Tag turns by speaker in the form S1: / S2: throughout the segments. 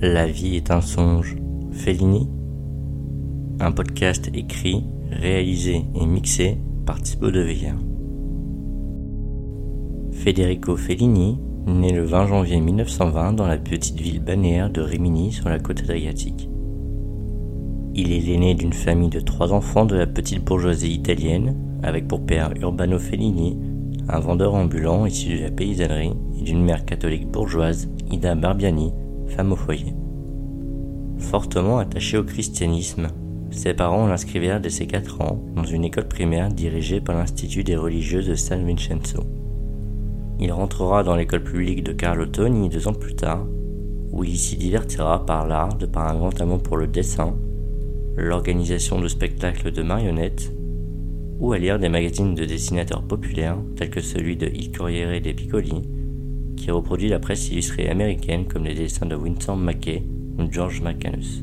S1: La vie est un songe. Fellini. Un podcast écrit, réalisé et mixé par Thibaut Deveillère. Federico Fellini naît le 20 janvier 1920 dans la petite ville balnéaire de Rimini sur la côte adriatique. Il est l'aîné d'une famille de 3 enfants de la petite bourgeoisie italienne, avec pour père Urbano Fellini, un vendeur ambulant issu de la paysannerie, et d'une mère catholique bourgeoise, Ida Barbiani, femme au foyer. Fortement attaché au christianisme, ses parents l'inscrivirent dès ses 4 ans dans une école primaire dirigée par l'Institut des religieuses de San Vincenzo. Il rentrera dans l'école publique de Carlo Toni 2 ans plus tard, où il s'y divertira par l'art de par un grand amour pour le dessin, l'organisation de spectacles de marionnettes, ou à lire des magazines de dessinateurs populaires tels que celui de Il Corriere dei Piccoli, qui reproduit la presse illustrée américaine comme les dessins de Winsor McCay ou George McManus.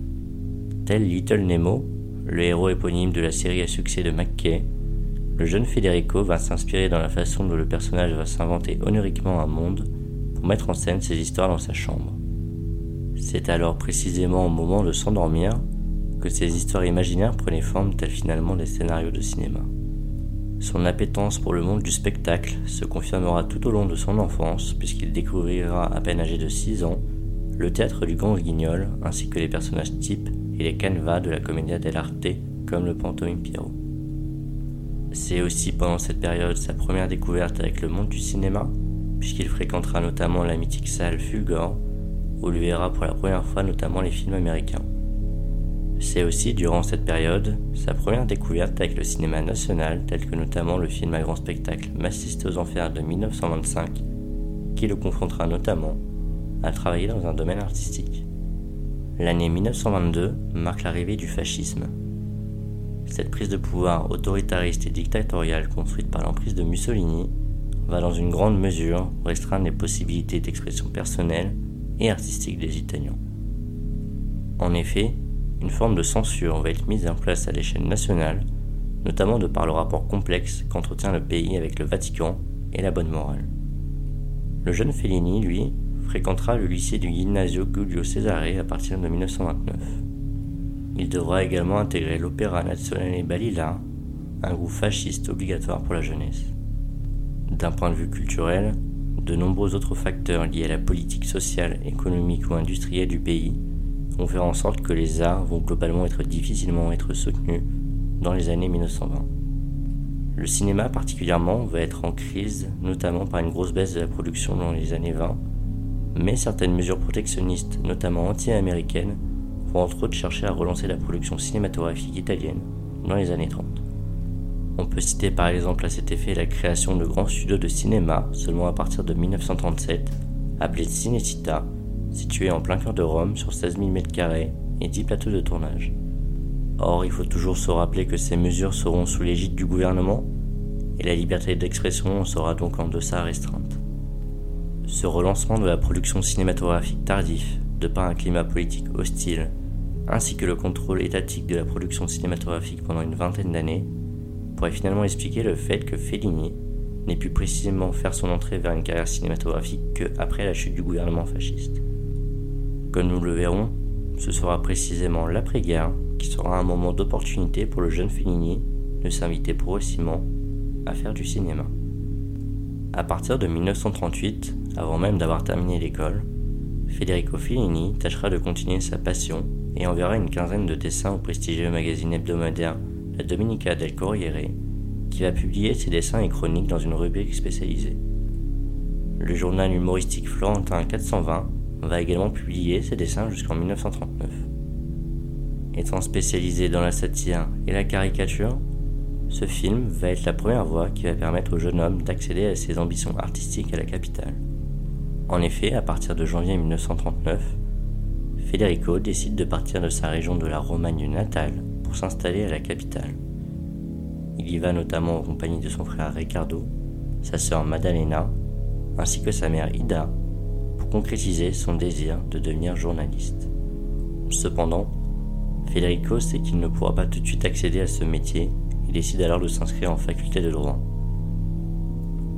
S1: Tel Little Nemo, le héros éponyme de la série à succès de McCay, le jeune Federico va s'inspirer dans la façon dont le personnage va s'inventer oniriquement un monde pour mettre en scène ses histoires dans sa chambre. C'est alors précisément au moment de s'endormir que ces histoires imaginaires prenaient forme telles finalement des scénarios de cinéma. Son appétence pour le monde du spectacle se confirmera tout au long de son enfance puisqu'il découvrira à peine âgé de 6 ans le théâtre du Grand Guignol ainsi que les personnages types et les canevas de la Commedia dell'arte comme le pantomime Pierrot. C'est aussi pendant cette période sa première découverte avec le monde du cinéma puisqu'il fréquentera notamment la mythique salle Fulgor où il verra pour la première fois notamment les films américains. C'est aussi durant cette période sa première découverte avec le cinéma national tel que notamment le film à grand spectacle Massiste aux Enfers de 1925 qui le confrontera notamment à travailler dans un domaine artistique. L'année 1922 marque l'arrivée du fascisme. Cette prise de pouvoir autoritariste et dictatoriale construite par l'emprise de Mussolini va dans une grande mesure restreindre les possibilités d'expression personnelle et artistique des Italiens. En effet, une forme de censure va être mise en place à l'échelle nationale, notamment de par le rapport complexe qu'entretient le pays avec le Vatican et la bonne morale. Le jeune Fellini, lui, fréquentera le lycée du Ginnasio Giulio Cesare à partir de 1929. Il devra également intégrer l'Opera Nazionale Balilla, un groupe fasciste obligatoire pour la jeunesse. D'un point de vue culturel, de nombreux autres facteurs liés à la politique sociale, économique ou industrielle du pays vont faire en sorte que les arts vont globalement difficilement être soutenus dans les années 1920. Le cinéma particulièrement va être en crise, notamment par une grosse baisse de la production dans les années 20, mais certaines mesures protectionnistes, notamment anti-américaines, vont entre autres chercher à relancer la production cinématographique italienne dans les années 30. On peut citer par exemple à cet effet la création de grands studios de cinéma seulement à partir de 1937, appelés Cinecittà, situés en plein cœur de Rome sur 16 000 m² et 10 plateaux de tournage. Or, il faut toujours se rappeler que ces mesures seront sous l'égide du gouvernement et la liberté d'expression sera donc en deçà restreinte. Ce relancement de la production cinématographique tardif, de par un climat politique hostile, ainsi que le contrôle étatique de la production cinématographique pendant une vingtaine d'années, pourrait finalement expliquer le fait que Fellini n'ait pu précisément faire son entrée vers une carrière cinématographique qu'après la chute du gouvernement fasciste. Comme nous le verrons, ce sera précisément l'après-guerre qui sera un moment d'opportunité pour le jeune Fellini de s'inviter progressivement à faire du cinéma. À partir de 1938, avant même d'avoir terminé l'école, Federico Fellini tâchera de continuer sa passion et enverra une quinzaine de dessins au prestigieux magazine hebdomadaire La Domenica del Corriere, qui va publier ses dessins et chroniques dans une rubrique spécialisée. Le journal humoristique florentin 420 va également publier ses dessins jusqu'en 1939. Étant spécialisé dans la satire et la caricature, ce film va être la première voie qui va permettre au jeune homme d'accéder à ses ambitions artistiques à la capitale. En effet, à partir de janvier 1939, Federico décide de partir de sa région de la Romagne natale pour s'installer à la capitale. Il y va notamment en compagnie de son frère Riccardo, sa sœur Maddalena, ainsi que sa mère Ida, pour concrétiser son désir de devenir journaliste. Cependant, Federico sait qu'il ne pourra pas tout de suite accéder à ce métier et décide alors de s'inscrire en faculté de droit.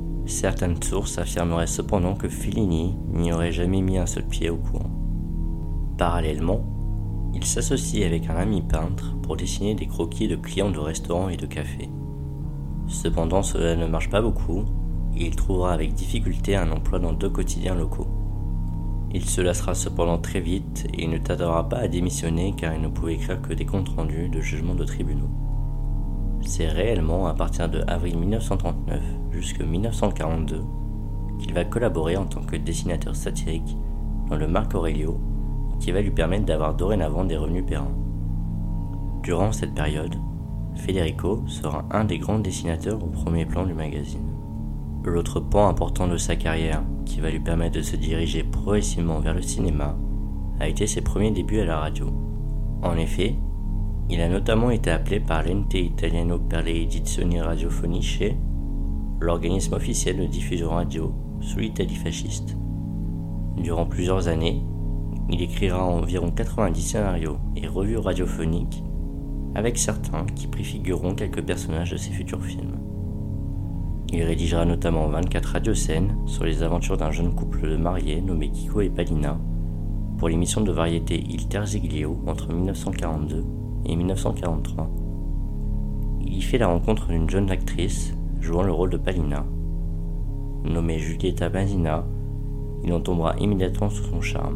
S1: Certaines sources affirmeraient cependant que Fellini n'y aurait jamais mis un seul pied au courant. Parallèlement, il s'associe avec un ami peintre pour dessiner des croquis de clients de restaurants et de cafés. Cependant, cela ne marche pas beaucoup et il trouvera avec difficulté un emploi dans 2 quotidiens locaux. Il se lassera cependant très vite et il ne tardera pas à démissionner car il ne pouvait écrire que des comptes rendus de jugements de tribunaux. C'est réellement à partir de avril 1939 jusqu'à 1942 qu'il va collaborer en tant que dessinateur satirique dans le Marco Aurelio, qui va lui permettre d'avoir dorénavant des revenus pérens. Durant cette période, Federico sera un des grands dessinateurs au premier plan du magazine. L'autre pan important de sa carrière, qui va lui permettre de se diriger progressivement vers le cinéma, a été ses premiers débuts à la radio. En effet, il a notamment été appelé par l'Ente Italiano per le Edizioni Radiofoniche, l'organisme officiel de diffusion radio sous l'Italie fasciste. Durant plusieurs années, il écrira environ 90 scénarios et revues radiophoniques, avec certains qui préfigureront quelques personnages de ses futurs films. Il rédigera notamment 24 radioscènes sur les aventures d'un jeune couple de mariés nommé Kiko et Palina pour l'émission de variété Il Terziglio entre 1942 et 1943. Il y fait la rencontre d'une jeune actrice jouant le rôle de Palina. Nommée Giulietta Masina, il en tombera immédiatement sous son charme.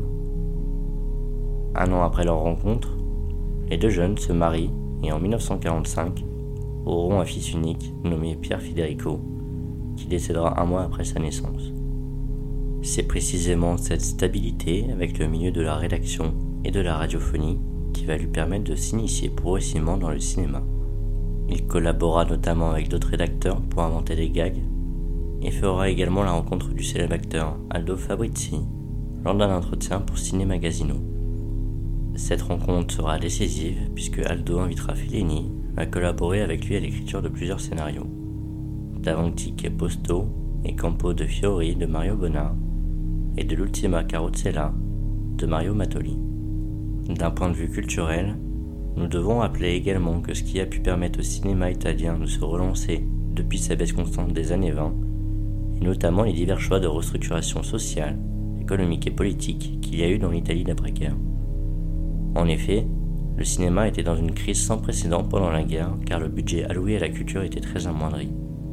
S1: Un an après leur rencontre, les 2 jeunes se marient et en 1945 auront un fils unique nommé Pier Federico, qui décédera 1 mois après sa naissance. C'est précisément cette stabilité avec le milieu de la rédaction et de la radiophonie qui va lui permettre de s'initier progressivement dans le cinéma. Il collabora notamment avec d'autres rédacteurs pour inventer des gags et fera également la rencontre du célèbre acteur Aldo Fabrizi lors d'un entretien pour Ciné Magazino. Cette rencontre sera décisive puisque Aldo invitera Fellini à collaborer avec lui à l'écriture de plusieurs scénarios. Davanti che Posto et Campo de Fiori de Mario Bona et de l'Ultima Carrozzella de Mario Mattoli. D'un point de vue culturel, nous devons rappeler également que ce qui a pu permettre au cinéma italien de se relancer depuis sa baisse constante des années 20, et notamment les divers choix de restructuration sociale, économique et politique qu'il y a eu dans l'Italie d'après-guerre. En effet, le cinéma était dans une crise sans précédent pendant la guerre car le budget alloué à la culture était très amoindri.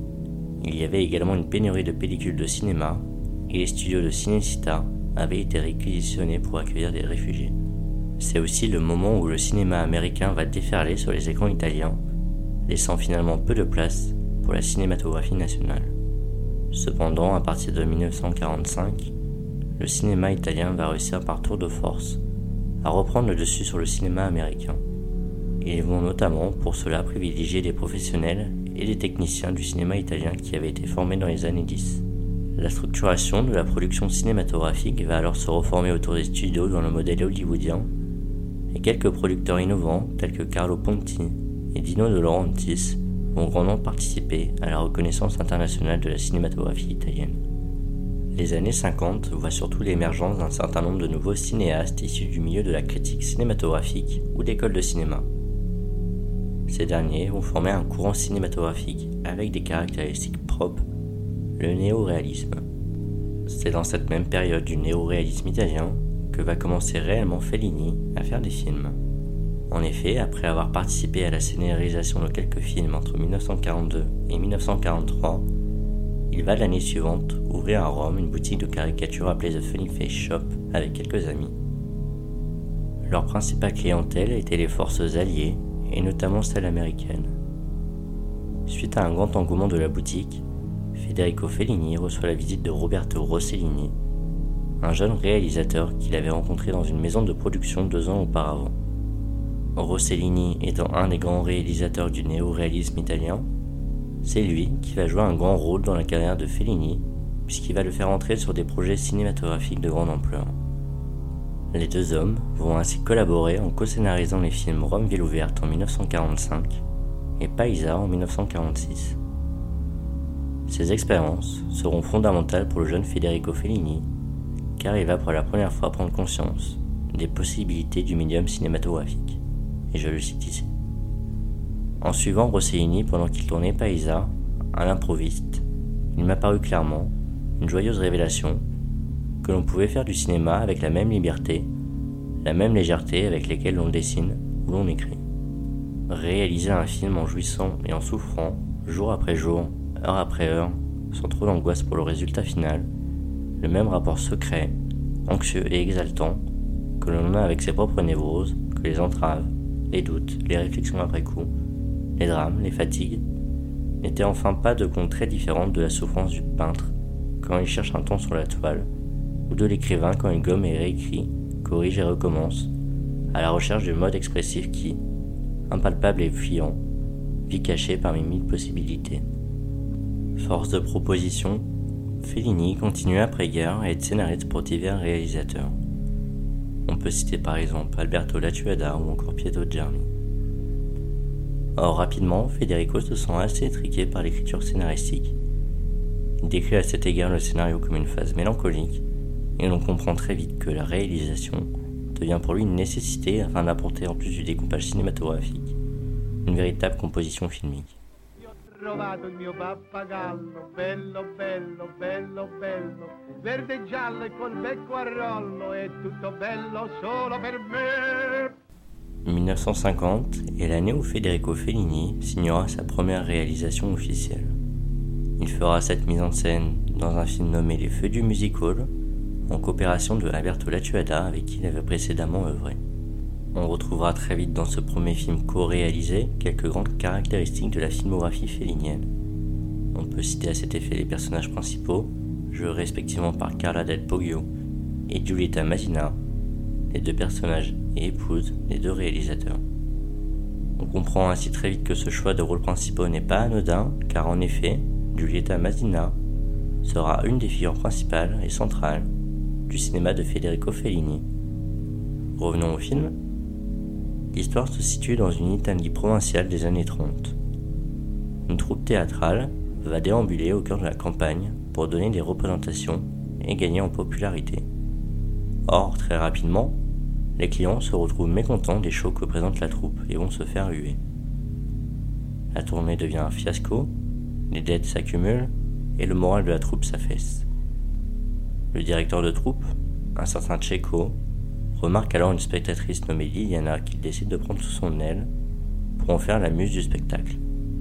S1: Il y avait également une pénurie de pellicules de cinéma et les studios de Cinecittà avaient été réquisitionnés pour accueillir des réfugiés. C'est aussi le moment où le cinéma américain va déferler sur les écrans italiens, laissant finalement peu de place pour la cinématographie nationale. Cependant, à partir de 1945, le cinéma italien va réussir par tour de force à reprendre le dessus sur le cinéma américain. Ils vont notamment pour cela privilégier des professionnels et des techniciens du cinéma italien qui avaient été formés dans les années 10. La structuration de la production cinématographique va alors se reformer autour des studios dans le modèle hollywoodien, et quelques producteurs innovants tels que Carlo Ponti et Dino De Laurentiis vont grandement participer à la reconnaissance internationale de la cinématographie italienne. Les années 50 voient surtout l'émergence d'un certain nombre de nouveaux cinéastes issus du milieu de la critique cinématographique ou d'écoles de cinéma. Ces derniers vont former un courant cinématographique avec des caractéristiques propres, le néo-réalisme. C'est dans cette même période du néo-réalisme italien que va commencer réellement Fellini à faire des films. En effet, après avoir participé à la scénarisation de quelques films entre 1942 et 1943, il va l'année suivante ouvrir à Rome une boutique de caricature appelée The Funny Face Shop avec quelques amis. Leur principale clientèle était les forces alliées et notamment celle américaine. Suite à un grand engouement de la boutique, Federico Fellini reçoit la visite de Roberto Rossellini, un jeune réalisateur qu'il avait rencontré dans une maison de production 2 ans auparavant. Rossellini étant un des grands réalisateurs du néo-réalisme italien, c'est lui qui va jouer un grand rôle dans la carrière de Fellini, puisqu'il va le faire entrer sur des projets cinématographiques de grande ampleur. Les 2 hommes vont ainsi collaborer en co-scénarisant les films Rome ville ouverte en 1945 et Paisa en 1946. Ces expériences seront fondamentales pour le jeune Federico Fellini, car il va pour la première fois prendre conscience des possibilités du médium cinématographique. Et je le cite ici. En suivant Rossellini pendant qu'il tournait Paisa, à l'improviste, il m'a paru clairement une joyeuse révélation que l'on pouvait faire du cinéma avec la même liberté, la même légèreté avec laquelle l'on dessine ou l'on écrit. Réaliser un film en jouissant et en souffrant, jour après jour, heure après heure, sans trop d'angoisse pour le résultat final, le même rapport secret, anxieux et exaltant que l'on a avec ses propres névroses, que les entraves, les doutes, les réflexions après coup, les drames, les fatigues, n'était enfin pas de compte très différente de la souffrance du peintre quand il cherche un ton sur la toile, ou de l'écrivain quand il gomme et réécrit, corrige et recommence, à la recherche du mode expressif qui, impalpable et fuyant, vit caché parmi mille possibilités. Force de proposition, Fellini continue après-guerre à être scénariste pour divers réalisateurs. On peut citer par exemple Alberto Lattuada ou encore Pietro Germi. Or rapidement, Federico se sent assez étriqué par l'écriture scénaristique. Il décrit à cet égard le scénario comme une phase mélancolique, et l'on comprend très vite que la réalisation devient pour lui une nécessité afin d'apporter en plus du découpage cinématographique, une véritable composition filmique.
S2: Trovato il mio pappagallo, bello, bello, bello, bello, verde e giallo e col becco a rollo, è tutto bello solo per me.
S1: 1950 est l'année où Federico Fellini signera sa première réalisation officielle. Il fera cette mise en scène dans un film nommé Les Feux du Music Hall, en coopération de Alberto Lattuada avec qui il avait précédemment œuvré. On retrouvera très vite dans ce premier film co-réalisé quelques grandes caractéristiques de la filmographie fellinienne. On peut citer à cet effet les personnages principaux, joués respectivement par Carla Del Poggio et Giulietta Masina, les deux personnages et épouses des deux réalisateurs. On comprend ainsi très vite que ce choix de rôles principaux n'est pas anodin, car en effet, Giulietta Masina sera une des figures principales et centrales du cinéma de Federico Fellini. Revenons au film. L'histoire se situe dans une Italie provinciale des années 30. Une troupe théâtrale va déambuler au cœur de la campagne pour donner des représentations et gagner en popularité. Or, très rapidement, les clients se retrouvent mécontents des shows que présente la troupe et vont se faire huer. La tournée devient un fiasco, les dettes s'accumulent et le moral de la troupe s'affaisse. Le directeur de troupe, un certain Cecco, remarque alors une spectatrice nommée Liliana qu'il décide de prendre sous son aile pour en faire la muse du spectacle.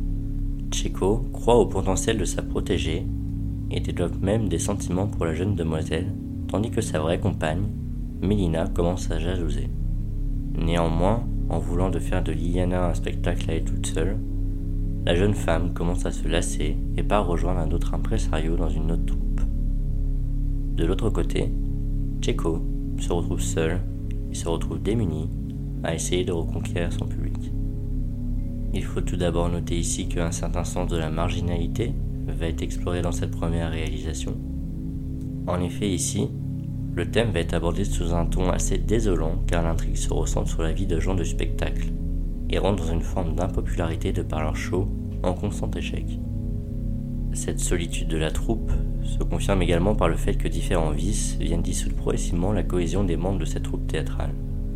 S1: Cecco croit au potentiel de sa protégée et développe même des sentiments pour la jeune demoiselle, tandis que sa vraie compagne, Melina, commence à jalouser. Néanmoins, en voulant de faire de Liliana un spectacle à elle toute seule, la jeune femme commence à se lasser et part rejoindre un autre impresario dans une autre troupe. De l'autre côté, Cecco se retrouve seul et se retrouve démuni à essayer de reconquérir son public. Il faut tout d'abord noter ici qu'un certain sens de la marginalité va être exploré dans cette première réalisation. En effet, ici, le thème va être abordé sous un ton assez désolant car l'intrigue se recentre sur la vie de gens de spectacle et rentre dans une forme d'impopularité de par leur show en constant échec. Cette solitude de la troupe se confirme également par le fait que différents vices viennent dissoudre progressivement la cohésion des membres de cette troupe théâtrale.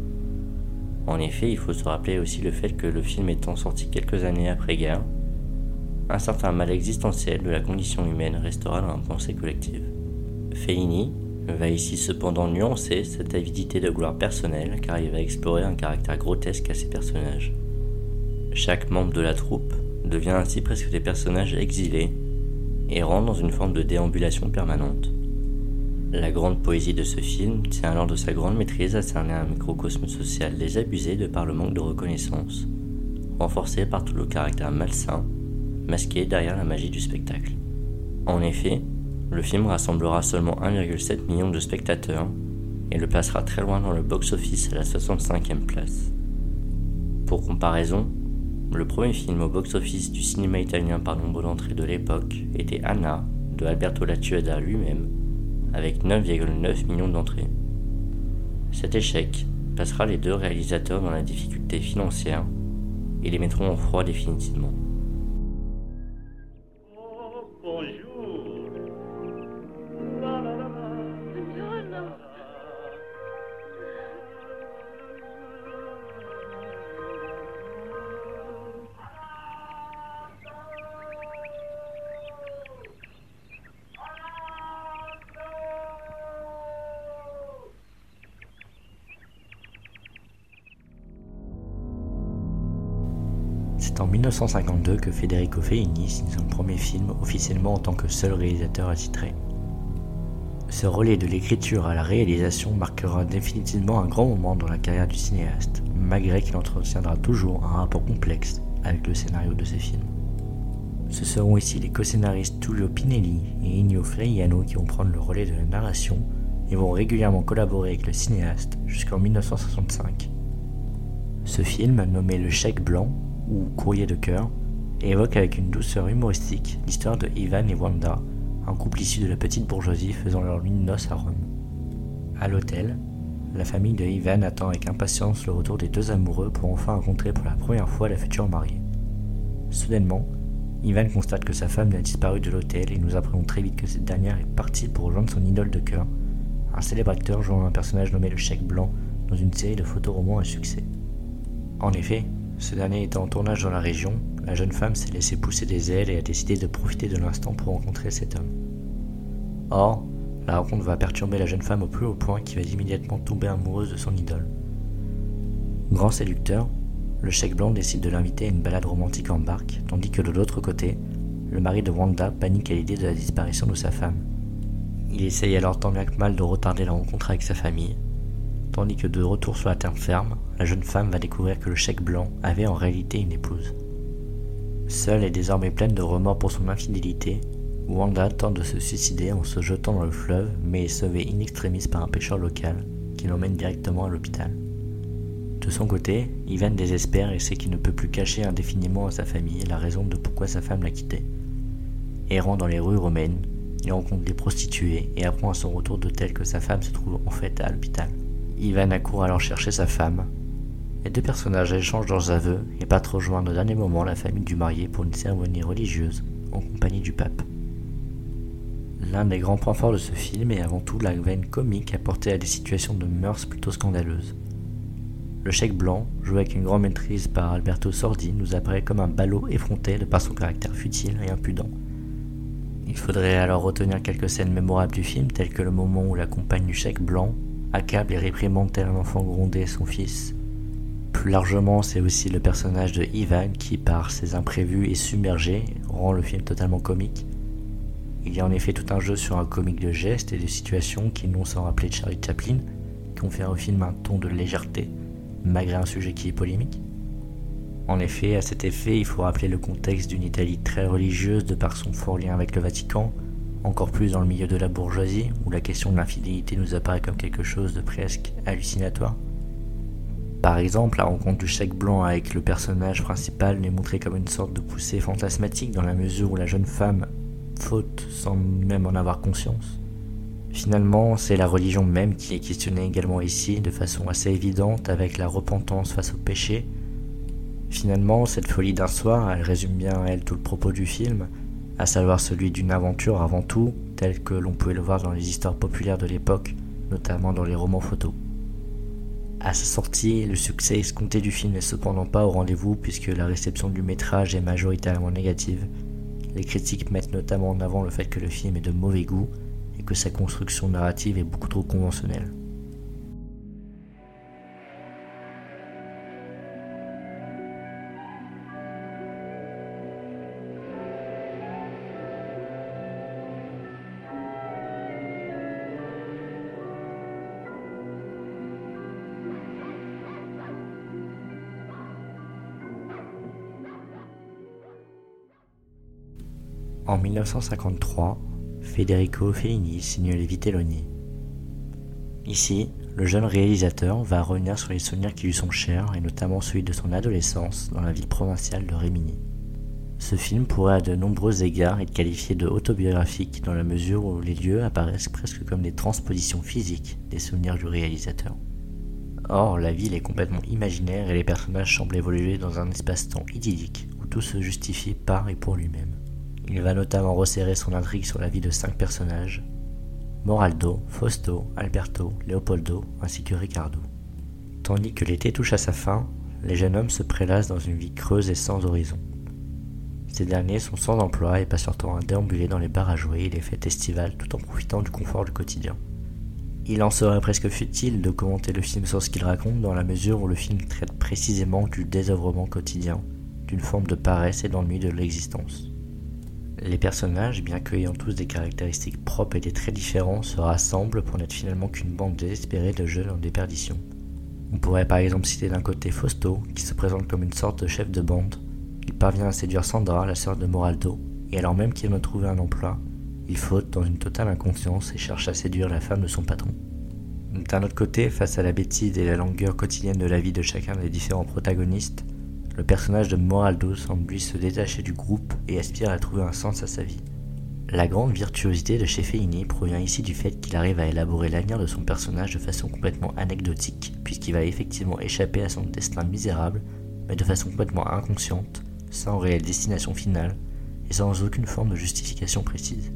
S1: En effet, il faut se rappeler aussi le fait que le film étant sorti quelques années après-guerre, un certain mal existentiel de la condition humaine restera dans la pensée collective. Fellini va ici cependant nuancer cette avidité de gloire personnelle car il va explorer un caractère grotesque à ses personnages. Chaque membre de la troupe devient ainsi presque des personnages exilés et rentre dans une forme de déambulation permanente. La grande poésie de ce film tient alors de sa grande maîtrise à cerner un microcosme social désabusé de par le manque de reconnaissance, renforcé par tout le caractère malsain, masqué derrière la magie du spectacle. En effet, le film rassemblera seulement 1,7 million de spectateurs et le placera très loin dans le box-office à la 65e place. Pour comparaison, le premier film au box-office du cinéma italien par nombre d'entrées de l'époque était Anna de Alberto Lattuada lui-même, avec 9,9 millions d'entrées. Cet échec placera les deux réalisateurs dans la difficulté financière et les mettront en froid définitivement.
S2: Oh, bonjour.
S3: Buongiorno.
S1: C'est en 1952 que Federico Fellini signe son premier film officiellement en tant que seul réalisateur attitré. Ce relais de l'écriture à la réalisation marquera définitivement un grand moment dans la carrière du cinéaste, malgré qu'il entretiendra toujours un rapport complexe avec le scénario de ses films. Ce seront ici les co-scénaristes Tullio Pinelli et Ennio Flaiano qui vont prendre le relais de la narration et vont régulièrement collaborer avec le cinéaste jusqu'en 1965. Ce film, nommé Le Chèque Blanc ou Courrier de cœur, évoque avec une douceur humoristique l'histoire de Ivan et Wanda, un couple issu de la petite bourgeoisie faisant leur nuit de noces à Rome. À l'hôtel, la famille de Ivan attend avec impatience le retour des deux amoureux pour enfin rencontrer pour la première fois la future mariée. Soudainement, Ivan constate que sa femme a disparu de l'hôtel et nous apprenons très vite que cette dernière est partie pour rejoindre son idole de cœur, un célèbre acteur jouant un personnage nommé le Chèque Blanc dans une série de photoromans à succès. En effet, ce dernier étant en tournage dans la région, la jeune femme s'est laissée pousser des ailes et a décidé de profiter de l'instant pour rencontrer cet homme. Or, la rencontre va perturber la jeune femme au plus haut point qui va immédiatement tomber amoureuse de son idole. Grand séducteur, le Chèque Blanc décide de l'inviter à une balade romantique en barque, tandis que de l'autre côté, le mari de Wanda panique à l'idée de la disparition de sa femme. Il essaye alors tant bien que mal de retarder la rencontre avec sa famille, tandis que de retour sur la terre ferme, la jeune femme va découvrir que le Chèque Blanc avait en réalité une épouse. Seule et désormais pleine de remords pour son infidélité, Wanda tente de se suicider en se jetant dans le fleuve, mais est sauvée in extremis par un pêcheur local qui l'emmène directement à l'hôpital. De son côté, Ivan désespère et sait qu'il ne peut plus cacher indéfiniment à sa famille la raison de pourquoi sa femme l'a quitté. Errant dans les rues romaines, il rencontre des prostituées et apprend à son retour d'hôtel que sa femme se trouve en fait à l'hôpital. Ivan accourt alors chercher sa femme. Les deux personnages échangent leurs aveux et partent rejoindre au dernier moment la famille du marié pour une cérémonie religieuse en compagnie du pape. L'un des grands points forts de ce film est avant tout la veine comique apportée à des situations de mœurs plutôt scandaleuses. Le Chèque Blanc, joué avec une grande maîtrise par Alberto Sordi, nous apparaît comme un ballot effronté de par son caractère futile et impudent. Il faudrait alors retenir quelques scènes mémorables du film, telles que le moment où la compagne du Chèque Blanc accable et réprimande tel un enfant grondé son fils. Plus largement, c'est aussi le personnage de Ivan qui, par ses imprévus et submergé, rend le film totalement comique. Il y a en effet tout un jeu sur un comique de gestes et de situations qui, non sans rappeler Charlie Chaplin, confère au film un ton de légèreté, malgré un sujet qui est polémique. En effet, à cet effet, il faut rappeler le contexte d'une Italie très religieuse de par son fort lien avec le Vatican, encore plus dans le milieu de la bourgeoisie, où la question de l'infidélité nous apparaît comme quelque chose de presque hallucinatoire. Par exemple, la rencontre du Chèque Blanc avec le personnage principal est montrée comme une sorte de poussée fantasmatique dans la mesure où la jeune femme faute sans même en avoir conscience. Finalement, c'est la religion même qui est questionnée également ici de façon assez évidente avec la repentance face au péché. Finalement, cette folie d'un soir, elle résume bien à elle tout le propos du film, à savoir celui d'une aventure avant tout, telle que l'on pouvait le voir dans les histoires populaires de l'époque, notamment dans les romans photos. À sa sortie, le succès escompté du film n'est cependant pas au rendez-vous puisque la réception du métrage est majoritairement négative. Les critiques mettent notamment en avant le fait que le film est de mauvais goût et que sa construction narrative est beaucoup trop conventionnelle. En 1953, Federico Fellini signe Les Vitelloni. Ici, le jeune réalisateur va revenir sur les souvenirs qui lui sont chers et notamment celui de son adolescence dans la ville provinciale de Rimini. Ce film pourrait à de nombreux égards être qualifié de autobiographique dans la mesure où les lieux apparaissent presque comme des transpositions physiques des souvenirs du réalisateur. Or, la ville est complètement imaginaire et les personnages semblent évoluer dans un espace-temps idyllique où tout se justifie par et pour lui-même. Il va notamment resserrer son intrigue sur la vie de 5 personnages, Moraldo, Fausto, Alberto, Leopoldo ainsi que Riccardo. Tandis que l'été touche à sa fin, les jeunes hommes se prélassent dans une vie creuse et sans horizon. Ces derniers sont sans emploi et passent leur temps à déambuler dans les bars à jouer et les fêtes estivales tout en profitant du confort du quotidien. Il en serait presque futile de commenter le film sur ce qu'il raconte dans la mesure où le film traite précisément du désœuvrement quotidien d'une forme de paresse et d'ennui de l'existence. Les personnages, bien qu'ayant tous des caractéristiques propres et des traits différents, se rassemblent pour n'être finalement qu'une bande désespérée de jeunes en déperdition. On pourrait par exemple citer d'un côté Fausto, qui se présente comme une sorte de chef de bande. Il parvient à séduire Sandra, la sœur de Moraldo, et alors même qu'il vient de trouver un emploi, il faute dans une totale inconscience et cherche à séduire la femme de son patron. D'un autre côté, face à la bêtise et la langueur quotidienne de la vie de chacun des différents protagonistes, le personnage de Moraldo semble lui se détacher du groupe et aspire à trouver un sens à sa vie. La grande virtuosité de chez Fellini provient ici du fait qu'il arrive à élaborer l'avenir de son personnage de façon complètement anecdotique, puisqu'il va effectivement échapper à son destin misérable, mais de façon complètement inconsciente, sans réelle destination finale, et sans aucune forme de justification précise.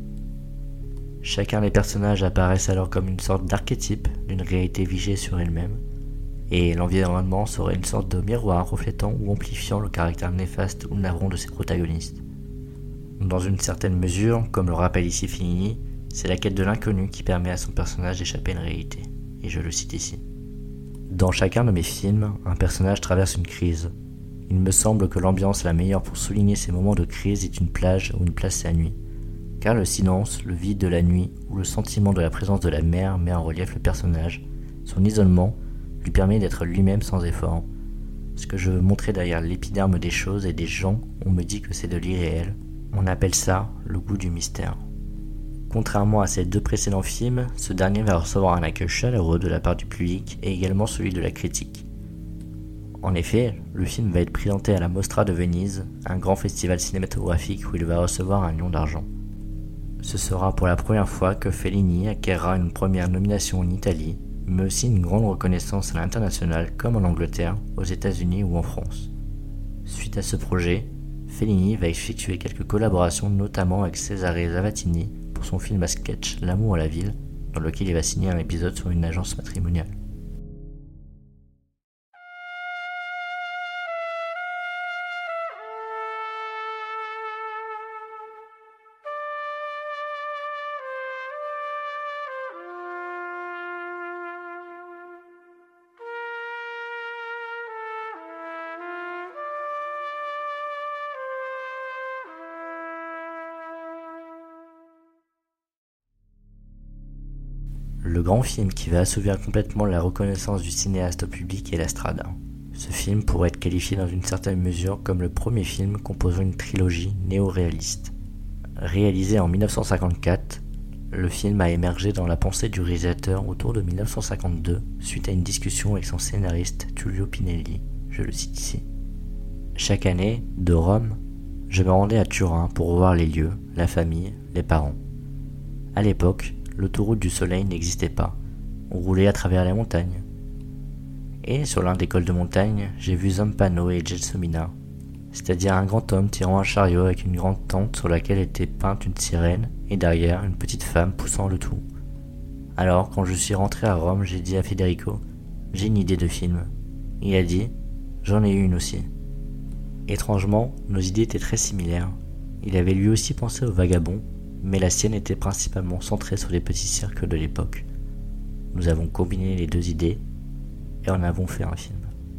S1: Chacun des personnages apparaissent alors comme une sorte d'archétype d'une réalité figée sur elle-même, et l'environnement serait une sorte de miroir reflétant ou amplifiant le caractère néfaste ou navrant de ses protagonistes. Dans une certaine mesure, comme le rappelle ici Fellini, c'est la quête de l'inconnu qui permet à son personnage d'échapper à une réalité, et je le cite ici. Dans chacun de mes films, un personnage traverse une crise. Il me semble que l'ambiance la meilleure pour souligner ces moments de crise est une plage ou une place la nuit, car le silence, le vide de la nuit ou le sentiment de la présence de la mer met en relief le personnage. Son isolement lui permet d'être lui-même sans effort. Ce que je veux montrer derrière l'épiderme des choses et des gens, on me dit que c'est de l'irréel. On appelle ça le goût du mystère. Contrairement à ces deux précédents films, ce dernier va recevoir un accueil chaleureux de la part du public et également celui de la critique. En effet, le film va être présenté à la Mostra de Venise, un grand festival cinématographique où il va recevoir un lion d'argent. Ce sera pour la première fois que Fellini acquérera une première nomination en Italie, mais aussi une grande reconnaissance à l'international comme en Angleterre, aux États-Unis ou en France. Suite à ce projet, Fellini va effectuer quelques collaborations notamment avec Cesare Zavattini pour son film à sketch L'amour à la ville, dans lequel il va signer un épisode sur une agence matrimoniale. Le grand film qui va assouvir complètement la reconnaissance du cinéaste au public est La Strada. Ce film pourrait être qualifié dans une certaine mesure comme le premier film composant une trilogie néo-réaliste. Réalisé en 1954, le film a émergé dans la pensée du réalisateur autour de 1952 suite à une discussion avec son scénariste Tullio Pinelli, je le cite ici. Chaque année, de Rome, je me rendais à Turin pour revoir les lieux, la famille, les parents. À l'époque, l'autoroute du soleil n'existait pas, on roulait à travers les montagnes. Et sur l'un des cols de montagne, j'ai vu Zampano et Gelsomina, c'est-à-dire un grand homme tirant un chariot avec une grande tente sur laquelle était peinte une sirène et derrière une petite femme poussant le tout. Alors, quand je suis rentré à Rome, j'ai dit à Federico, j'ai une idée de film. Il a dit, j'en ai une aussi. Étrangement, nos idées étaient très similaires. Il avait lui aussi pensé au vagabond, mais la sienne était principalement centrée sur les petits cirques de l'époque. Nous avons combiné les deux idées et en avons fait un film.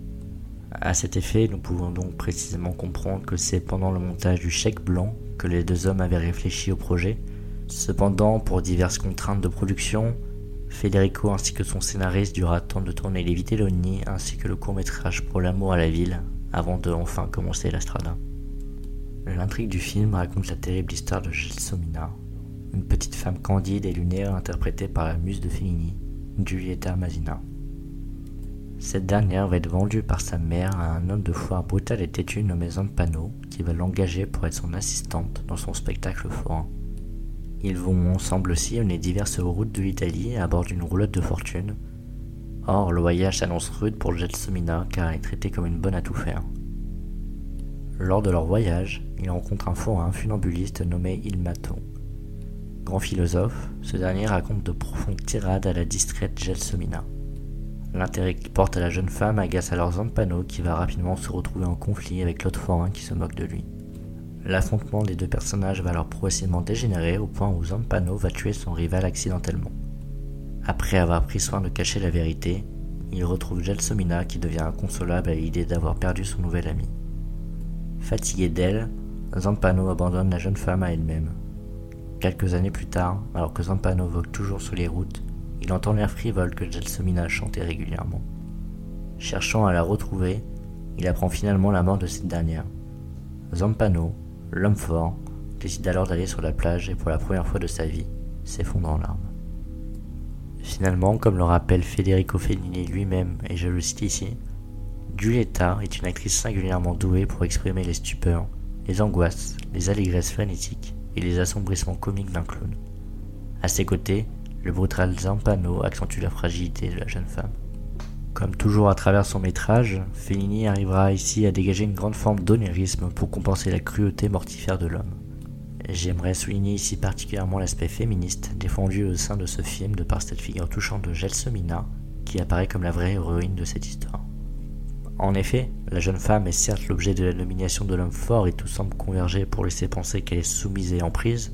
S1: À cet effet, nous pouvons donc précisément comprendre que c'est pendant le montage du chèque blanc que les deux hommes avaient réfléchi au projet. Cependant, pour diverses contraintes de production, Federico ainsi que son scénariste durent attendre de tourner Les Vitelloni ainsi que le court-métrage pour L'amour à la ville avant de enfin commencer La Strada. L'intrigue du film raconte la terrible histoire de Gelsomina, une petite femme candide et lunaire interprétée par la muse de Fellini, Giulietta Masina. Cette dernière va être vendue par sa mère à un homme de foire brutal et têtu nommé Zampano qui va l'engager pour être son assistante dans son spectacle forain. Ils vont ensemble sillonner diverses routes de l'Italie à bord d'une roulotte de fortune. Or, le voyage s'annonce rude pour Gelsomina car elle est traitée comme une bonne à tout faire. Lors de leur voyage, ils rencontrent un forain funambuliste nommé Il Matto. Grand philosophe, ce dernier raconte de profondes tirades à la distraite Gelsomina. L'intérêt qu'il porte à la jeune femme agace alors Zampano qui va rapidement se retrouver en conflit avec l'autre forain qui se moque de lui. L'affrontement des deux personnages va alors progressivement dégénérer au point où Zampano va tuer son rival accidentellement. Après avoir pris soin de cacher la vérité, il retrouve Gelsomina qui devient inconsolable à l'idée d'avoir perdu son nouvel ami. Fatigué d'elle, Zampano abandonne la jeune femme à elle-même. Quelques années plus tard, alors que Zampano vogue toujours sur les routes, il entend l'air frivole que Gelsomina chantait régulièrement. Cherchant à la retrouver, il apprend finalement la mort de cette dernière. Zampano, l'homme fort, décide alors d'aller sur la plage et pour la première fois de sa vie, s'effondre en larmes. Finalement, comme le rappelle Federico Fellini lui-même, et je le cite ici, Giulietta est une actrice singulièrement douée pour exprimer les stupeurs, les angoisses, les allégresses frénétiques et les assombrissements comiques d'un clown. À ses côtés, le brutal Zampano accentue la fragilité de la jeune femme. Comme toujours à travers son métrage, Fellini arrivera ici à dégager une grande forme d'onérisme pour compenser la cruauté mortifère de l'homme. J'aimerais souligner ici particulièrement l'aspect féministe défendu au sein de ce film de par cette figure touchante de Gelsomina qui apparaît comme la vraie héroïne de cette histoire. En effet, la jeune femme est certes l'objet de la nomination de l'homme fort et tout semble converger pour laisser penser qu'elle est soumise et en prise.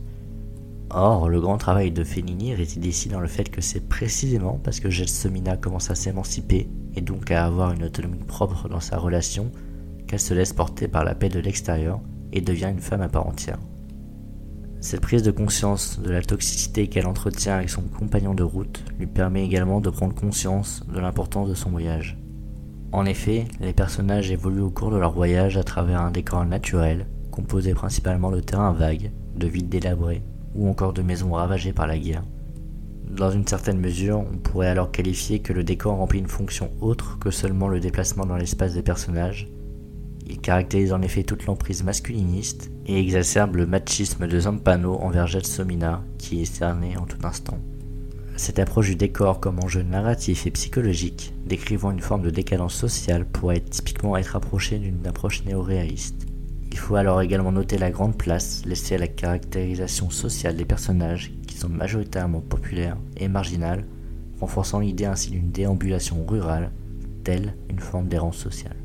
S1: Or, le grand travail de Fellini réside ici dans le fait que c'est précisément parce que Gelsomina commence à s'émanciper et donc à avoir une autonomie propre dans sa relation qu'elle se laisse porter par l'appel de l'extérieur et devient une femme à part entière. Cette prise de conscience de la toxicité qu'elle entretient avec son compagnon de route lui permet également de prendre conscience de l'importance de son voyage. En effet, les personnages évoluent au cours de leur voyage à travers un décor naturel, composé principalement de terrains vagues, de villes délabrées, ou encore de maisons ravagées par la guerre. Dans une certaine mesure, on pourrait alors qualifier que le décor remplit une fonction autre que seulement le déplacement dans l'espace des personnages. Il caractérise en effet toute l'emprise masculiniste et exacerbe le machisme de Zampano envers Gelsomina qui est cerné en tout instant. Cette approche du décor comme enjeu narratif et psychologique, décrivant une forme de décadence sociale, pourrait typiquement être approchée d'une approche néo-réaliste. Il faut alors également noter la grande place laissée à la caractérisation sociale des personnages qui sont majoritairement populaires et marginales, renforçant l'idée ainsi d'une déambulation rurale, telle une forme d'errance sociale.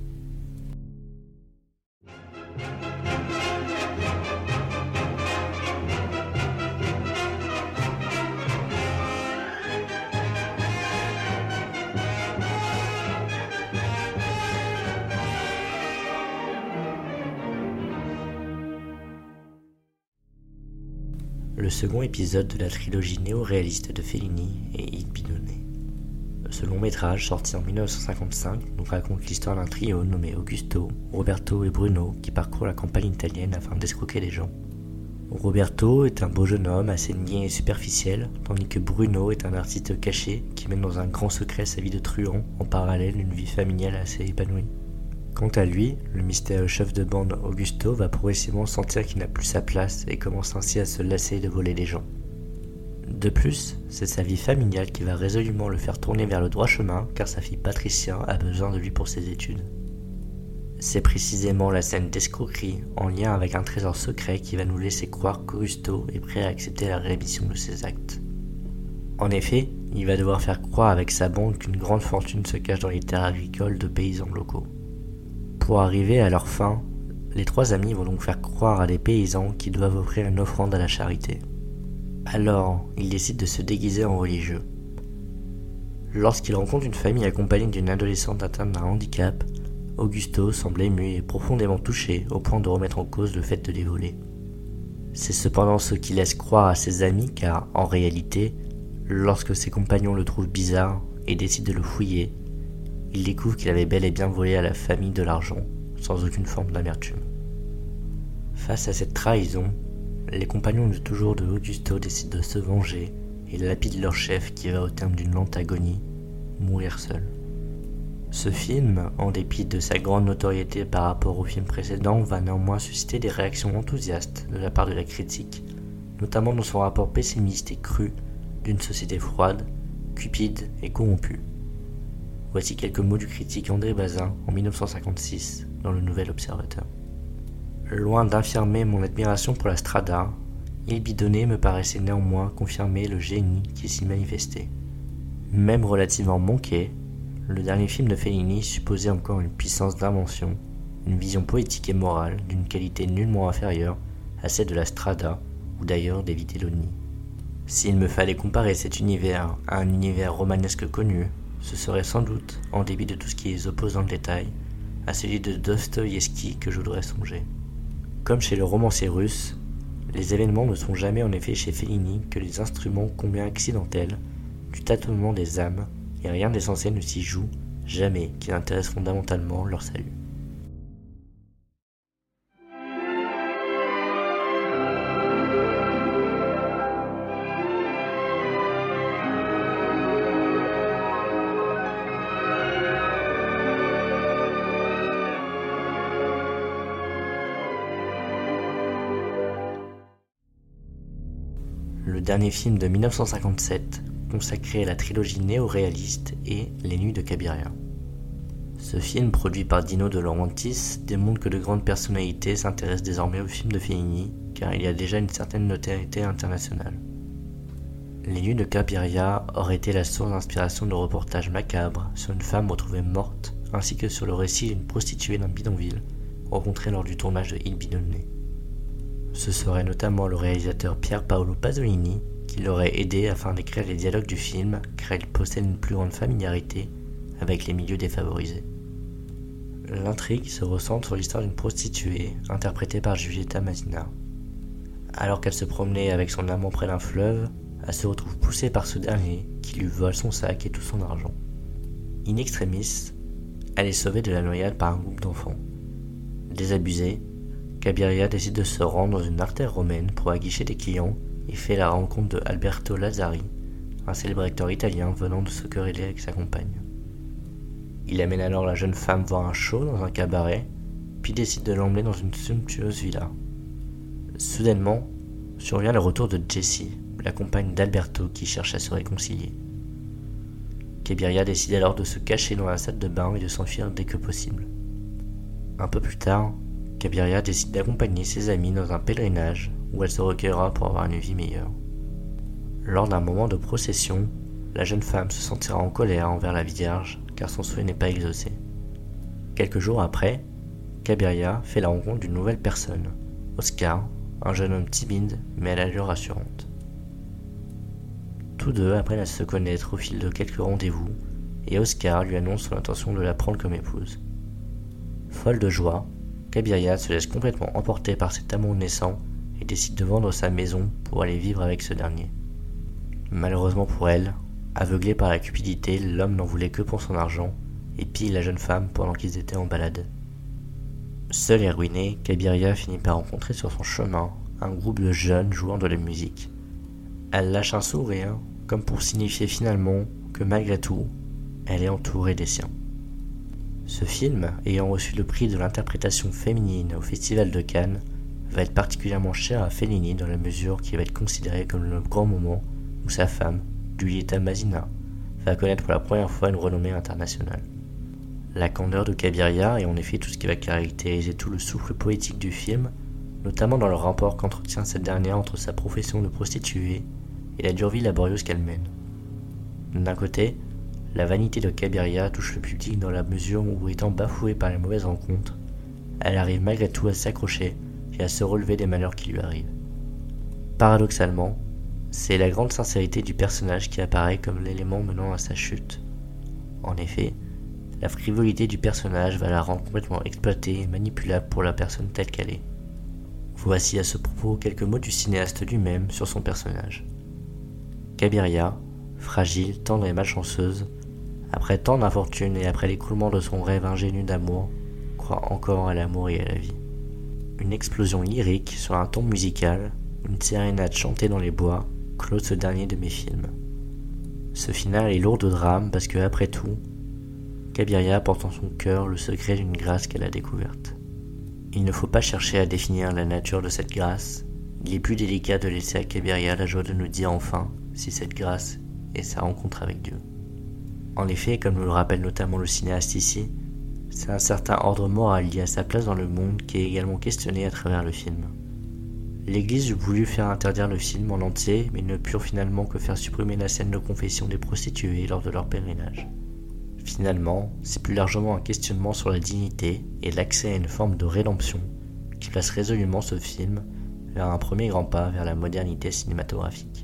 S1: Le second épisode de la trilogie néo-réaliste de Fellini est Il Bidone. Ce long métrage, sorti en 1955, nous raconte l'histoire d'un trio nommé Augusto, Roberto et Bruno qui parcourent la campagne italienne afin d'escroquer les gens. Roberto est un beau jeune homme assez niais et superficiel, tandis que Bruno est un artiste caché qui mène dans un grand secret sa vie de truand, en parallèle d'une vie familiale assez épanouie. Quant à lui, le mystérieux chef de bande Augusto va progressivement sentir qu'il n'a plus sa place et commence ainsi à se lasser de voler les gens. De plus, c'est sa vie familiale qui va résolument le faire tourner vers le droit chemin car sa fille Patricia a besoin de lui pour ses études. C'est précisément la scène d'escroquerie en lien avec un trésor secret qui va nous laisser croire qu'Augusto est prêt à accepter la rémission de ses actes. En effet, il va devoir faire croire avec sa bande qu'une grande fortune se cache dans les terres agricoles de paysans locaux. Pour arriver à leur fin, les trois amis vont donc faire croire à des paysans qu'ils doivent offrir une offrande à la charité. Alors, ils décident de se déguiser en religieux. Lorsqu'ils rencontrent une famille accompagnée d'une adolescente atteinte d'un handicap, Augusto semble ému et profondément touché au point de remettre en cause le fait de les voler. C'est cependant ce qui laisse croire à ses amis car, en réalité, lorsque ses compagnons le trouvent bizarre et décident de le fouiller, il découvre qu'il avait bel et bien volé à la famille de l'argent, sans aucune forme d'amertume. Face à cette trahison, les compagnons de toujours de Augusto décident de se venger et lapident leur chef qui va au terme d'une lente agonie, mourir seul. Ce film, en dépit de sa grande notoriété par rapport au film précédent, va néanmoins susciter des réactions enthousiastes de la part de la critique, notamment dans son rapport pessimiste et cru d'une société froide, cupide et corrompue. Voici quelques mots du critique André Bazin en 1956 dans le Nouvel Observateur. Loin d'infirmer mon admiration pour la Strada, Il Bidone me paraissait néanmoins confirmer le génie qui s'y manifestait. Même relativement manqué, le dernier film de Fellini supposait encore une puissance d'invention, une vision poétique et morale d'une qualité nullement inférieure à celle de la Strada ou d'ailleurs des Vitelloni. S'il me fallait comparer cet univers à un univers romanesque connu, ce serait sans doute, en dépit de tout ce qui les oppose dans le détail, à celui de Dostoïevski que je voudrais songer. Comme chez le romancier russe, les événements ne sont jamais en effet chez Fellini que les instruments combien accidentels du tâtonnement des âmes, et rien d'essentiel ne s'y joue, jamais, qui intéresse fondamentalement leur salut. Le dernier film de 1957, consacré à la trilogie néo-réaliste, est Les Nuits de Cabiria. Ce film, produit par Dino De Laurentiis, démontre que de grandes personnalités s'intéressent désormais aux films de Fellini, car il y a déjà une certaine notoriété internationale. Les Nuits de Cabiria auraient été la source d'inspiration de reportages macabres sur une femme retrouvée morte, ainsi que sur le récit d'une prostituée d'un bidonville, rencontrée lors du tournage de Il Bidone. Ce serait notamment le réalisateur Pier Paolo Pasolini qui l'aurait aidé afin d'écrire les dialogues du film, car il possède une plus grande familiarité avec les milieux défavorisés. L'intrigue se recentre sur l'histoire d'une prostituée, interprétée par Giulietta Masina. Alors qu'elle se promenait avec son amant près d'un fleuve, elle se retrouve poussée par ce dernier qui lui vole son sac et tout son argent. In extremis, elle est sauvée de la noyade par un groupe d'enfants. Désabusée, Cabiria décide de se rendre dans une artère romaine pour aguicher des clients et fait la rencontre de Alberto Lazzari, un célèbre acteur italien venant de se quereller avec sa compagne. Il amène alors la jeune femme voir un show dans un cabaret, puis décide de l'emmener dans une somptueuse villa. Soudainement, survient le retour de Jessie, la compagne d'Alberto qui cherche à se réconcilier. Cabiria décide alors de se cacher dans la salle de bain et de s'enfuir dès que possible. Un peu plus tard, Cabiria décide d'accompagner ses amis dans un pèlerinage où elle se recueillera pour avoir une vie meilleure. Lors d'un moment de procession, la jeune femme se sentira en colère envers la Vierge car son souhait n'est pas exaucé. Quelques jours après, Cabiria fait la rencontre d'une nouvelle personne, Oscar, un jeune homme timide mais à l'allure rassurante. Tous deux apprennent à se connaître au fil de quelques rendez-vous et Oscar lui annonce son intention de la prendre comme épouse. Folle de joie, Cabiria se laisse complètement emporter par cet amour naissant et décide de vendre sa maison pour aller vivre avec ce dernier. Malheureusement pour elle, aveuglé par la cupidité, l'homme n'en voulait que pour son argent et pille la jeune femme pendant qu'ils étaient en balade. Seul et ruiné, Cabiria finit par rencontrer sur son chemin un groupe de jeunes jouant de la musique. Elle lâche un sourire, comme pour signifier finalement que malgré tout, elle est entourée des siens. Ce film, ayant reçu le prix de l'interprétation féminine au Festival de Cannes, va être particulièrement cher à Fellini dans la mesure qu'il va être considéré comme le grand moment où sa femme, Giulietta Masina, va connaître pour la première fois une renommée internationale. La candeur de Cabiria est en effet tout ce qui va caractériser tout le souffle poétique du film, notamment dans le rapport qu'entretient cette dernière entre sa profession de prostituée et la dure vie laborieuse qu'elle mène. D'un côté, la vanité de Cabiria touche le public dans la mesure où, étant bafouée par les mauvaises rencontres, elle arrive malgré tout à s'accrocher et à se relever des malheurs qui lui arrivent. Paradoxalement, c'est la grande sincérité du personnage qui apparaît comme l'élément menant à sa chute. En effet, la frivolité du personnage va la rendre complètement exploitée et manipulable pour la personne telle qu'elle est. Voici à ce propos quelques mots du cinéaste lui-même sur son personnage. Cabiria, fragile, tendre et malchanceuse, après tant d'infortunes et après l'écoulement de son rêve ingénu d'amour, croit encore à l'amour et à la vie. Une explosion lyrique sur un ton musical, une sérénade chantée dans les bois, clôt ce dernier de mes films. Ce final est lourd de drame parce que, après tout, Cabiria porte en son cœur le secret d'une grâce qu'elle a découverte. Il ne faut pas chercher à définir la nature de cette grâce, il est plus délicat de laisser à Cabiria la joie de nous dire enfin si cette grâce est sa rencontre avec Dieu. En effet, comme nous le rappelle notamment le cinéaste ici, c'est un certain ordre moral lié à sa place dans le monde qui est également questionné à travers le film. L'Église eut voulu faire interdire le film en entier, mais ne purent finalement que faire supprimer la scène de confession des prostituées lors de leur pèlerinage. Finalement, c'est plus largement un questionnement sur la dignité et l'accès à une forme de rédemption qui place résolument ce film vers un premier grand pas vers la modernité cinématographique.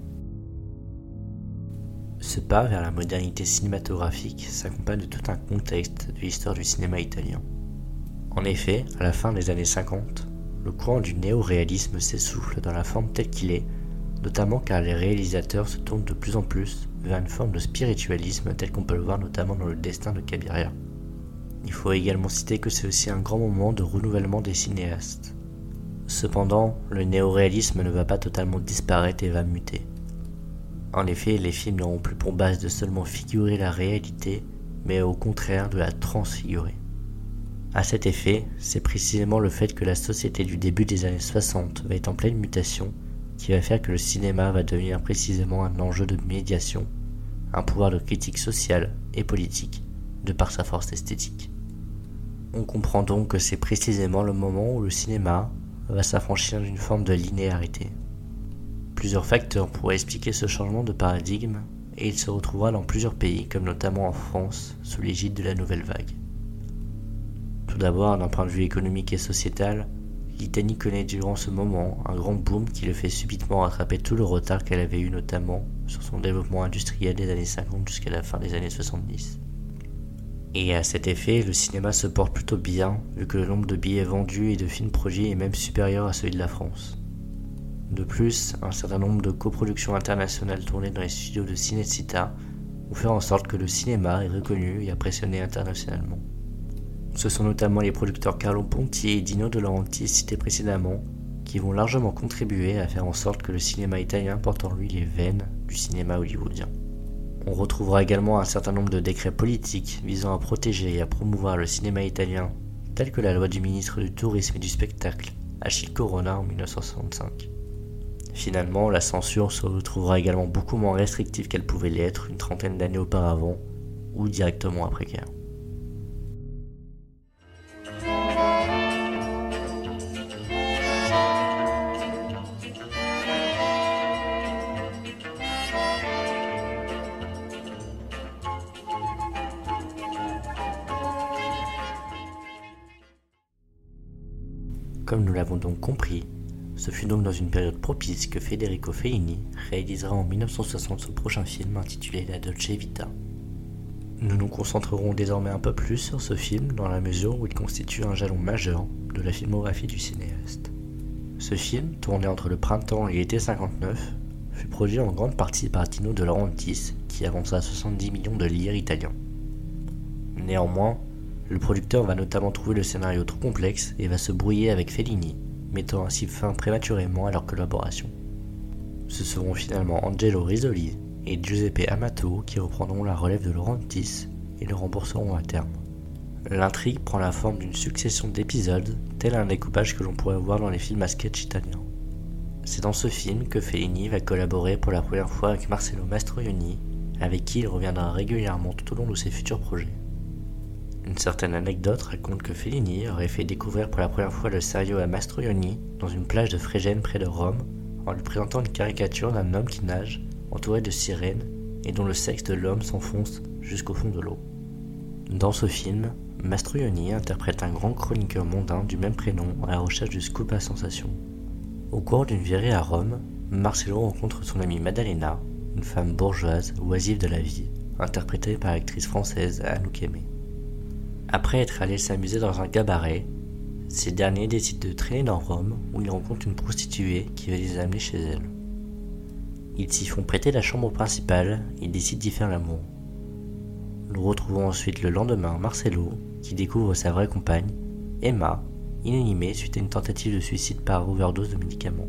S1: Ce pas vers la modernité cinématographique s'accompagne de tout un contexte de l'histoire du cinéma italien. En effet, à la fin des années 50, le courant du néo-réalisme s'essouffle dans la forme telle qu'il est, notamment car les réalisateurs se tournent de plus en plus vers une forme de spiritualisme tel qu'on peut le voir notamment dans Le Destin de Cabiria. Il faut également citer que c'est aussi un grand moment de renouvellement des cinéastes. Cependant, le néo-réalisme ne va pas totalement disparaître et va muter. En effet, les films n'auront plus pour base de seulement figurer la réalité, mais au contraire de la transfigurer. À cet effet, c'est précisément le fait que la société du début des années 60 va être en pleine mutation qui va faire que le cinéma va devenir précisément un enjeu de médiation, un pouvoir de critique sociale et politique, de par sa force esthétique. On comprend donc que c'est précisément le moment où le cinéma va s'affranchir d'une forme de linéarité. Plusieurs facteurs pourraient expliquer ce changement de paradigme, et il se retrouvera dans plusieurs pays, comme notamment en France, sous l'égide de la Nouvelle Vague. Tout d'abord, d'un point de vue économique et sociétal, l'Italie connaît durant ce moment un grand boom qui le fait subitement rattraper tout le retard qu'elle avait eu notamment sur son développement industriel des années 50 jusqu'à la fin des années 70. Et à cet effet, le cinéma se porte plutôt bien, vu que le nombre de billets vendus et de films produits est même supérieur à celui de la France. De plus, un certain nombre de coproductions internationales tournées dans les studios de Cinecittà ont fait en sorte que le cinéma est reconnu et impressionné internationalement. Ce sont notamment les producteurs Carlo Ponti et Dino De Laurentiis cités précédemment qui vont largement contribuer à faire en sorte que le cinéma italien porte en lui les veines du cinéma hollywoodien. On retrouvera également un certain nombre de décrets politiques visant à protéger et à promouvoir le cinéma italien, tels que la loi du ministre du Tourisme et du Spectacle, Achille Corona en 1965. Finalement, la censure se retrouvera également beaucoup moins restrictive qu'elle pouvait l'être une trentaine d'années auparavant, ou directement après-guerre. Comme nous l'avons donc compris, ce fut donc dans une période propice que Federico Fellini réalisera en 1960 son prochain film intitulé La Dolce Vita. Nous nous concentrerons désormais un peu plus sur ce film dans la mesure où il constitue un jalon majeur de la filmographie du cinéaste. Ce film, tourné entre le printemps et l'été 59, fut produit en grande partie par Dino De Laurentiis qui avança 70 millions de lire italiens. Néanmoins, le producteur va notamment trouver le scénario trop complexe et va se brouiller avec Fellini, mettant ainsi fin prématurément à leur collaboration. Ce seront finalement Angelo Risoli et Giuseppe Amato qui reprendront la relève de Laurentiis et le rembourseront à terme. L'intrigue prend la forme d'une succession d'épisodes, tel un découpage que l'on pourrait voir dans les films à sketch italiens. C'est dans ce film que Fellini va collaborer pour la première fois avec Marcello Mastroianni, avec qui il reviendra régulièrement tout au long de ses futurs projets. Une certaine anecdote raconte que Fellini aurait fait découvrir pour la première fois le Serio à Mastroianni dans une plage de Fregene près de Rome, en lui présentant une caricature d'un homme qui nage, entouré de sirènes, et dont le sexe de l'homme s'enfonce jusqu'au fond de l'eau. Dans ce film, Mastroianni interprète un grand chroniqueur mondain du même prénom à la recherche du scoop à sensation. Au cours d'une virée à Rome, Marcello rencontre son amie Maddalena, une femme bourgeoise, oisive de la vie, interprétée par l'actrice française Anouk Aimée. Après être allé s'amuser dans un cabaret, ces derniers décident de traîner dans Rome où ils rencontrent une prostituée qui va les amener chez elle. Ils s'y font prêter la chambre principale et décident d'y faire l'amour. Nous retrouvons ensuite le lendemain Marcello qui découvre sa vraie compagne, Emma, inanimée suite à une tentative de suicide par overdose de médicaments.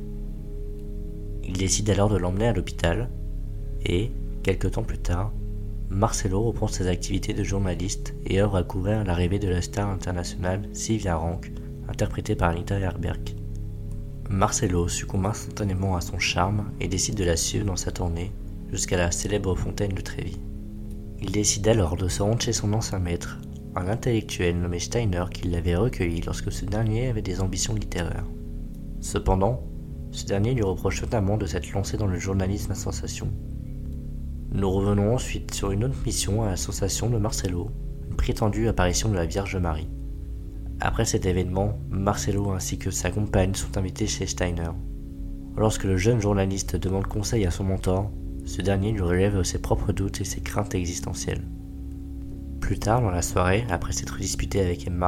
S1: Il décide alors de l'emmener à l'hôpital et, quelque temps plus tard, Marcello reprend ses activités de journaliste et œuvre à couvrir l'arrivée de la star internationale Sylvia Rank, interprétée par Anita Herberg. Marcello succombe instantanément à son charme et décide de la suivre dans sa tournée jusqu'à la célèbre fontaine de Trévi. Il décide alors de se rendre chez son ancien maître, un intellectuel nommé Steiner qui l'avait recueilli lorsque ce dernier avait des ambitions littéraires. Cependant, ce dernier lui reproche notamment de s'être lancé dans le journalisme à sensation. Nous revenons ensuite sur une autre mission à la sensation de Marcello, une prétendue apparition de la Vierge Marie. Après cet événement, Marcello ainsi que sa compagne sont invités chez Steiner. Lorsque le jeune journaliste demande conseil à son mentor, ce dernier lui relève ses propres doutes et ses craintes existentielles. Plus tard dans la soirée, après s'être disputé avec Emma,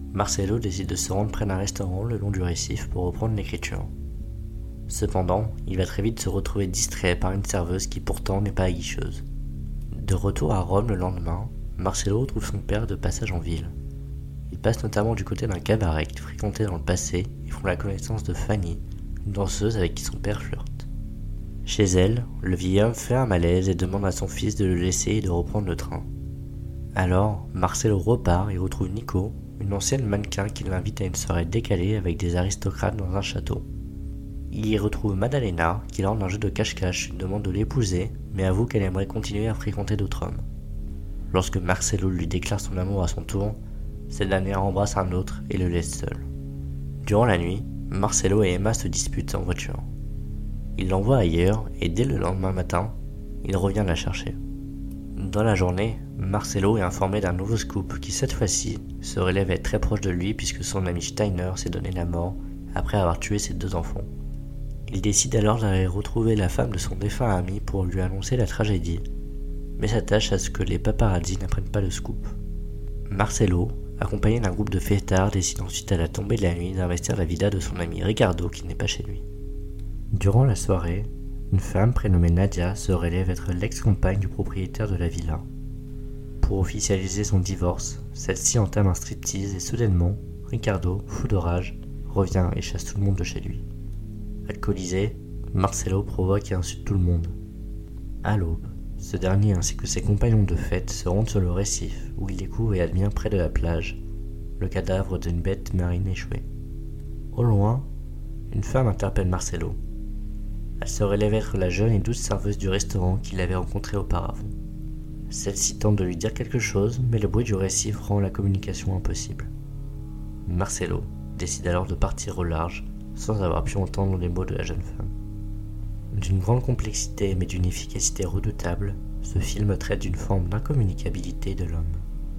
S1: Marcelo décide de se rendre près d'un restaurant le long du récif pour reprendre l'écriture. Cependant, il va très vite se retrouver distrait par une serveuse qui pourtant n'est pas aguicheuse. De retour à Rome le lendemain, Marcelo retrouve son père de passage en ville. Ils passent notamment du côté d'un cabaret qu'il fréquentait dans le passé et font la connaissance de Fanny, une danseuse avec qui son père flirte. Chez elle, le vieil homme fait un malaise et demande à son fils de le laisser et de reprendre le train. Alors, Marcelo repart et retrouve Nico, une ancienne mannequin qui l'invite à une soirée décalée avec des aristocrates dans un château. Il y retrouve Maddalena, qui lors d'un jeu de cache-cache lui demande de l'épouser, mais avoue qu'elle aimerait continuer à fréquenter d'autres hommes. Lorsque Marcelo lui déclare son amour à son tour, cette dernière embrasse un autre et le laisse seul. Durant la nuit, Marcelo et Emma se disputent en voiture. Il l'envoie ailleurs et dès le lendemain matin, il revient la chercher. Dans la journée, Marcelo est informé d'un nouveau scoop qui cette fois-ci se relève être très proche de lui puisque son ami Steiner s'est donné la mort après avoir tué ses 2 enfants. Il décide alors d'aller retrouver la femme de son défunt ami pour lui annoncer la tragédie, mais s'attache à ce que les paparazzi n'apprennent pas le scoop. Marcelo, accompagné d'un groupe de fêtards, décide ensuite à la tombée de la nuit d'investir la villa de son ami Ricardo qui n'est pas chez lui. Durant la soirée, une femme prénommée Nadia se révèle être l'ex-compagne du propriétaire de la villa. Pour officialiser son divorce, celle-ci entame un striptease et soudainement, Ricardo, fou de rage, revient et chasse tout le monde de chez lui. Alcoolisé, Marcelo provoque et insulte tout le monde. À l'aube, ce dernier ainsi que ses compagnons de fête se rendent sur le récif où il découvre et admire près de la plage le cadavre d'une bête marine échouée. Au loin, une femme interpelle Marcelo. Elle se révèle être la jeune et douce serveuse du restaurant qu'il avait rencontrée auparavant. Celle-ci tente de lui dire quelque chose, mais le bruit du récif rend la communication impossible. Marcelo décide alors de partir au large, sans avoir pu entendre les mots de la jeune femme. D'une grande complexité mais d'une efficacité redoutable, ce film traite d'une forme d'incommunicabilité de l'homme.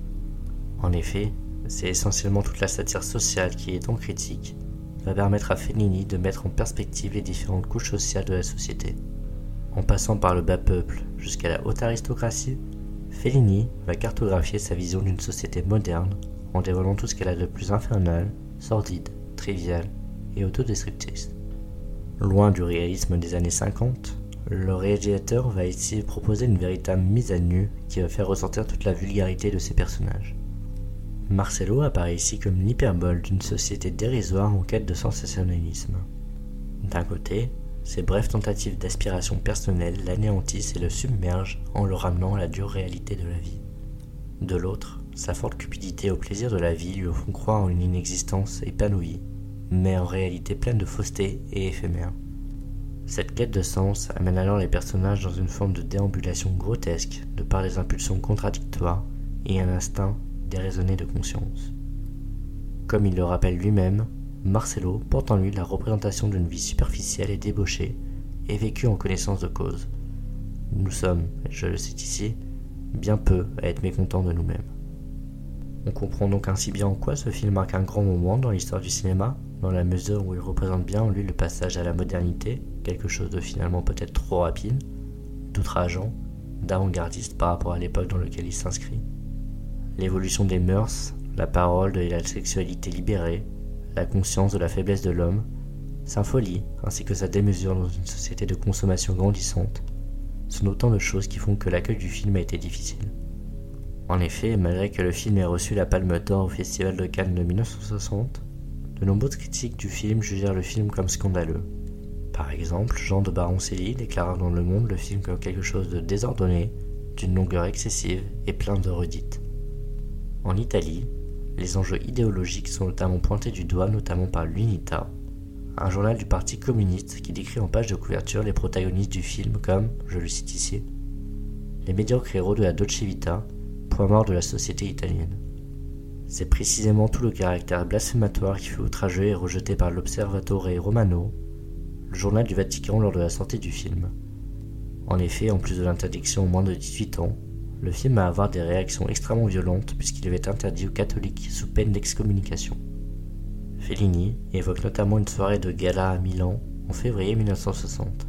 S1: En effet, c'est essentiellement toute la satire sociale qui est en critique, va permettre à Fellini de mettre en perspective les différentes couches sociales de la société. En passant par le bas peuple jusqu'à la haute aristocratie, Fellini va cartographier sa vision d'une société moderne en dévoilant tout ce qu'elle a de plus infernal, sordide, trivial et autodestructrice. Loin du réalisme des années 50, le réalisateur va ici proposer une véritable mise à nu qui va faire ressortir toute la vulgarité de ses personnages. Marcelo apparaît ici comme l'hyperbole d'une société dérisoire en quête de sensationnalisme. D'un côté, ses brèves tentatives d'aspiration personnelle l'anéantissent et le submergent en le ramenant à la dure réalité de la vie. De l'autre, sa forte cupidité au plaisir de la vie lui font croire en une inexistence épanouie, mais en réalité pleine de fausseté et éphémère. Cette quête de sens amène alors les personnages dans une forme de déambulation grotesque de par les impulsions contradictoires et un instinct déraisonné de conscience. Comme il le rappelle lui-même, Marcelo porte en lui la représentation d'une vie superficielle et débauchée et vécue en connaissance de cause. Nous sommes, je le cite ici, bien peu à être mécontents de nous-mêmes. On comprend donc ainsi bien en quoi ce film marque un grand moment dans l'histoire du cinéma, dans la mesure où il représente bien en lui le passage à la modernité, quelque chose de finalement peut-être trop rapide, d'outrageant, d'avant-gardiste par rapport à l'époque dans laquelle il s'inscrit. L'évolution des mœurs, la parole et la sexualité libérée, la conscience de la faiblesse de l'homme, sa folie ainsi que sa démesure dans une société de consommation grandissante sont autant de choses qui font que l'accueil du film a été difficile. En effet, malgré que le film ait reçu la Palme d'Or au Festival de Cannes de 1960, de nombreuses critiques du film jugèrent le film comme scandaleux. Par exemple, Jean de Baroncelli déclara dans Le Monde le film comme quelque chose de désordonné, d'une longueur excessive et plein de redites. En Italie, les enjeux idéologiques sont notamment pointés du doigt, notamment par l'Unità, un journal du Parti communiste qui décrit en page de couverture les protagonistes du film comme, je le cite ici, les médiocres héros de la Dolce Vita, point mort de la société italienne. C'est précisément tout le caractère blasphématoire qui fut outrageux et rejeté par l'Observatore Romano, le journal du Vatican lors de la sortie du film. En effet, en plus de l'interdiction aux moins de 18 ans, le film va avoir des réactions extrêmement violentes puisqu'il avait été interdit aux catholiques sous peine d'excommunication. Fellini évoque notamment une soirée de gala à Milan en février 1960.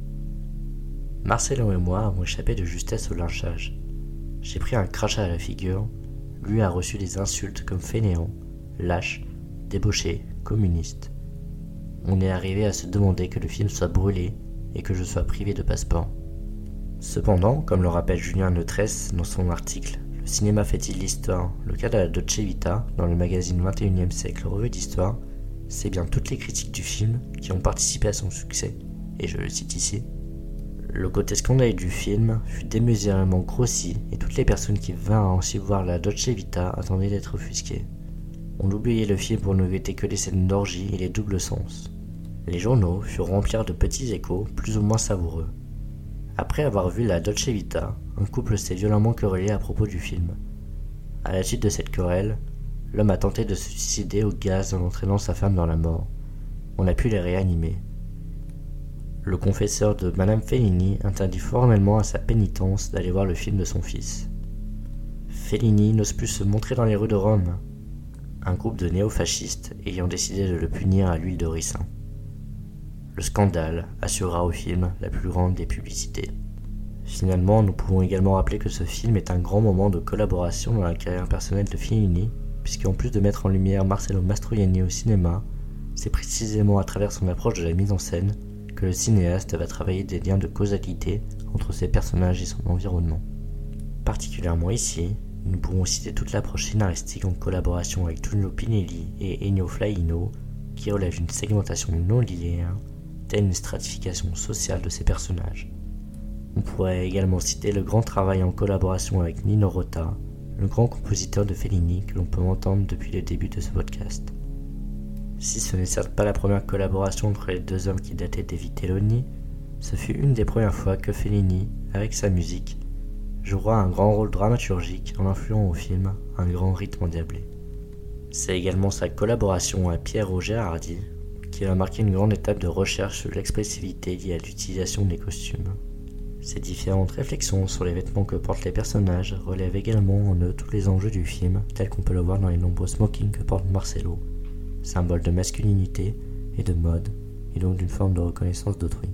S1: Marcelo et moi avons échappé de justesse au lynchage. J'ai pris un crachat à la figure, lui a reçu des insultes comme fainéant, lâche, débauché, communiste. On est arrivé à se demander que le film soit brûlé et que je sois privé de passeport. Cependant, comme le rappelle Julien Neutresse dans son article « Le cinéma fait-il l'histoire ? Le cas de la Dolce Vita » dans le magazine 21e siècle Revue d'Histoire, c'est bien toutes les critiques du film qui ont participé à son succès, et je le cite ici. Le côté scandaleux du film fut démesurément grossi et toutes les personnes qui vinrent ainsi voir la Dolce Vita attendaient d'être offusquées. On oubliait le film pour ne guetter que les scènes d'orgie et les doubles sens. Les journaux furent remplis de petits échos plus ou moins savoureux. Après avoir vu la Dolce Vita, un couple s'est violemment querellé à propos du film. À la suite de cette querelle, l'homme a tenté de se suicider au gaz en entraînant sa femme dans la mort. On a pu les réanimer. Le confesseur de Madame Fellini interdit formellement à sa pénitence d'aller voir le film de son fils. Fellini n'ose plus se montrer dans les rues de Rome, un groupe de néofascistes ayant décidé de le punir à l'huile de ricin. Le scandale assurera au film la plus grande des publicités. Finalement, nous pouvons également rappeler que ce film est un grand moment de collaboration dans la carrière personnelle de Fellini, puisqu'en plus de mettre en lumière Marcello Mastroianni au cinéma, c'est précisément à travers son approche de la mise en scène que le cinéaste va travailler des liens de causalité entre ses personnages et son environnement. Particulièrement ici, nous pouvons citer toute l'approche scénaristique en collaboration avec Tullio Pinelli et Ennio Flaino, qui relève d'une segmentation non linéaire, telle une stratification sociale de ses personnages. On pourrait également citer le grand travail en collaboration avec Nino Rota, le grand compositeur de Fellini que l'on peut entendre depuis le début de ce podcast. Si ce n'est certes pas la première collaboration entre les deux hommes qui datait des Vitelloni, ce fut une des premières fois que Fellini, avec sa musique, jouera un grand rôle dramaturgique en influant au film un grand rythme endiablé. C'est également sa collaboration à Piero Gerardi qui va marquer une grande étape de recherche sur l'expressivité liée à l'utilisation des costumes. Ces différentes réflexions sur les vêtements que portent les personnages relèvent également en eux tous les enjeux du film, tels qu'on peut le voir dans les nombreux smokings que porte Marcello, symbole de masculinité et de mode, et donc d'une forme de reconnaissance d'autrui.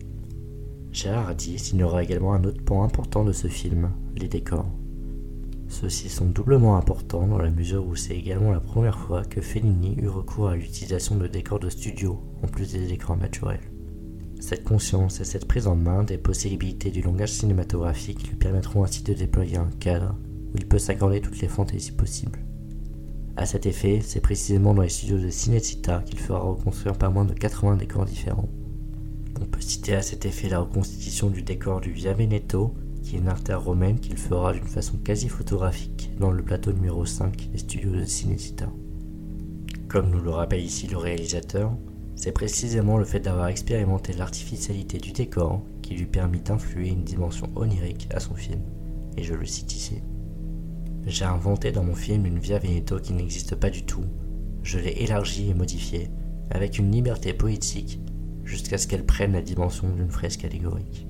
S1: Gerardi signera également un autre pan important de ce film, les décors. Ceux-ci sont doublement importants dans la mesure où c'est également la première fois que Fellini eut recours à l'utilisation de décors de studio, en plus des décors naturels. Cette conscience et cette prise en main des possibilités du langage cinématographique lui permettront ainsi de déployer un cadre où il peut s'accorder toutes les fantaisies possibles. À cet effet, c'est précisément dans les studios de Cinecittà qu'il fera reconstruire pas moins de 80 décors différents. On peut citer à cet effet la reconstitution du décor du Via Veneto, qui est une artère romaine qu'il fera d'une façon quasi photographique dans le plateau numéro 5 des studios de Cinecittà. Comme nous le rappelle ici le réalisateur, c'est précisément le fait d'avoir expérimenté l'artificialité du décor qui lui permit d'influer une dimension onirique à son film, et je le cite ici. J'ai inventé dans mon film une Via Veneto qui n'existe pas du tout. Je l'ai élargie et modifiée, avec une liberté poétique, jusqu'à ce qu'elle prenne la dimension d'une fresque allégorique.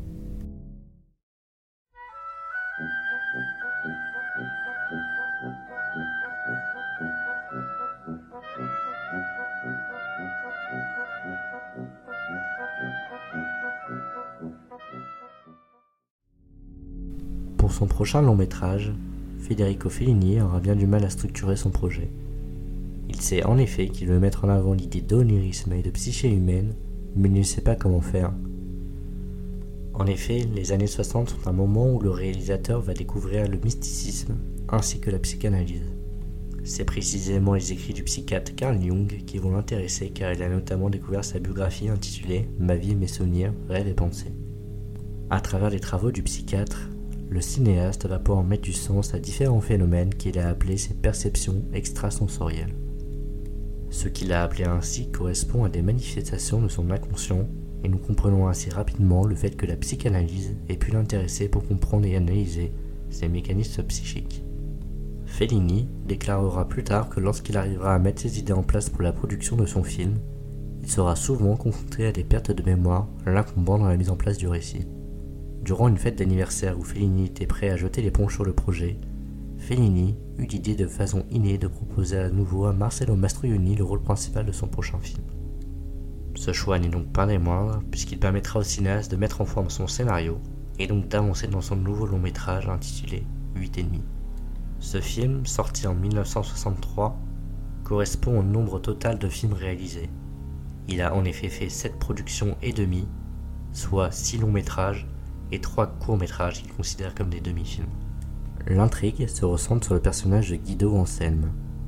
S1: Pour son prochain long métrage, Federico Fellini aura bien du mal à structurer son projet. Il sait en effet qu'il veut mettre en avant l'idée d'onirisme et de psyché humaine, mais il ne sait pas comment faire. En effet, les années 60 sont un moment où le réalisateur va découvrir le mysticisme ainsi que la psychanalyse. C'est précisément les écrits du psychiatre Carl Jung qui vont l'intéresser car il a notamment découvert sa biographie intitulée « Ma vie, mes souvenirs, rêves et pensées ». À travers les travaux du psychiatre, le cinéaste va pouvoir mettre du sens à différents phénomènes qu'il a appelés ses perceptions extrasensorielles. Ce qu'il a appelé ainsi correspond à des manifestations de son inconscient, et nous comprenons ainsi rapidement le fait que la psychanalyse ait pu l'intéresser pour comprendre et analyser ces mécanismes psychiques. Fellini déclarera plus tard que lorsqu'il arrivera à mettre ses idées en place pour la production de son film, il sera souvent confronté à des pertes de mémoire l'incombant dans la mise en place du récit. Durant une fête d'anniversaire où Fellini était prêt à jeter l'éponge sur le projet, Fellini eut l'idée de façon innée de proposer à nouveau à Marcello Mastroianni le rôle principal de son prochain film. Ce choix n'est donc pas des moindres, puisqu'il permettra au cinéaste de mettre en forme son scénario, et donc d'avancer dans son nouveau long métrage intitulé 8,5. Ce film, sorti en 1963, correspond au nombre total de films réalisés. Il a en effet fait 7 productions et demie, soit 6 longs métrages et 3 courts métrages qu'il considère comme des demi-films. L'intrigue se recentre sur le personnage de Guido Anselme.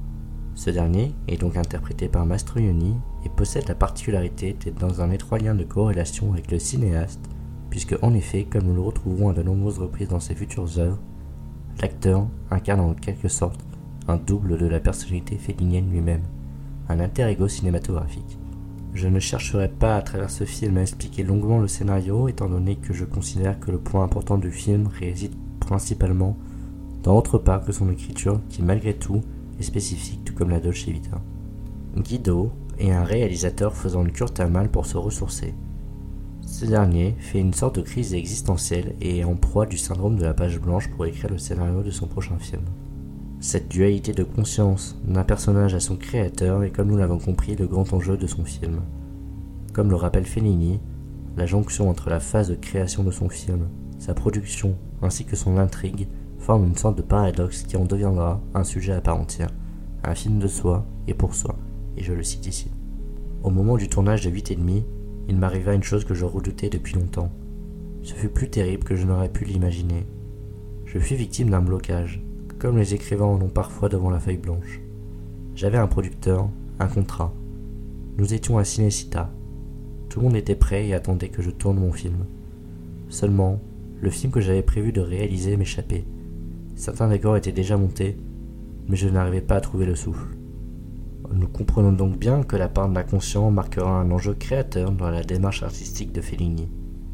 S1: Ce dernier est donc interprété par Mastroianni et possède la particularité d'être dans un étroit lien de corrélation avec le cinéaste, puisque en effet, comme nous le retrouverons à de nombreuses reprises dans ses futures œuvres, l'acteur incarne en quelque sorte un double de la personnalité félinienne lui-même, un alter ego cinématographique. Je ne chercherai pas à travers ce film à expliquer longuement le scénario, étant donné que je considère que le point important du film réside principalement dans autre part que son écriture, qui malgré tout est spécifique, tout comme la Dolce Vita. Guido est un réalisateur faisant une cure thermale pour se ressourcer. Ce dernier fait une sorte de crise existentielle et est en proie du syndrome de la page blanche pour écrire le scénario de son prochain film. Cette dualité de conscience d'un personnage à son créateur est, comme nous l'avons compris, le grand enjeu de son film. Comme le rappelle Fellini, la jonction entre la phase de création de son film, sa production ainsi que son intrigue forme une sorte de paradoxe qui en deviendra un sujet à part entière, un film de soi et pour soi, et je le cite ici. Au moment du tournage de 8,5, il m'arriva une chose que je redoutais depuis longtemps. Ce fut plus terrible que je n'aurais pu l'imaginer. Je fus victime d'un blocage, comme les écrivains en ont parfois devant la feuille blanche. J'avais un producteur, un contrat. Nous étions à Cinecittà. Tout le monde était prêt et attendait que je tourne mon film. Seulement, le film que j'avais prévu de réaliser m'échappait. Certains décors étaient déjà montés, mais je n'arrivais pas à trouver le souffle. Nous comprenons donc bien que la part de l'inconscient marquera un enjeu créateur dans la démarche artistique de Fellini.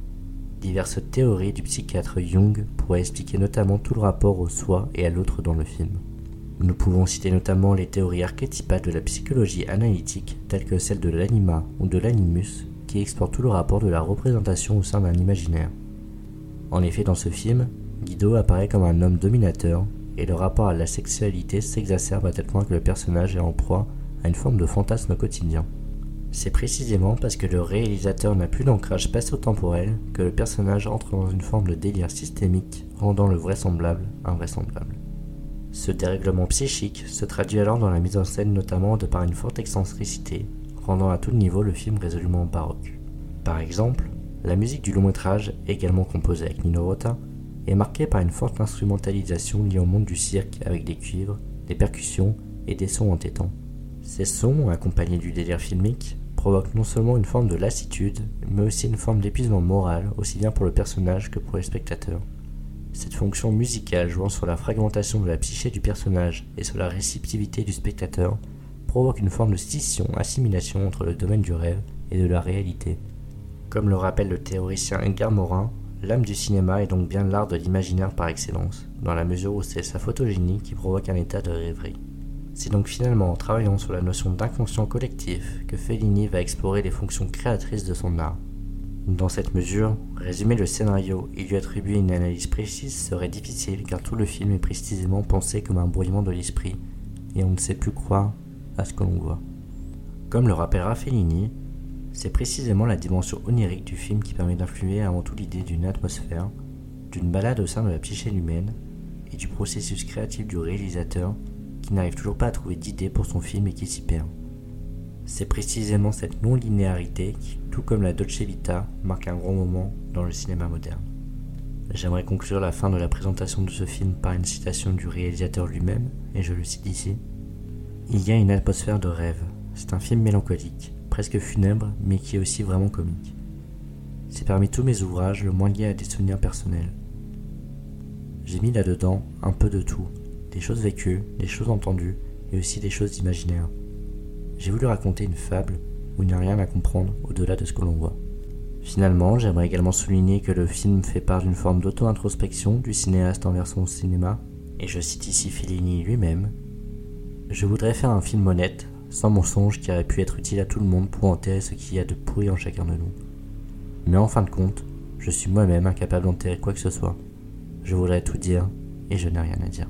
S1: Diverses théories du psychiatre Jung pourraient expliquer notamment tout le rapport au soi et à l'autre dans le film. Nous pouvons citer notamment les théories archétypales de la psychologie analytique, telles que celle de l'anima ou de l'animus, qui explorent tout le rapport de la représentation au sein d'un imaginaire. En effet, dans ce film, Guido apparaît comme un homme dominateur, et le rapport à la sexualité s'exacerbe à tel point que le personnage est en proie à une forme de fantasme quotidien. C'est précisément parce que le réalisateur n'a plus d'ancrage spatio-temporel que le personnage entre dans une forme de délire systémique, rendant le vraisemblable invraisemblable. Ce dérèglement psychique se traduit alors dans la mise en scène notamment de par une forte excentricité, rendant à tout niveau le film résolument baroque. Par exemple, la musique du long métrage, également composée avec Nino Rota, est marquée par une forte instrumentalisation liée au monde du cirque avec des cuivres, des percussions et des sons entêtants. Ces sons, accompagnés du délire filmique, provoquent non seulement une forme de lassitude, mais aussi une forme d'épuisement moral, aussi bien pour le personnage que pour les spectateurs. Cette fonction musicale jouant sur la fragmentation de la psyché du personnage et sur la réceptivité du spectateur provoque une forme de scission-assimilation entre le domaine du rêve et de la réalité. Comme le rappelle le théoricien Edgar Morin, l'âme du cinéma est donc bien l'art de l'imaginaire par excellence, dans la mesure où c'est sa photogénie qui provoque un état de rêverie. C'est donc finalement en travaillant sur la notion d'inconscient collectif que Fellini va explorer les fonctions créatrices de son art. Dans cette mesure, résumer le scénario et lui attribuer une analyse précise serait difficile car tout le film est précisément pensé comme un brouillement de l'esprit et on ne sait plus croire à ce que l'on voit. Comme le rappellera Fellini, c'est précisément la dimension onirique du film qui permet d'influer avant tout l'idée d'une atmosphère, d'une balade au sein de la psyché humaine et du processus créatif du réalisateur qui n'arrive toujours pas à trouver d'idée pour son film et qui s'y perd. C'est précisément cette non-linéarité qui, tout comme la Dolce Vita, marque un grand moment dans le cinéma moderne. J'aimerais conclure la fin de la présentation de ce film par une citation du réalisateur lui-même, et je le cite ici. « Il y a une atmosphère de rêve. C'est un film mélancolique, presque funèbre, mais qui est aussi vraiment comique. C'est parmi tous mes ouvrages le moins lié à des souvenirs personnels. J'ai mis là-dedans un peu de tout, des choses vécues, des choses entendues, et aussi des choses imaginaires. J'ai voulu raconter une fable où il n'y a rien à comprendre au-delà de ce que l'on voit. » Finalement, j'aimerais également souligner que le film fait part d'une forme d'auto-introspection du cinéaste envers son cinéma, et je cite ici Fellini lui-même. « Je voudrais faire un film honnête, sans mensonge qui aurait pu être utile à tout le monde pour enterrer ce qu'il y a de pourri en chacun de nous. Mais en fin de compte, je suis moi-même incapable d'enterrer quoi que ce soit. Je voudrais tout dire, et je n'ai rien à dire. »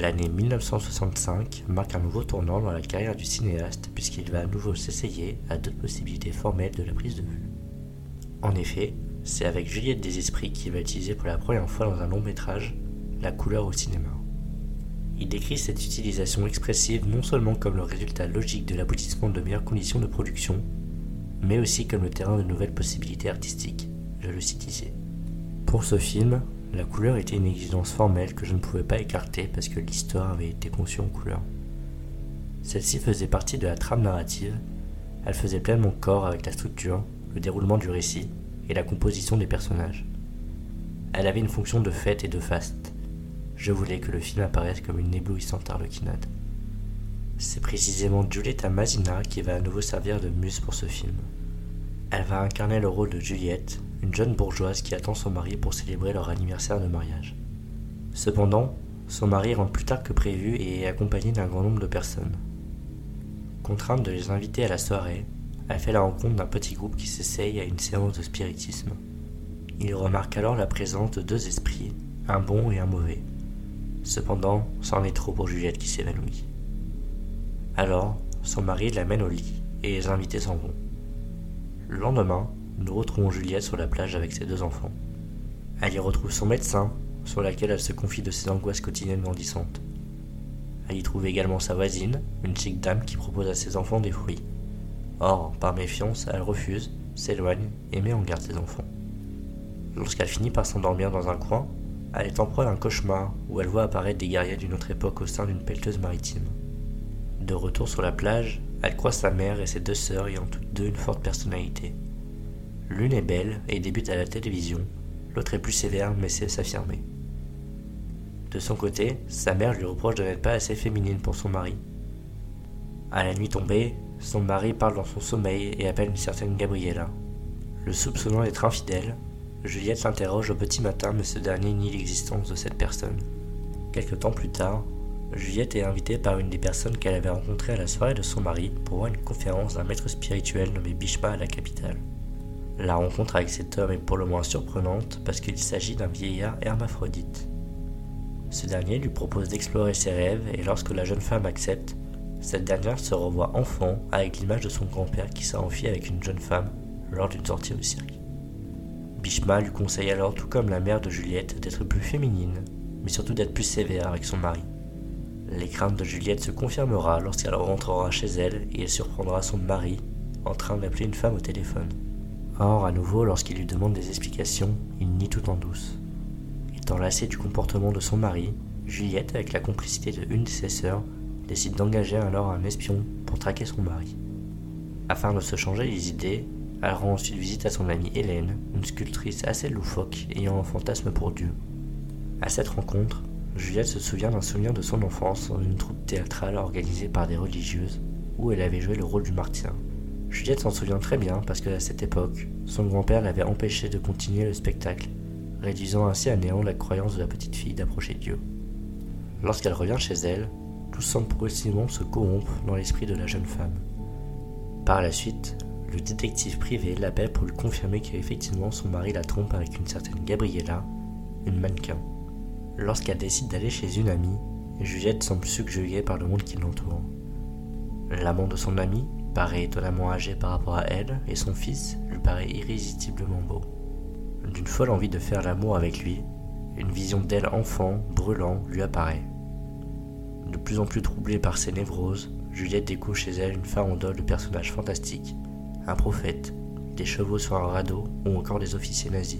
S1: L'année 1965 marque un nouveau tournant dans la carrière du cinéaste puisqu'il va à nouveau s'essayer à d'autres possibilités formelles de la prise de vue. En effet, c'est avec Juliette des Esprits qu'il va utiliser pour la première fois dans un long métrage la couleur au cinéma. Il décrit cette utilisation expressive non seulement comme le résultat logique de l'aboutissement de meilleures conditions de production, mais aussi comme le terrain de nouvelles possibilités artistiques. Je le cite ici. Pour ce film, la couleur était une exigence formelle que je ne pouvais pas écarter parce que l'histoire avait été conçue en couleur. Celle-ci faisait partie de la trame narrative, elle faisait pleinement corps avec la structure, le déroulement du récit et la composition des personnages. Elle avait une fonction de fête et de faste. Je voulais que le film apparaisse comme une éblouissante harlequinade. C'est précisément Giulietta Masina qui va à nouveau servir de muse pour ce film. Elle va incarner le rôle de Juliette, une jeune bourgeoise qui attend son mari pour célébrer leur anniversaire de mariage. Cependant, son mari rentre plus tard que prévu et est accompagné d'un grand nombre de personnes. Contrainte de les inviter à la soirée, elle fait la rencontre d'un petit groupe qui s'essaye à une séance de spiritisme. Il remarque alors la présence de deux esprits, un bon et un mauvais. Cependant, c'en est trop pour Juliette qui s'évanouit. Alors, son mari l'amène au lit et les invités s'en vont. Le lendemain, nous retrouvons Juliette sur la plage avec ses deux enfants. Elle y retrouve son médecin, sur laquelle elle se confie de ses angoisses quotidiennes grandissantes. Elle y trouve également sa voisine, une chic dame qui propose à ses enfants des fruits. Or, par méfiance, elle refuse, s'éloigne et met en garde ses enfants. Lorsqu'elle finit par s'endormir dans un coin, elle est en proie d'un cauchemar où elle voit apparaître des guerriers d'une autre époque au sein d'une pelleteuse maritime. De retour sur la plage, elle croise sa mère et ses deux sœurs ayant toutes deux une forte personnalité. L'une est belle et débute à la télévision, l'autre est plus sévère mais sait s'affirmer. De son côté, sa mère lui reproche de n'être pas assez féminine pour son mari. À la nuit tombée, son mari parle dans son sommeil et appelle une certaine Gabriella. Le soupçonnant d'être infidèle, Juliette l'interroge au petit matin mais ce dernier nie l'existence de cette personne. Quelque temps plus tard, Juliette est invitée par une des personnes qu'elle avait rencontrées à la soirée de son mari pour voir une conférence d'un maître spirituel nommé Bishma à la capitale. La rencontre avec cet homme est pour le moins surprenante parce qu'il s'agit d'un vieillard hermaphrodite. Ce dernier lui propose d'explorer ses rêves et lorsque la jeune femme accepte, cette dernière se revoit enfant avec l'image de son grand-père qui s'est enfui avec une jeune femme lors d'une sortie au cirque. Bishma lui conseille alors, tout comme la mère de Juliette, d'être plus féminine, mais surtout d'être plus sévère avec son mari. Les craintes de Juliette se confirmera lorsqu'elle rentrera chez elle et elle surprendra son mari en train d'appeler une femme au téléphone. Or, à nouveau, lorsqu'il lui demande des explications, il nie tout en douce. Étant lassée du comportement de son mari, Juliette, avec la complicité de une de ses sœurs, décide d'engager alors un espion pour traquer son mari. Afin de se changer les idées, elle rend ensuite visite à son amie Hélène, une sculptrice assez loufoque ayant un fantasme pour Dieu. À cette rencontre, Juliette se souvient d'un souvenir de son enfance dans une troupe théâtrale organisée par des religieuses où elle avait joué le rôle du martyr. Juliette s'en souvient très bien parce que à cette époque, son grand-père l'avait empêché de continuer le spectacle, réduisant ainsi à néant la croyance de la petite fille d'approcher Dieu. Lorsqu'elle revient chez elle, tout semble progressivement se corrompre dans l'esprit de la jeune femme. Par la suite, le détective privé l'appelle pour lui confirmer qu'effectivement son mari la trompe avec une certaine Gabriella, une mannequin. Lorsqu'elle décide d'aller chez une amie, Juliette semble subjuguée par le monde qui l'entoure. L'amant de son amie paraît étonnamment âgé par rapport à elle et son fils lui paraît irrésistiblement beau. D'une folle envie de faire l'amour avec lui, une vision d'elle enfant, brûlant, lui apparaît. De plus en plus troublée par ses névroses, Juliette découvre chez elle une farandole de personnages fantastiques, un prophète, des chevaux sur un radeau ou encore des officiers nazis.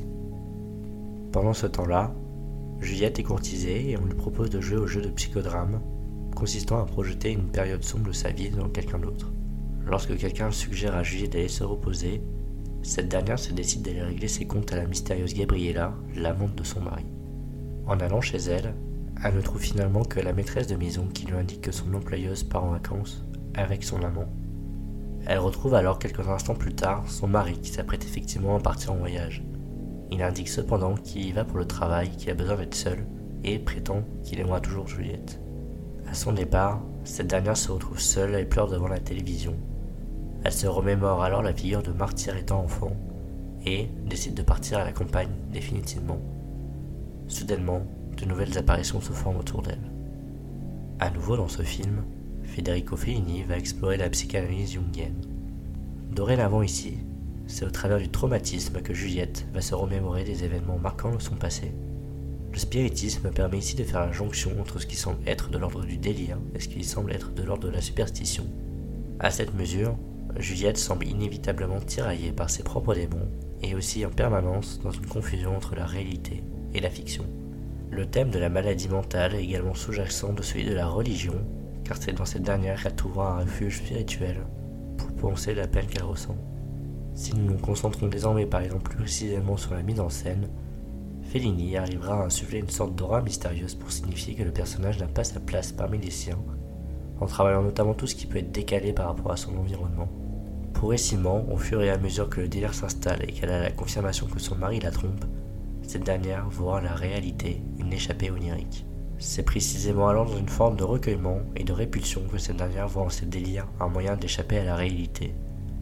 S1: Pendant ce temps-là, Juliette est courtisée et on lui propose de jouer au jeu de psychodrame, consistant à projeter une période sombre de sa vie dans quelqu'un d'autre. Lorsque quelqu'un suggère à Juliette d'aller se reposer, cette dernière se décide d'aller régler ses comptes à la mystérieuse Gabriella, l'amante de son mari. En allant chez elle, elle ne trouve finalement que la maîtresse de maison qui lui indique que son employeuse part en vacances avec son amant. Elle retrouve alors quelques instants plus tard son mari qui s'apprête effectivement à partir en voyage. Il indique cependant qu'il y va pour le travail, qu'il a besoin d'être seul et prétend qu'il aimera toujours Juliette. À son départ, cette dernière se retrouve seule et pleure devant la télévision. Elle se remémore alors la figure de martyr étant enfant et décide de partir à la campagne définitivement. Soudainement, de nouvelles apparitions se forment autour d'elle. À nouveau dans ce film, Federico Fellini va explorer la psychanalyse jungienne. Dorénavant ici, c'est au travers du traumatisme que Juliette va se remémorer des événements marquants de son passé. Le spiritisme permet ici de faire la jonction entre ce qui semble être de l'ordre du délire et ce qui semble être de l'ordre de la superstition. À cette mesure, Juliette semble inévitablement tiraillée par ses propres démons et aussi en permanence dans une confusion entre la réalité et la fiction. Le thème de la maladie mentale est également sous-jacent de celui de la religion, car c'est dans cette dernière qu'elle trouvera un refuge spirituel pour penser la peine qu'elle ressent. Si nous nous concentrons désormais par exemple plus précisément sur la mise en scène, Fellini arrivera à insuffler une sorte d'aura mystérieuse pour signifier que le personnage n'a pas sa place parmi les siens, en travaillant notamment tout ce qui peut être décalé par rapport à son environnement. Progressivement, au fur et à mesure que le délire s'installe et qu'elle a la confirmation que son mari la trompe, cette dernière voit la réalité, une échappée onirique. C'est précisément alors dans une forme de recueillement et de répulsion que cette dernière voit en ses délires un moyen d'échapper à la réalité.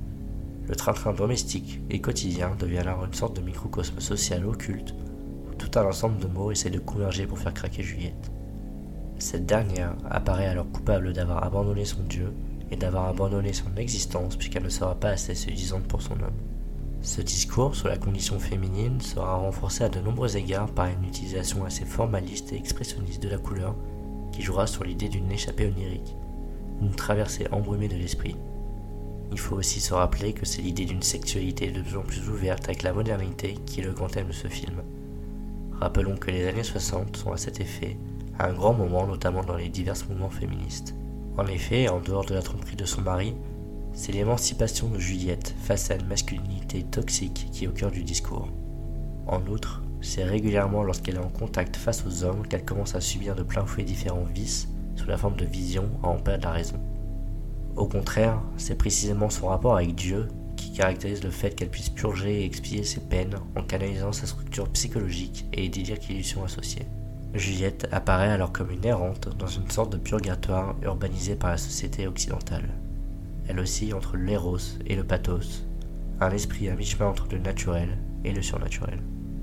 S1: Le train-train domestique et quotidien devient alors une sorte de microcosme social occulte où tout un ensemble de mots essaie de converger pour faire craquer Juliette. Cette dernière apparaît alors coupable d'avoir abandonné son Dieu et d'avoir abandonné son existence puisqu'elle ne sera pas assez séduisante pour son homme. Ce discours sur la condition féminine sera renforcé à de nombreux égards par une utilisation assez formaliste et expressionniste de la couleur qui jouera sur l'idée d'une échappée onirique, une traversée embrumée de l'esprit. Il faut aussi se rappeler que c'est l'idée d'une sexualité de plus en plus ouverte avec la modernité qui est le grand thème de ce film. Rappelons que les années 60 sont à cet effet à un grand moment, notamment dans les divers mouvements féministes. En effet, en dehors de la tromperie de son mari, c'est l'émancipation de Juliette face à une masculinité toxique qui est au cœur du discours. En outre, c'est régulièrement lorsqu'elle est en contact face aux hommes qu'elle commence à subir de plein fouet différents vices sous la forme de visions à en perdre la raison. Au contraire, c'est précisément son rapport avec Dieu qui caractérise le fait qu'elle puisse purger et expier ses peines en canalisant sa structure psychologique et les délires qui lui sont associés. Juliette apparaît alors comme une errante dans une sorte de purgatoire urbanisé par la société occidentale. Elle oscille entre l'éros et le pathos, un esprit à mi-chemin entre le naturel et le surnaturel.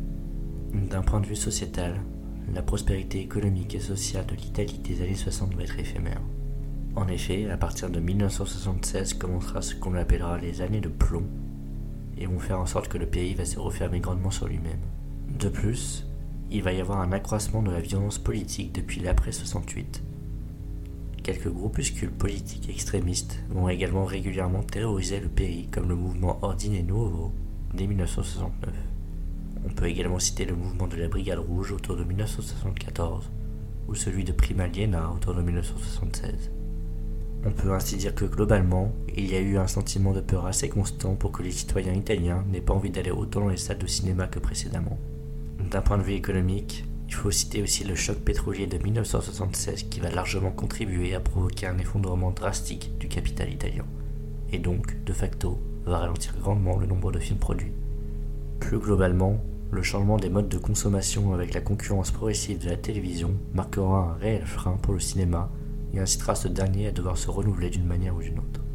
S1: D'un point de vue sociétal, la prospérité économique et sociale de l'Italie des années 60 va être éphémère. En effet, à partir de 1976 commencera ce qu'on appellera les années de plomb, et vont faire en sorte que le pays va se refermer grandement sur lui-même. De plus, il va y avoir un accroissement de la violence politique depuis l'après 68. Quelques groupuscules politiques extrémistes vont également régulièrement terroriser le pays, comme le mouvement Ordine Nuovo dès 1969. On peut également citer le mouvement de la Brigade Rouge autour de 1974, ou celui de Prima Aliena autour de 1976. On peut ainsi dire que globalement, il y a eu un sentiment de peur assez constant pour que les citoyens italiens n'aient pas envie d'aller autant dans les salles de cinéma que précédemment. D'un point de vue économique, il faut citer aussi le choc pétrolier de 1976 qui va largement contribuer à provoquer un effondrement drastique du capital italien, et donc, de facto, va ralentir grandement le nombre de films produits. Plus globalement, le changement des modes de consommation avec la concurrence progressive de la télévision marquera un réel frein pour le cinéma et incitera ce dernier à devoir se renouveler d'une manière ou d'une autre.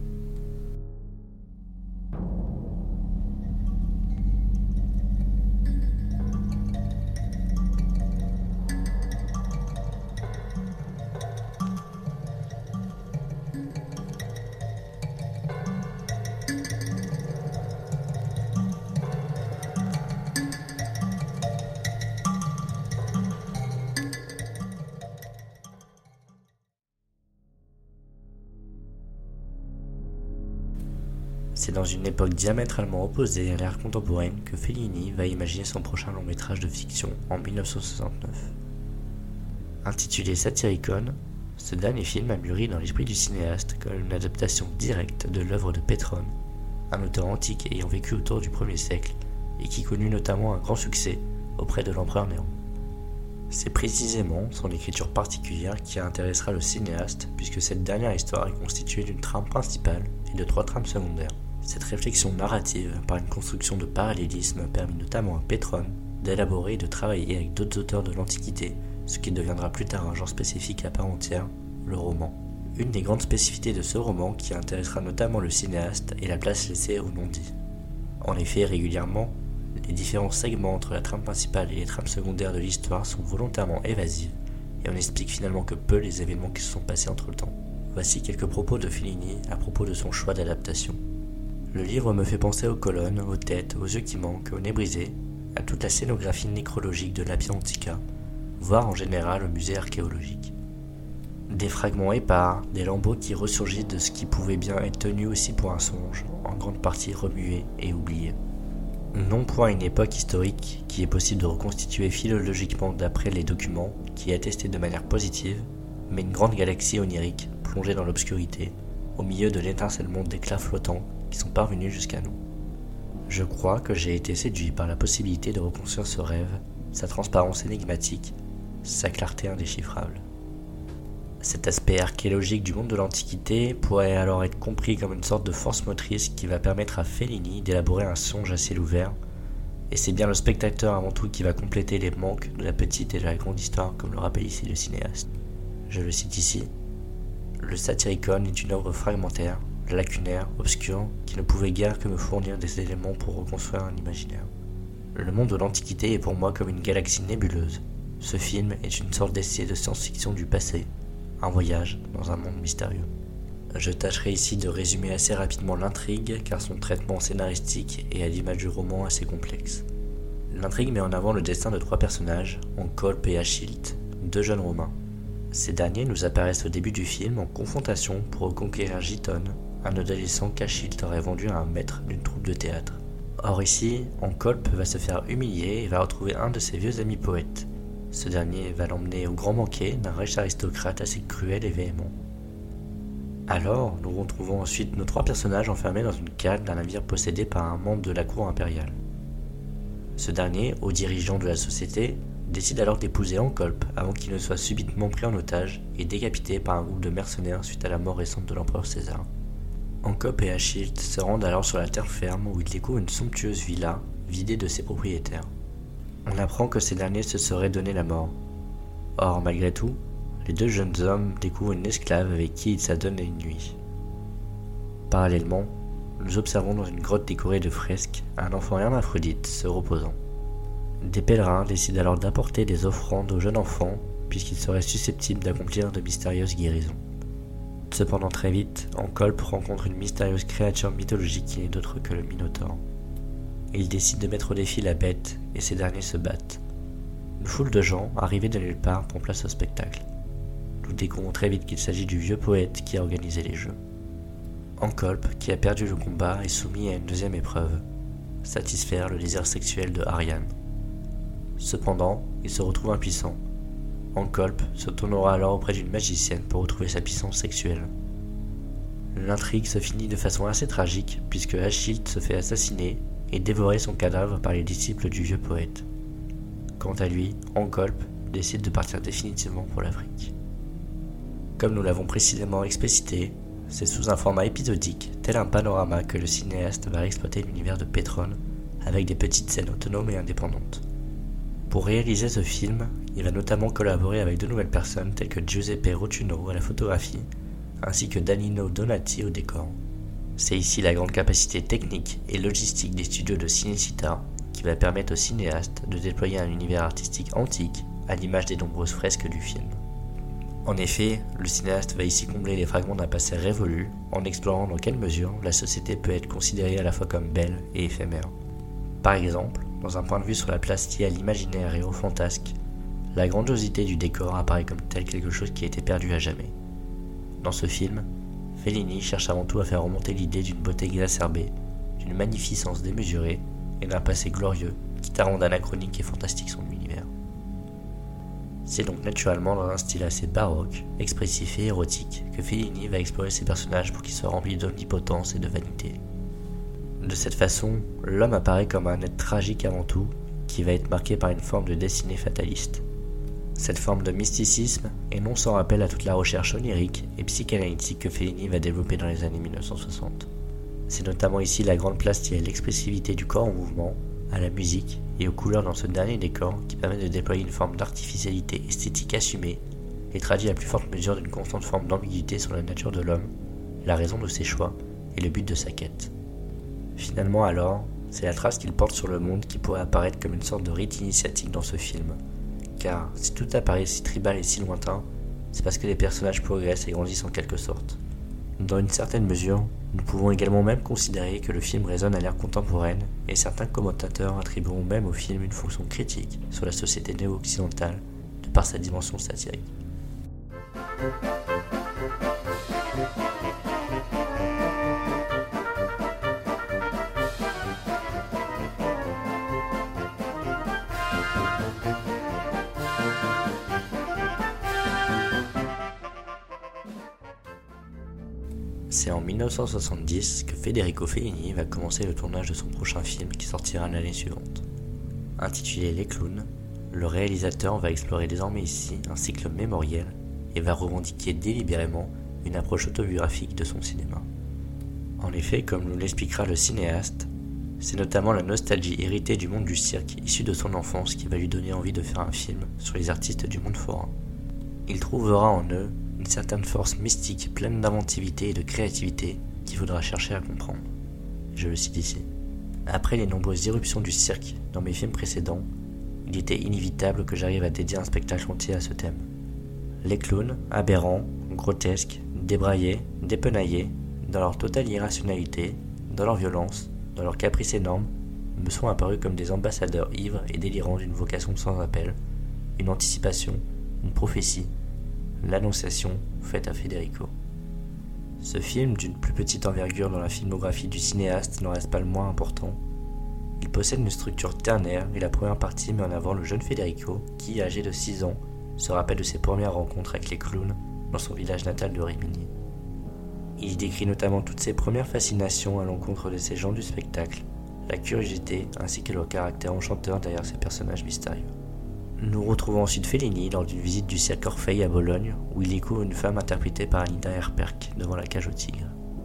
S1: C'est dans une époque diamétralement opposée à l'ère contemporaine que Fellini va imaginer son prochain long-métrage de fiction en 1969. Intitulé Satyricon, ce dernier film a mûri dans l'esprit du cinéaste comme une adaptation directe de l'œuvre de Pétrone, un auteur antique ayant vécu autour du 1er siècle et qui connut notamment un grand succès auprès de l'empereur Néron. C'est précisément son écriture particulière qui intéressera le cinéaste puisque cette dernière histoire est constituée d'une trame principale et de 3 trames secondaires. Cette réflexion narrative par une construction de parallélisme permet notamment à Pétrone d'élaborer et de travailler avec d'autres auteurs de l'Antiquité, ce qui deviendra plus tard un genre spécifique à part entière, le roman. Une des grandes spécificités de ce roman qui intéressera notamment le cinéaste est la place laissée au non-dit. En effet, régulièrement, les différents segments entre la trame principale et les trames secondaires de l'histoire sont volontairement évasifs et on explique finalement que peu les événements qui se sont passés entre le temps. Voici quelques propos de Fellini à propos de son choix d'adaptation. Le livre me fait penser aux colonnes, aux têtes, aux yeux qui manquent, au nez brisé, à toute la scénographie nécrologique de l'Appia Antica, voire en général au musée archéologique. Des fragments épars, des lambeaux qui ressurgissent de ce qui pouvait bien être tenu aussi pour un songe, en grande partie remué et oublié. Non point une époque historique qui est possible de reconstituer philologiquement d'après les documents qui attestaient de manière positive, mais une grande galaxie onirique plongée dans l'obscurité, au milieu de l'étincellement d'éclats flottants qui sont parvenus jusqu'à nous. Je crois que j'ai été séduit par la possibilité de reconstruire ce rêve, sa transparence énigmatique, sa clarté indéchiffrable. Cet aspect archéologique du monde de l'Antiquité pourrait alors être compris comme une sorte de force motrice qui va permettre à Fellini d'élaborer un songe à ciel ouvert, et c'est bien le spectateur avant tout qui va compléter les manques de la petite et de la grande histoire, comme le rappelle ici le cinéaste. Je le cite ici. Le Satyricon est une œuvre fragmentaire, lacunaire, obscure, qui ne pouvait guère que me fournir des éléments pour reconstruire un imaginaire. Le monde de l'Antiquité est pour moi comme une galaxie nébuleuse. Ce film est une sorte d'essai de science-fiction du passé, un voyage dans un monde mystérieux. Je tâcherai ici de résumer assez rapidement l'intrigue, car son traitement scénaristique est à l'image du roman assez complexe. L'intrigue met en avant le destin de 3 personnages, Encolpe et Achille, 2 jeunes Romains. Ces derniers nous apparaissent au début du film en confrontation pour reconquérir Gitone, un adolescent qu'Achille aurait vendu à un maître d'une troupe de théâtre. Or ici, Encolpe va se faire humilier et va retrouver un de ses vieux amis poètes. Ce dernier va l'emmener au grand banquet d'un riche aristocrate assez cruel et véhément. Alors, nous retrouvons ensuite nos 3 personnages enfermés dans une cale d'un navire possédé par un membre de la cour impériale. Ce dernier, haut dirigeant de la société, décide alors d'épouser Encolpe avant qu'il ne soit subitement pris en otage et décapité par un groupe de mercenaires suite à la mort récente de l'empereur César. Encolpe et Achille se rendent alors sur la terre ferme où ils découvrent une somptueuse villa vidée de ses propriétaires. On apprend que ces derniers se seraient donné la mort. Or, malgré tout, les 2 jeunes hommes découvrent une esclave avec qui ils s'adonnent une nuit. Parallèlement, nous observons dans une grotte décorée de fresques un enfant hermaphrodite se reposant. Des pèlerins décident alors d'apporter des offrandes au jeune enfant puisqu'il serait susceptible d'accomplir de mystérieuses guérisons. Cependant très vite, Encolpe rencontre une mystérieuse créature mythologique qui n'est d'autre que le Minotaure. Il décide de mettre au défi la bête et ces derniers se battent. Une foule de gens, arrivés de nulle part, prend place au spectacle. Nous découvrons très vite qu'il s'agit du vieux poète qui a organisé les jeux. Encolpe, qui a perdu le combat, est soumis à une deuxième épreuve, satisfaire le désir sexuel de Ariane. Cependant, il se retrouve impuissant. Encolpe se tournera alors auprès d'une magicienne pour retrouver sa puissance sexuelle. L'intrigue se finit de façon assez tragique puisque Achille se fait assassiner et dévorer son cadavre par les disciples du vieux poète. Quant à lui, Encolpe décide de partir définitivement pour l'Afrique. Comme nous l'avons précisément explicité, c'est sous un format épisodique, tel un panorama que le cinéaste va exploiter l'univers de Pétrone, avec des petites scènes autonomes et indépendantes. Pour réaliser ce film, il va notamment collaborer avec 2 nouvelles personnes telles que Giuseppe Rotuno à la photographie, ainsi que Danilo Donati au décor. C'est ici la grande capacité technique et logistique des studios de Cinecittà qui va permettre au cinéaste de déployer un univers artistique antique à l'image des nombreuses fresques du film. En effet, le cinéaste va ici combler les fragments d'un passé révolu en explorant dans quelle mesure la société peut être considérée à la fois comme belle et éphémère. Par exemple, dans un point de vue sur la place liée à l'imaginaire et au fantasque, la grandiosité du décor apparaît comme tel quelque chose qui a été perdu à jamais. Dans ce film, Fellini cherche avant tout à faire remonter l'idée d'une beauté exacerbée, d'une magnificence démesurée et d'un passé glorieux, quitte à rendre anachronique et fantastique son univers. C'est donc naturellement dans un style assez baroque, expressif et érotique que Fellini va explorer ses personnages pour qu'ils soient remplis d'omnipotence et de vanité. De cette façon, l'homme apparaît comme un être tragique avant tout, qui va être marqué par une forme de destinée fataliste. Cette forme de mysticisme est non sans rappel à toute la recherche onirique et psychanalytique que Fellini va développer dans les années 1960. C'est notamment ici la grande place liée à l'expressivité du corps en mouvement, à la musique et aux couleurs dans ce dernier décor qui permet de déployer une forme d'artificialité esthétique assumée et traduit à plus forte mesure d'une constante forme d'ambiguïté sur la nature de l'homme, la raison de ses choix et le but de sa quête. Finalement alors, c'est la trace qu'il porte sur le monde qui pourrait apparaître comme une sorte de rite initiatique dans ce film, car si tout apparaît si tribal et si lointain, c'est parce que les personnages progressent et grandissent en quelque sorte. Dans une certaine mesure, nous pouvons également même considérer que le film résonne à l'ère contemporaine, et certains commentateurs attribueront même au film une fonction critique sur la société néo-occidentale de par sa dimension satirique. C'est en 1970 que Federico Fellini va commencer le tournage de son prochain film qui sortira l'année suivante. Intitulé Les Clowns, le réalisateur va explorer désormais ici un cycle mémoriel et va revendiquer délibérément une approche autobiographique de son cinéma. En effet, comme nous l'expliquera le cinéaste, c'est notamment la nostalgie héritée du monde du cirque issue de son enfance qui va lui donner envie de faire un film sur les artistes du monde forain. Il trouvera en eux une certaine force mystique pleine d'inventivité et de créativité qu'il faudra chercher à comprendre. Je le cite ici. Après les nombreuses irruptions du cirque dans mes films précédents, il était inévitable que j'arrive à dédier un spectacle entier à ce thème. Les clowns, aberrants, grotesques, débraillés, dépenaillés, dans leur totale irrationalité, dans leur violence, dans leur caprice énorme, me sont apparus comme des ambassadeurs ivres et délirants d'une vocation sans appel, une anticipation, une prophétie, l'annonciation faite à Federico. Ce film, d'une plus petite envergure dans la filmographie du cinéaste, n'en reste pas le moins important. Il possède une structure ternaire et la première partie met en avant le jeune Federico qui, âgé de 6 ans, se rappelle de ses premières rencontres avec les clowns dans son village natal de Rimini. Il y décrit notamment toutes ses premières fascinations à l'encontre de ces gens du spectacle, la curiosité ainsi que leur caractère enchanteur derrière ces personnages mystérieux. Nous retrouvons ensuite Fellini lors d'une visite du cirque Orfei à Bologne, où il découvre une femme interprétée par Anita Herperk devant la cage aux tigres.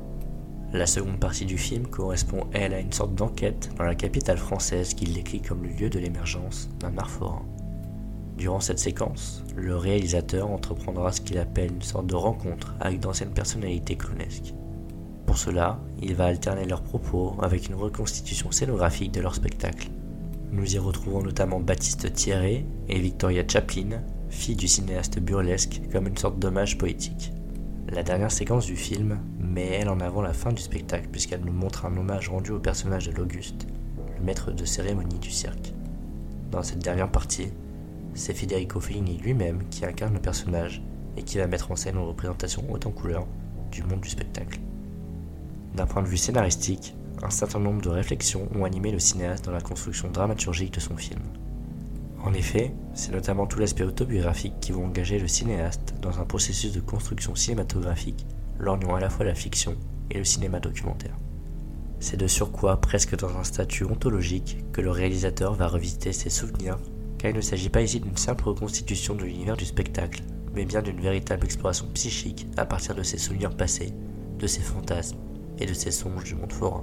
S1: La seconde partie du film correspond, elle, à une sorte d'enquête dans la capitale française qu'il décrit comme le lieu de l'émergence d'un art forain. Durant cette séquence, le réalisateur entreprendra ce qu'il appelle une sorte de rencontre avec d'anciennes personnalités clownesques. Pour cela, il va alterner leurs propos avec une reconstitution scénographique de leur spectacle. Nous y retrouvons notamment Baptiste Thierry et Victoria Chaplin, fille du cinéaste burlesque, comme une sorte d'hommage poétique. La dernière séquence du film met elle en avant la fin du spectacle puisqu'elle nous montre un hommage rendu au personnage de l'Auguste, le maître de cérémonie du cirque. Dans cette dernière partie, c'est Federico Fellini lui-même qui incarne le personnage et qui va mettre en scène une représentation haute en couleurs du monde du spectacle. D'un point de vue scénaristique, un certain nombre de réflexions ont animé le cinéaste dans la construction dramaturgique de son film. En effet, c'est notamment tout l'aspect autobiographique qui va engager le cinéaste dans un processus de construction cinématographique lorgnant à la fois la fiction et le cinéma documentaire. C'est de surcroît presque dans un statut ontologique que le réalisateur va revisiter ses souvenirs, car il ne s'agit pas ici d'une simple reconstitution de l'univers du spectacle, mais bien d'une véritable exploration psychique à partir de ses souvenirs passés, de ses fantasmes et de ses songes du monde forain.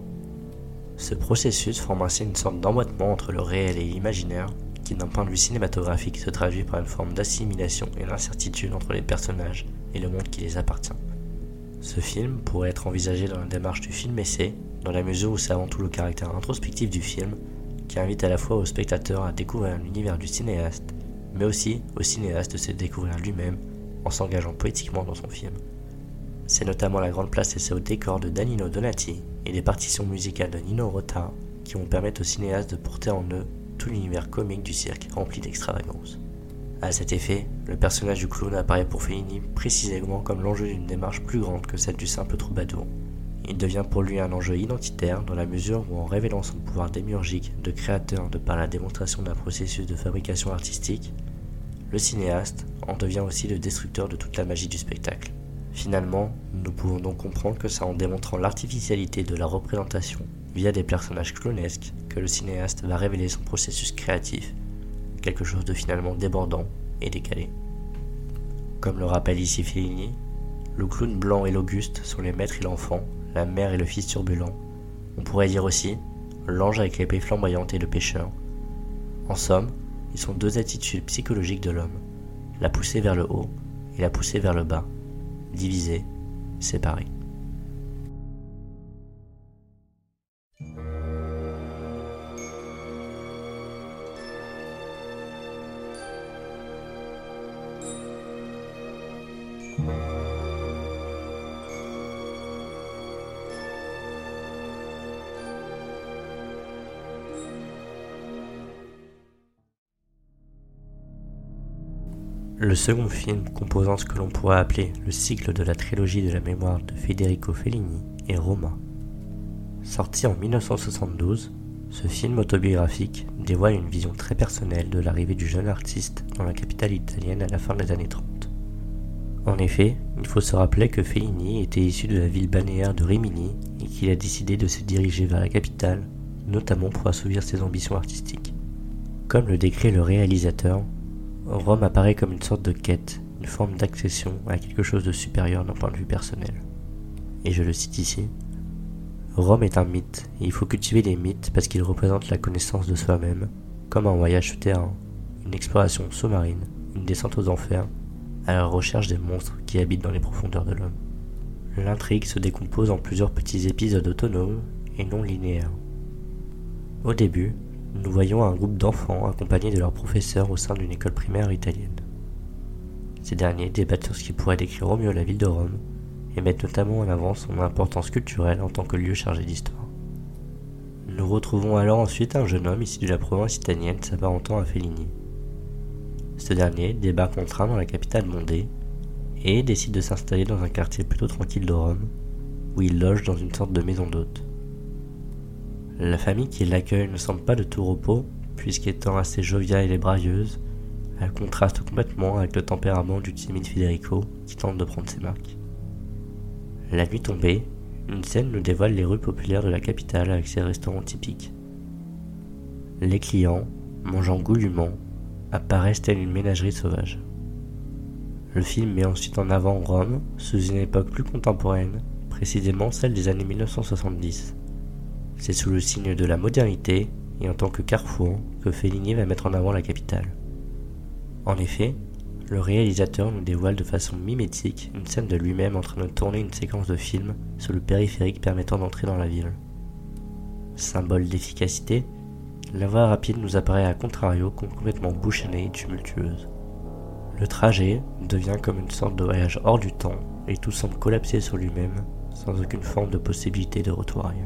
S1: Ce processus forme ainsi une sorte d'emboîtement entre le réel et l'imaginaire qui, d'un point de vue cinématographique, se traduit par une forme d'assimilation et d'incertitude entre les personnages et le monde qui les appartient. Ce film pourrait être envisagé dans la démarche du film-essai, dans la mesure où c'est avant tout le caractère introspectif du film qui invite à la fois au spectateur à découvrir l'univers du cinéaste, mais aussi au cinéaste de se découvrir lui-même en s'engageant poétiquement dans son film. C'est notamment la grande place laissée au décor de Danilo Donati et les partitions musicales de Nino Rota qui vont permettre aux cinéastes de porter en eux tout l'univers comique du cirque rempli d'extravagance. À cet effet, le personnage du clown apparaît pour Fellini précisément comme l'enjeu d'une démarche plus grande que celle du simple troubadour. Il devient pour lui un enjeu identitaire dans la mesure où, en révélant son pouvoir démiurgique de créateur de par la démonstration d'un processus de fabrication artistique, le cinéaste en devient aussi le destructeur de toute la magie du spectacle. Finalement, nous pouvons donc comprendre que c'est en démontrant l'artificialité de la représentation via des personnages clownesques que le cinéaste va révéler son processus créatif, quelque chose de finalement débordant et décalé. Comme le rappelle ici Fellini, le clown blanc et l'Auguste sont les maîtres et l'enfant, la mère et le fils turbulent. On pourrait dire aussi l'ange avec l'épée flamboyante et le pêcheur. En somme, ils sont deux attitudes psychologiques de l'homme, la poussée vers le haut et la poussée vers le bas, divisés, séparés. Le second film, composant ce que l'on pourrait appeler le cycle de la trilogie de la mémoire de Federico Fellini, est Roma. Sorti en 1972, ce film autobiographique dévoile une vision très personnelle de l'arrivée du jeune artiste dans la capitale italienne à la fin des années 30. En effet, il faut se rappeler que Fellini était issu de la ville balnéaire de Rimini et qu'il a décidé de se diriger vers la capitale, notamment pour assouvir ses ambitions artistiques. Comme le décrit le réalisateur, Rome apparaît comme une sorte de quête, une forme d'accession à quelque chose de supérieur d'un point de vue personnel. Et je le cite ici, « Rome est un mythe, et il faut cultiver les mythes parce qu'ils représentent la connaissance de soi-même, comme un voyage souterrain, une exploration sous-marine, une descente aux enfers, à la recherche des monstres qui habitent dans les profondeurs de l'homme. » L'intrigue se décompose en plusieurs petits épisodes autonomes et non linéaires. Au début, nous voyons un groupe d'enfants accompagnés de leurs professeurs au sein d'une école primaire italienne. Ces derniers débattent sur ce qui pourrait décrire au mieux la ville de Rome et mettent notamment en avant son importance culturelle en tant que lieu chargé d'histoire. Nous retrouvons alors ensuite un jeune homme issu de la province italienne s'apparentant à Fellini. Ce dernier débarque en train dans la capitale mondée et décide de s'installer dans un quartier plutôt tranquille de Rome, où il loge dans une sorte de maison d'hôte. La famille qui l'accueille ne semble pas de tout repos, puisqu'étant assez joviale et brailleuse, elle contraste complètement avec le tempérament du timide Federico qui tente de prendre ses marques. La nuit tombée, une scène nous dévoile les rues populaires de la capitale avec ses restaurants typiques. Les clients, mangeant goulûment, apparaissent telle une ménagerie sauvage. Le film met ensuite en avant Rome sous une époque plus contemporaine, précisément celle des années 1970. C'est sous le signe de la modernité et en tant que carrefour que Fellini va mettre en avant la capitale. En effet, le réalisateur nous dévoile de façon mimétique une scène de lui-même en train de tourner une séquence de film sur le périphérique permettant d'entrer dans la ville. Symbole d'efficacité, la voie rapide nous apparaît à contrario comme complètement bouchonnée et tumultueuse. Le trajet devient comme une sorte de voyage hors du temps et tout semble collapser sur lui-même sans aucune forme de possibilité de retour ailleurs.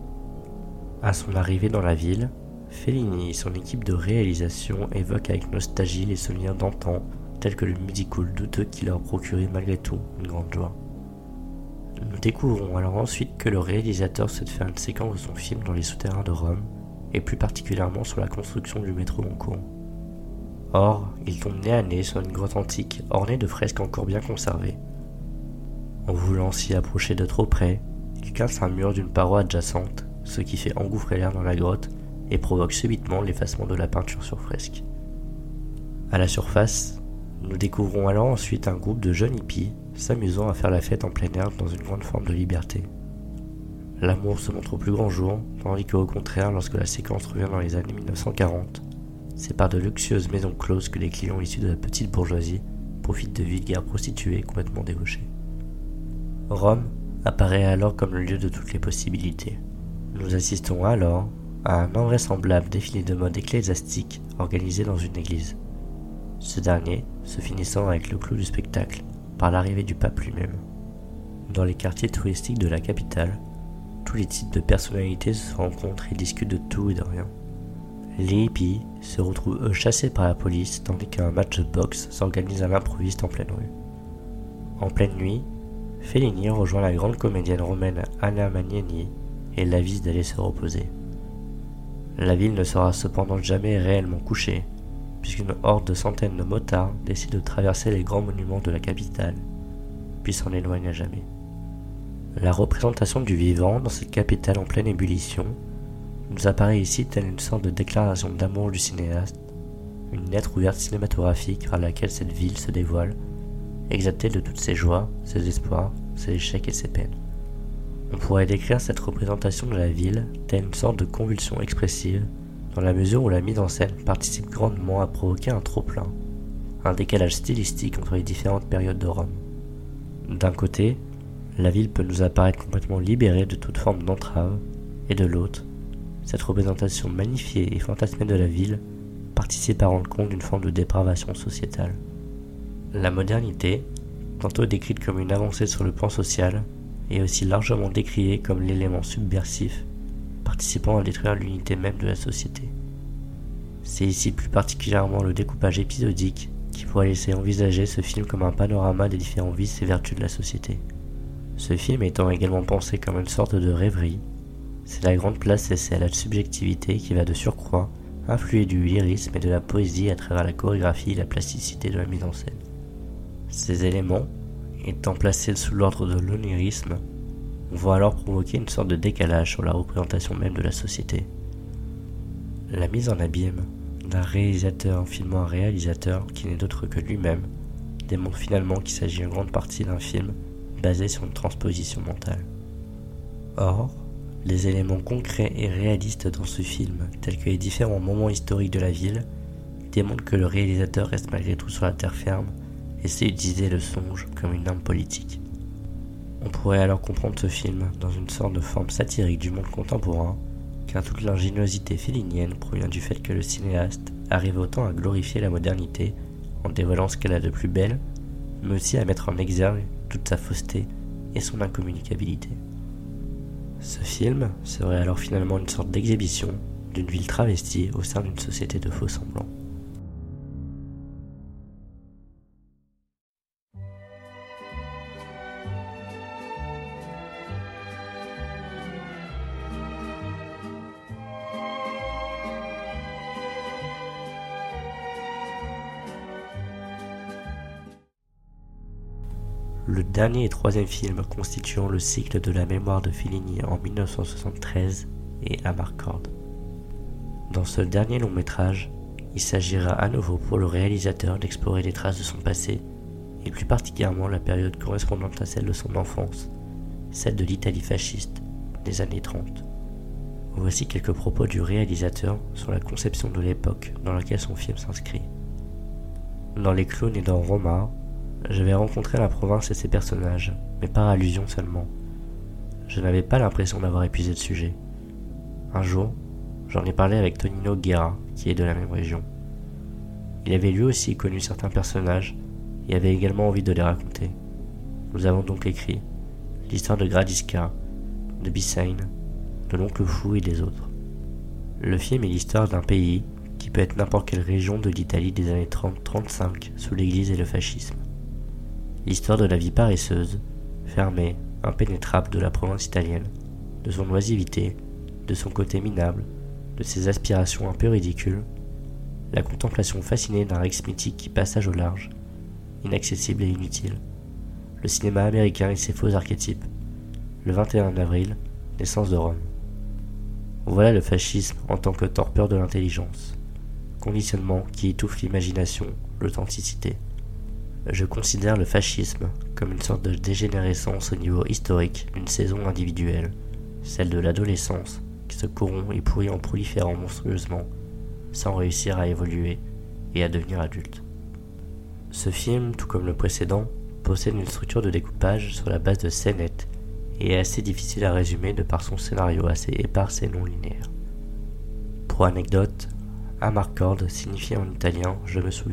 S1: À son arrivée dans la ville, Fellini et son équipe de réalisation évoquent avec nostalgie les souvenirs d'antan, tels que le musical douteux qui leur procurait malgré tout une grande joie. Nous découvrons alors ensuite que le réalisateur souhaite faire une séquence de son film dans les souterrains de Rome, et plus particulièrement sur la construction du métro en cours. Or, il tombe nez à nez sur une grotte antique ornée de fresques encore bien conservées. En voulant s'y approcher de trop près, il casse un mur d'une paroi adjacente, ce qui fait engouffrer l'air dans la grotte et provoque subitement l'effacement de la peinture sur fresque. À la surface, nous découvrons alors ensuite un groupe de jeunes hippies s'amusant à faire la fête en plein air dans une grande forme de liberté. L'amour se montre au plus grand jour, tandis qu'au contraire, lorsque la séquence revient dans les années 1940, c'est par de luxueuses maisons closes que les clients issus de la petite bourgeoisie profitent de vulgaires prostituées complètement débauchées. Rome apparaît alors comme le lieu de toutes les possibilités. Nous assistons alors à un invraisemblable défilé de mode ecclésiastique organisé dans une église. Ce dernier se finissant avec le clou du spectacle par l'arrivée du pape lui-même. Dans les quartiers touristiques de la capitale, tous les types de personnalités se rencontrent et discutent de tout et de rien. Les hippies se retrouvent eux chassés par la police tandis qu'un match de boxe s'organise à l'improviste en pleine rue. En pleine nuit, Fellini rejoint la grande comédienne romaine Anna Magnani et l'avise d'aller se reposer. La ville ne sera cependant jamais réellement couchée, puisqu'une horde de centaines de motards décide de traverser les grands monuments de la capitale, puis s'en éloigne à jamais. La représentation du vivant dans cette capitale en pleine ébullition nous apparaît ici telle une sorte de déclaration d'amour du cinéaste, une lettre ouverte cinématographique par laquelle cette ville se dévoile, exaltée de toutes ses joies, ses espoirs, ses échecs et ses peines. On pourrait décrire cette représentation de la ville telle une sorte de convulsion expressive, dans la mesure où la mise en scène participe grandement à provoquer un trop-plein, un décalage stylistique entre les différentes périodes de Rome. D'un côté, la ville peut nous apparaître complètement libérée de toute forme d'entrave, et de l'autre, cette représentation magnifiée et fantasmée de la ville participe à rendre compte d'une forme de dépravation sociétale. La modernité, tantôt décrite comme une avancée sur le plan social, est aussi largement décriée comme l'élément subversif participant à détruire l'unité même de la société. C'est ici plus particulièrement le découpage épisodique qui pourrait laisser envisager ce film comme un panorama des différents vices et vertus de la société. Ce film étant également pensé comme une sorte de rêverie, c'est la grande place laissée à la subjectivité qui va de surcroît influer du lyrisme et de la poésie à travers la chorégraphie et la plasticité de la mise en scène. Ces éléments, étant placés sous l'ordre de l'onirisme, vont alors provoquer une sorte de décalage sur la représentation même de la société. La mise en abîme d'un réalisateur en filmant un réalisateur qui n'est d'autre que lui-même démontre finalement qu'il s'agit en grande partie d'un film basé sur une transposition mentale. Or, les éléments concrets et réalistes dans ce film, tels que les différents moments historiques de la ville, démontrent que le réalisateur reste malgré tout sur la terre ferme et sait utiliser le songe comme une arme politique. On pourrait alors comprendre ce film dans une sorte de forme satirique du monde contemporain, car toute l'ingéniosité félinienne provient du fait que le cinéaste arrive autant à glorifier la modernité en dévoilant ce qu'elle a de plus belle, mais aussi à mettre en exergue toute sa fausseté et son incommunicabilité. Ce film serait alors finalement une sorte d'exhibition d'une ville travestie au sein d'une société de faux semblants. Le dernier et troisième film constituant le cycle de la mémoire de Fellini en 1973 est Amarcord. Dans ce dernier long métrage, il s'agira à nouveau pour le réalisateur d'explorer les traces de son passé, et plus particulièrement la période correspondante à celle de son enfance, celle de l'Italie fasciste des années 30. Voici quelques propos du réalisateur sur la conception de l'époque dans laquelle son film s'inscrit. Dans Les clowns et dans Roma, j'avais rencontré la province et ses personnages, mais par allusion seulement. Je n'avais pas l'impression d'avoir épuisé le sujet. Un jour, j'en ai parlé avec Tonino Guerra, qui est de la même région. Il avait lui aussi connu certains personnages et avait également envie de les raconter. Nous avons donc écrit l'histoire de Gradiska, de Bissaine, de l'oncle fou et des autres. Le film est l'histoire d'un pays qui peut être n'importe quelle région de l'Italie des années 30-35 sous l'église et le fascisme. L'histoire de la vie paresseuse, fermée, impénétrable de la province italienne, de son oisivité, de son côté minable, de ses aspirations un peu ridicules, la contemplation fascinée d'un Rex mythique qui passage au large, inaccessible et inutile, le cinéma américain et ses faux archétypes, le 21 avril, naissance de Rome. Voilà le fascisme en tant que torpeur de l'intelligence, conditionnement qui étouffe l'imagination, l'authenticité. Je considère le fascisme comme une sorte de dégénérescence au niveau historique d'une saison individuelle, celle de l'adolescence qui se corrompt et pourrit en proliférant monstrueusement, sans réussir à évoluer et à devenir adulte. Ce film, tout comme le précédent, possède une structure de découpage sur la base de scénettes et est assez difficile à résumer de par son scénario assez épars et non linéaire. Pour anecdote, Amarcord signifie en italien « je me souviens ».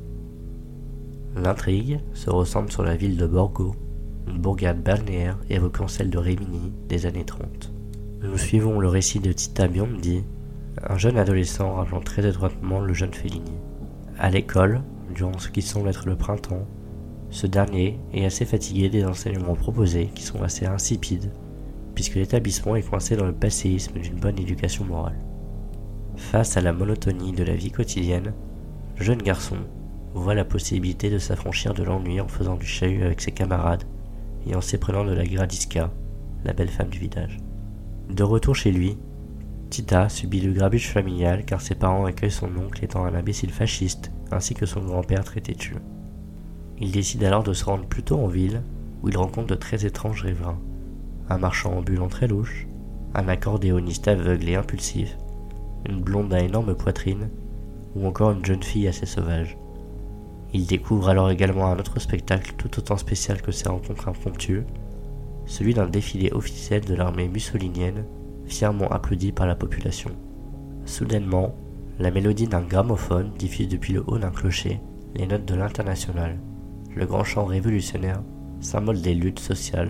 S1: L'intrigue se ressemble sur la ville de Borgo, une bourgade balnéaire évoquant celle de Rimini des années 30. Nous suivons le récit de Tita Biondi, un jeune adolescent rappelant très étroitement le jeune Fellini. À l'école, durant ce qui semble être le printemps, ce dernier est assez fatigué des enseignements proposés qui sont assez insipides, puisque l'établissement est coincé dans le passéisme d'une bonne éducation morale. Face à la monotonie de la vie quotidienne, le jeune garçon voit la possibilité de s'affranchir de l'ennui en faisant du chahut avec ses camarades et en s'éprenant de la Gradiska, la belle femme du village. De retour chez lui, Tita subit le grabuge familial car ses parents accueillent son oncle étant un imbécile fasciste ainsi que son grand-père très têtu. Il décide alors de se rendre plutôt en ville où il rencontre de très étranges riverains, un marchand ambulant très louche, un accordéoniste aveugle et impulsif, une blonde à énorme poitrine ou encore une jeune fille assez sauvage. Il découvre alors également un autre spectacle tout autant spécial que ses rencontres impromptues, celui d'un défilé officiel de l'armée mussolinienne, fièrement applaudi par la population. Soudainement, la mélodie d'un gramophone diffuse depuis le haut d'un clocher les notes de l'Internationale, le grand chant révolutionnaire, symbole des luttes sociales.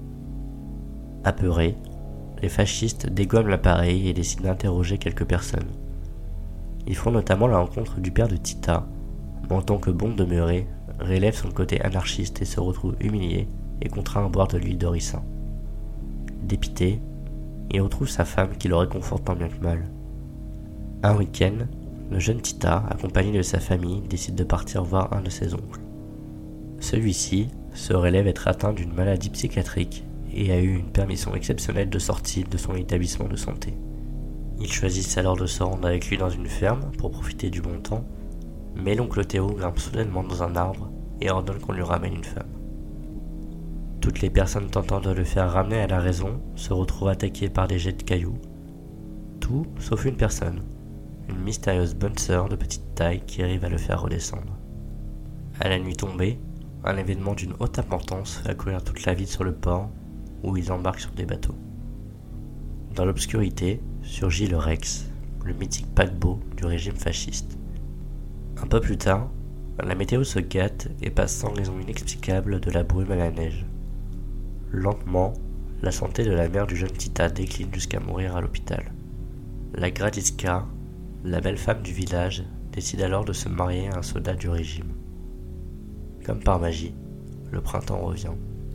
S1: Apeurés, les fascistes dégomment l'appareil et décident d'interroger quelques personnes. Ils font notamment la rencontre du père de Tita, mais en tant que bon demeuré, relève son côté anarchiste et se retrouve humilié et contraint à boire de l'huile de ricin. Dépité, il retrouve sa femme qui le réconforte tant bien que mal. Un week-end, le jeune Tita, accompagné de sa famille, décide de partir voir un de ses oncles. Celui-ci se révèle être atteint d'une maladie psychiatrique et a eu une permission exceptionnelle de sortie de son établissement de santé. Ils choisissent alors de se rendre avec lui dans une ferme pour profiter du bon temps, mais l'oncle Théo grimpe soudainement dans un arbre et ordonne qu'on lui ramène une femme. Toutes les personnes tentant de le faire ramener à la raison se retrouvent attaquées par des jets de cailloux. Tout sauf une personne, une mystérieuse bonne sœur de petite taille qui arrive à le faire redescendre. À la nuit tombée, un événement d'une haute importance va courir toute la ville sur le port où ils embarquent sur des bateaux. Dans l'obscurité surgit le Rex, le mythique paquebot du régime fasciste. Un peu plus tard, la météo se gâte et passe sans raison inexplicable de la brume à la neige. Lentement, la santé de la mère du jeune Tita décline jusqu'à mourir à l'hôpital. La Gradiska, la belle femme du village, décide alors de se marier à un soldat du régime. Comme par magie, le printemps revient.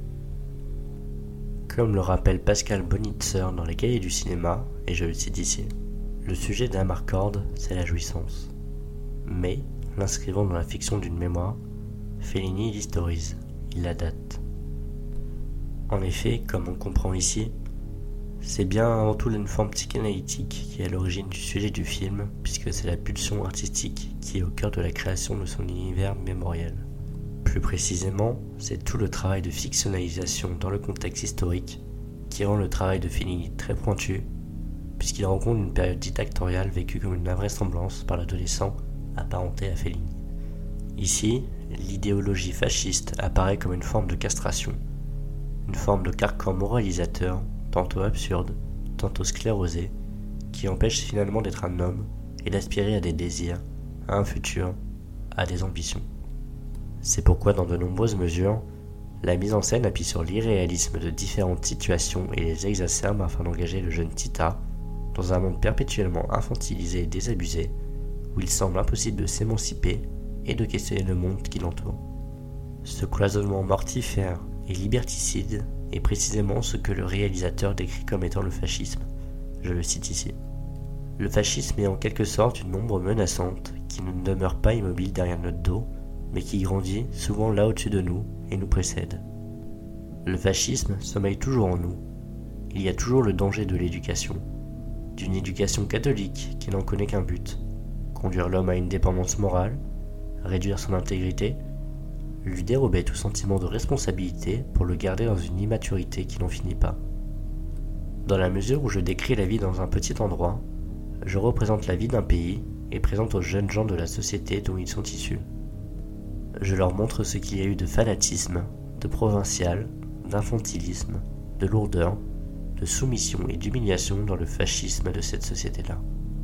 S1: Comme le rappelle Pascal Bonitzer dans les cahiers du cinéma, et je le cite ici, le sujet d'Amarcord, c'est la jouissance. Mais, l'inscrivant dans la fiction d'une mémoire, Fellini l'historise, il la date. En effet, comme on comprend ici, c'est bien avant tout une forme psychanalytique qui est à l'origine du sujet du film, puisque c'est la pulsion artistique qui est au cœur de la création de son univers mémoriel. Plus précisément, c'est tout le travail de fictionnalisation dans le contexte historique qui rend le travail de Fellini très pointu, puisqu'il rencontre une période dictatoriale vécue comme une invraisemblance par l'adolescent apparenté à Fellini. Ici, l'idéologie fasciste apparaît comme une forme de castration, une forme de carcan moralisateur, tantôt absurde, tantôt sclérosé, qui empêche finalement d'être un homme et d'aspirer à des désirs, à un futur, à des ambitions. C'est pourquoi dans de nombreuses mesures, la mise en scène appuie sur l'irréalisme de différentes situations et les exacerbe afin d'engager le jeune Tita dans un monde perpétuellement infantilisé et désabusé, où il semble impossible de s'émanciper et de questionner le monde qui l'entoure. Ce cloisonnement mortifère et liberticide est précisément ce que le réalisateur décrit comme étant le fascisme. Je le cite ici. Le fascisme est en quelque sorte une ombre menaçante qui ne demeure pas immobile derrière notre dos, mais qui grandit souvent là au-dessus de nous et nous précède. Le fascisme sommeille toujours en nous. Il y a toujours le danger de l'éducation, d'une éducation catholique qui n'en connaît qu'un but, conduire l'homme à une dépendance morale, réduire son intégrité, lui dérober tout sentiment de responsabilité pour le garder dans une immaturité qui n'en finit pas. Dans la mesure où je décris la vie dans un petit endroit, je représente la vie d'un pays et présente aux jeunes gens de la société dont ils sont issus. Je leur montre ce qu'il y a eu de fanatisme, de provincial, d'infantilisme, de lourdeur, de soumission et d'humiliation dans le fascisme de cette société-là.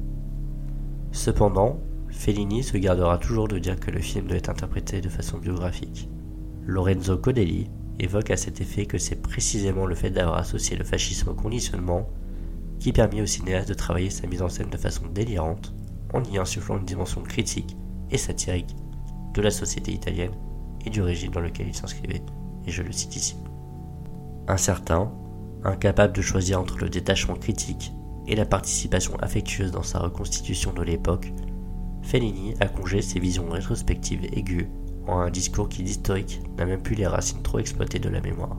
S1: Cependant, Fellini se gardera toujours de dire que le film doit être interprété de façon biographique. Lorenzo Codelli évoque à cet effet que c'est précisément le fait d'avoir associé le fascisme au conditionnement qui permet au cinéaste de travailler sa mise en scène de façon délirante en y insufflant une dimension critique et satirique de la société italienne et du régime dans lequel il s'inscrivait, et je le cite ici. Incertain, incapable de choisir entre le détachement critique et la participation affectueuse dans sa reconstitution de l'époque, Fellini a congé ses visions rétrospectives aiguës en un discours qui d'historique n'a même plus les racines trop exploitées de la mémoire.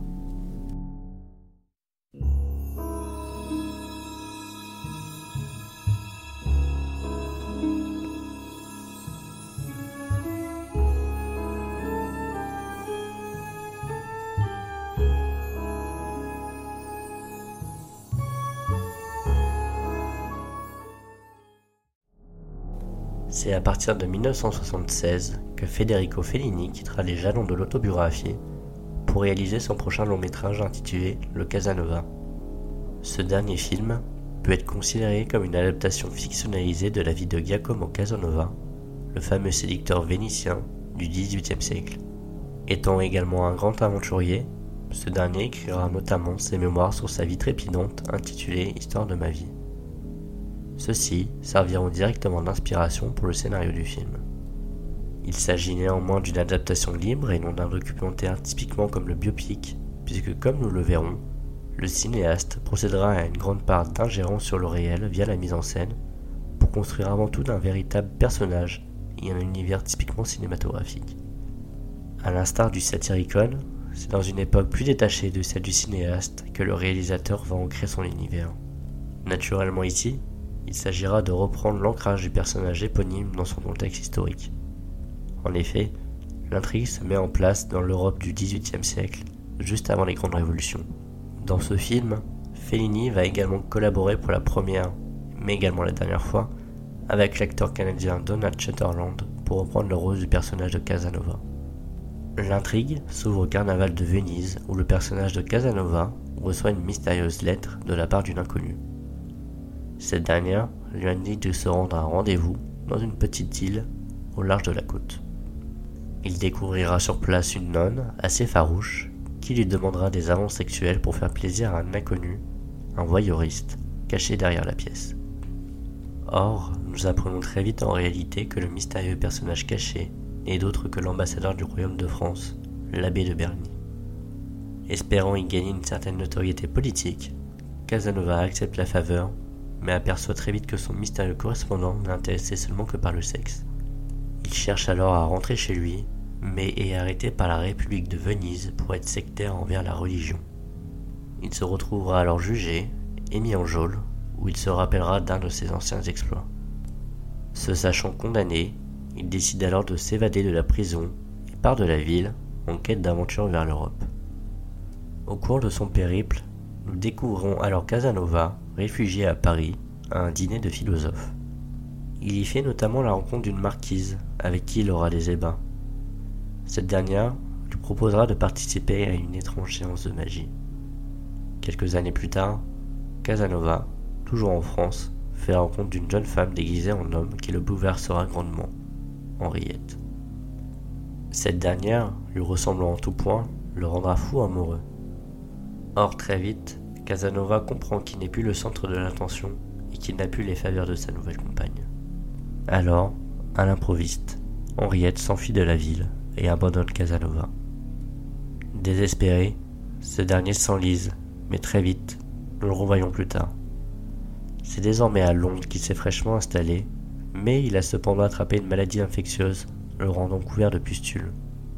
S1: C'est à partir de 1976 que Federico Fellini quittera les jalons de l'autobiographie pour réaliser son prochain long-métrage intitulé Le Casanova. Ce dernier film peut être considéré comme une adaptation fictionnalisée de la vie de Giacomo Casanova, le fameux séducteur vénitien du XVIIIe siècle. Étant également un grand aventurier, ce dernier écrira notamment ses mémoires sur sa vie trépidante intitulée Histoire de ma vie. Ceux-ci serviront directement d'inspiration pour le scénario du film. Il s'agit néanmoins d'une adaptation libre et non d'un documentaire typiquement comme le biopic, puisque comme nous le verrons, le cinéaste procédera à une grande part d'ingérence sur le réel via la mise en scène, pour construire avant tout un véritable personnage et un univers typiquement cinématographique. A l'instar du Satyricon, c'est dans une époque plus détachée de celle du cinéaste que le réalisateur va ancrer son univers. Naturellement ici, il s'agira de reprendre l'ancrage du personnage éponyme dans son contexte historique. En effet, l'intrigue se met en place dans l'Europe du XVIIIe siècle, juste avant les grandes révolutions. Dans ce film, Fellini va également collaborer pour la première, mais également la dernière fois, avec l'acteur canadien Donald Sutherland pour reprendre le rôle du personnage de Casanova. L'intrigue s'ouvre au carnaval de Venise où le personnage de Casanova reçoit une mystérieuse lettre de la part d'une inconnue. Cette dernière lui indique de se rendre à un rendez-vous dans une petite île au large de la côte. Il découvrira sur place une nonne assez farouche qui lui demandera des avances sexuelles pour faire plaisir à un inconnu, un voyeuriste, caché derrière la pièce. Or, nous apprenons très vite en réalité que le mystérieux personnage caché n'est d'autre que l'ambassadeur du royaume de France, l'abbé de Bernis. Espérant y gagner une certaine notoriété politique, Casanova accepte la faveur, mais aperçoit très vite que son mystérieux correspondant n'est intéressé seulement que par le sexe. Il cherche alors à rentrer chez lui, mais est arrêté par la République de Venise pour être sectaire envers la religion. Il se retrouvera alors jugé et mis en geôle, où il se rappellera d'un de ses anciens exploits. Se sachant condamné, il décide alors de s'évader de la prison et part de la ville en quête d'aventure vers l'Europe. Au cours de son périple, nous découvrons alors Casanova, réfugié à Paris, à un dîner de philosophes. Il y fait notamment la rencontre d'une marquise avec qui il aura des ébats. Cette dernière lui proposera de participer à une étrange séance de magie. Quelques années plus tard, Casanova, toujours en France, fait la rencontre d'une jeune femme déguisée en homme qui le bouleversera grandement, Henriette. Cette dernière, lui ressemblant en tout point, le rendra fou amoureux. Or très vite, Casanova comprend qu'il n'est plus le centre de l'attention et qu'il n'a plus les faveurs de sa nouvelle compagne. Alors, à l'improviste, Henriette s'enfuit de la ville et abandonne Casanova. Désespéré, ce dernier s'enlise, mais très vite, nous le revoyons plus tard. C'est désormais à Londres qu'il s'est fraîchement installé, mais il a cependant attrapé une maladie infectieuse, le rendant couvert de pustules.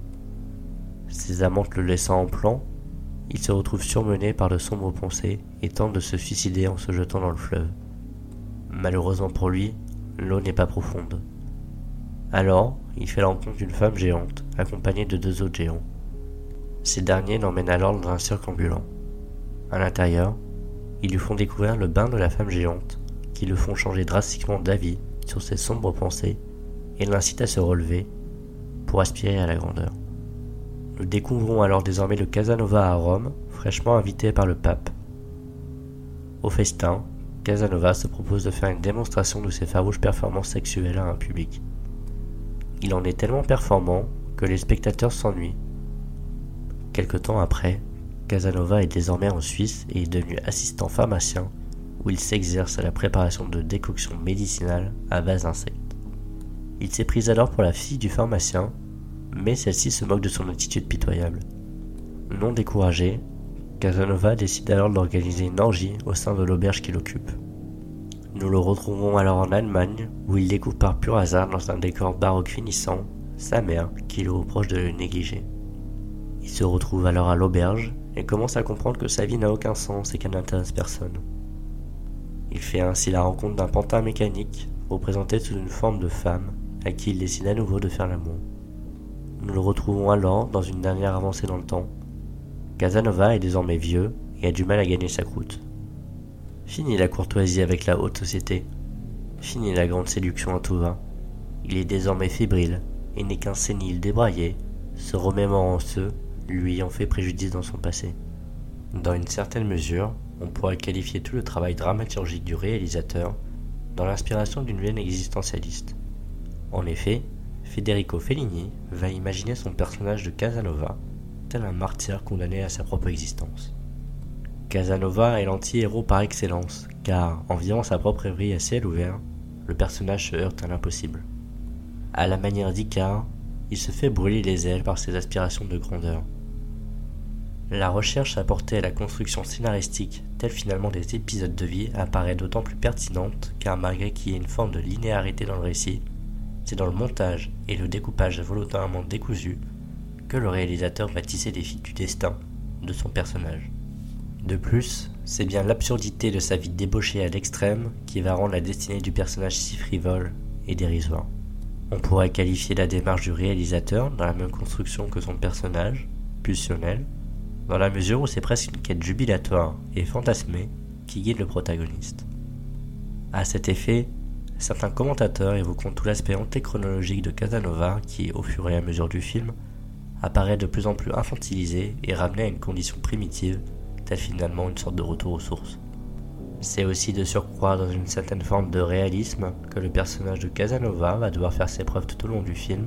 S1: Ses amantes le laissant en plan, il se retrouve surmené par de sombres pensées et tente de se suicider en se jetant dans le fleuve. Malheureusement pour lui, l'eau n'est pas profonde. Alors, il fait la rencontre d'une femme géante, accompagnée de 2 autres géants. Ces derniers l'emmènent alors dans un cirque ambulant. À l'intérieur, ils lui font découvrir le bain de la femme géante, qui le font changer drastiquement d'avis sur ses sombres pensées et l'incitent à se relever pour aspirer à la grandeur. Nous découvrons alors désormais le Casanova à Rome, fraîchement invité par le pape. Au festin, Casanova se propose de faire une démonstration de ses farouches performances sexuelles à un public. Il en est tellement performant que les spectateurs s'ennuient. Quelque temps après, Casanova est désormais en Suisse et est devenu assistant pharmacien où il s'exerce à la préparation de décoctions médicinales à base d'insectes. Il s'est pris alors pour la fille du pharmacien, mais celle-ci se moque de son attitude pitoyable. Non découragé, Casanova décide alors d'organiser une orgie au sein de l'auberge qu'il occupe. Nous le retrouvons alors en Allemagne, où il découvre par pur hasard dans un décor baroque finissant sa mère qui lui reproche de le négliger. Il se retrouve alors à l'auberge et commence à comprendre que sa vie n'a aucun sens et qu'elle n'intéresse personne. Il fait ainsi la rencontre d'un pantin mécanique représenté sous une forme de femme à qui il décide à nouveau de faire l'amour. Nous le retrouvons alors dans une dernière avancée dans le temps. Casanova est désormais vieux et a du mal à gagner sa croûte. Fini la courtoisie avec la haute société. Fini la grande séduction à tout va. Il est désormais fébrile et n'est qu'un sénile débraillé, se remémorant ceux lui ayant fait préjudice dans son passé. Dans une certaine mesure, on pourrait qualifier tout le travail dramaturgique du réalisateur dans l'inspiration d'une veine existentialiste. En effet, Federico Fellini va imaginer son personnage de Casanova tel un martyr condamné à sa propre existence. Casanova est l'anti-héros par excellence, car en vivant sa propre vie à ciel ouvert, le personnage se heurte à l'impossible. À la manière d'Icare, il se fait brûler les ailes par ses aspirations de grandeur. La recherche apportée à la construction scénaristique, telle finalement des épisodes de vie, apparaît d'autant plus pertinente car malgré qu'il y ait une forme de linéarité dans le récit, c'est dans le montage et le découpage volontairement décousu que le réalisateur va tisser les fils du destin de son personnage. De plus, c'est bien l'absurdité de sa vie débauchée à l'extrême qui va rendre la destinée du personnage si frivole et dérisoire. On pourrait qualifier la démarche du réalisateur dans la même construction que son personnage, pulsionnel, dans la mesure où c'est presque une quête jubilatoire et fantasmée qui guide le protagoniste. À cet effet, certains commentateurs évoquent tout l'aspect antéchronologique de Casanova qui, au fur et à mesure du film, apparaît de plus en plus infantilisé et ramené à une condition primitive, telle finalement une sorte de retour aux sources. C'est aussi de surcroît dans une certaine forme de réalisme que le personnage de Casanova va devoir faire ses preuves tout au long du film.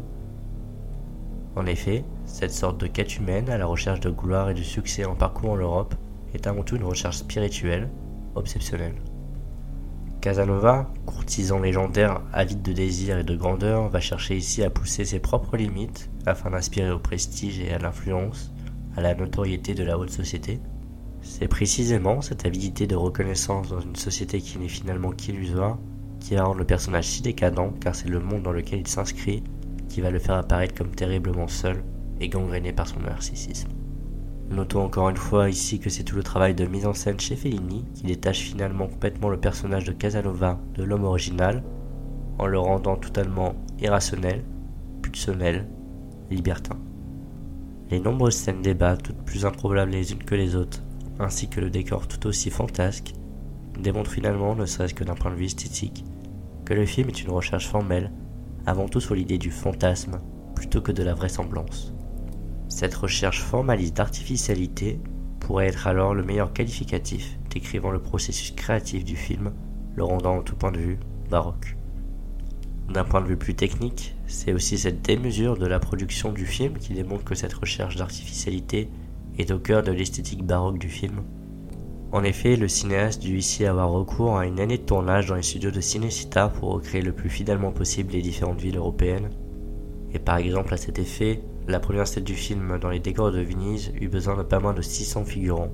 S1: En effet, cette sorte de quête humaine à la recherche de gloire et de succès en parcourant l'Europe est avant tout une recherche spirituelle, obsessionnelle. Casanova, courtisan légendaire avide de désir et de grandeur, va chercher ici à pousser ses propres limites afin d'aspirer au prestige et à l'influence, à la notoriété de la haute société. C'est précisément cette avidité de reconnaissance dans une société qui n'est finalement qu'illusoire qui va rendre le personnage si décadent car c'est le monde dans lequel il s'inscrit qui va le faire apparaître comme terriblement seul et gangréné par son narcissisme. Notons encore une fois ici que c'est tout le travail de mise en scène chez Fellini qui détache finalement complètement le personnage de Casanova de l'homme original en le rendant totalement irrationnel, pulsionnel, libertin. Les nombreuses scènes débat, toutes plus improbables les unes que les autres, ainsi que le décor tout aussi fantasque, démontrent finalement, ne serait-ce que d'un point de vue esthétique, que le film est une recherche formelle, avant tout sur l'idée du fantasme, plutôt que de la vraisemblance. Cette recherche formaliste d'artificialité pourrait être alors le meilleur qualificatif décrivant le processus créatif du film, le rendant en tout point de vue baroque. D'un point de vue plus technique, c'est aussi cette démesure de la production du film qui démontre que cette recherche d'artificialité est au cœur de l'esthétique baroque du film. En effet, le cinéaste dut ici avoir recours à une année de tournage dans les studios de Cinecittà pour recréer le plus fidèlement possible les différentes villes européennes. Et par exemple, à cet effet, la première scène du film dans les décors de Venise eut besoin de pas moins de 600 figurants.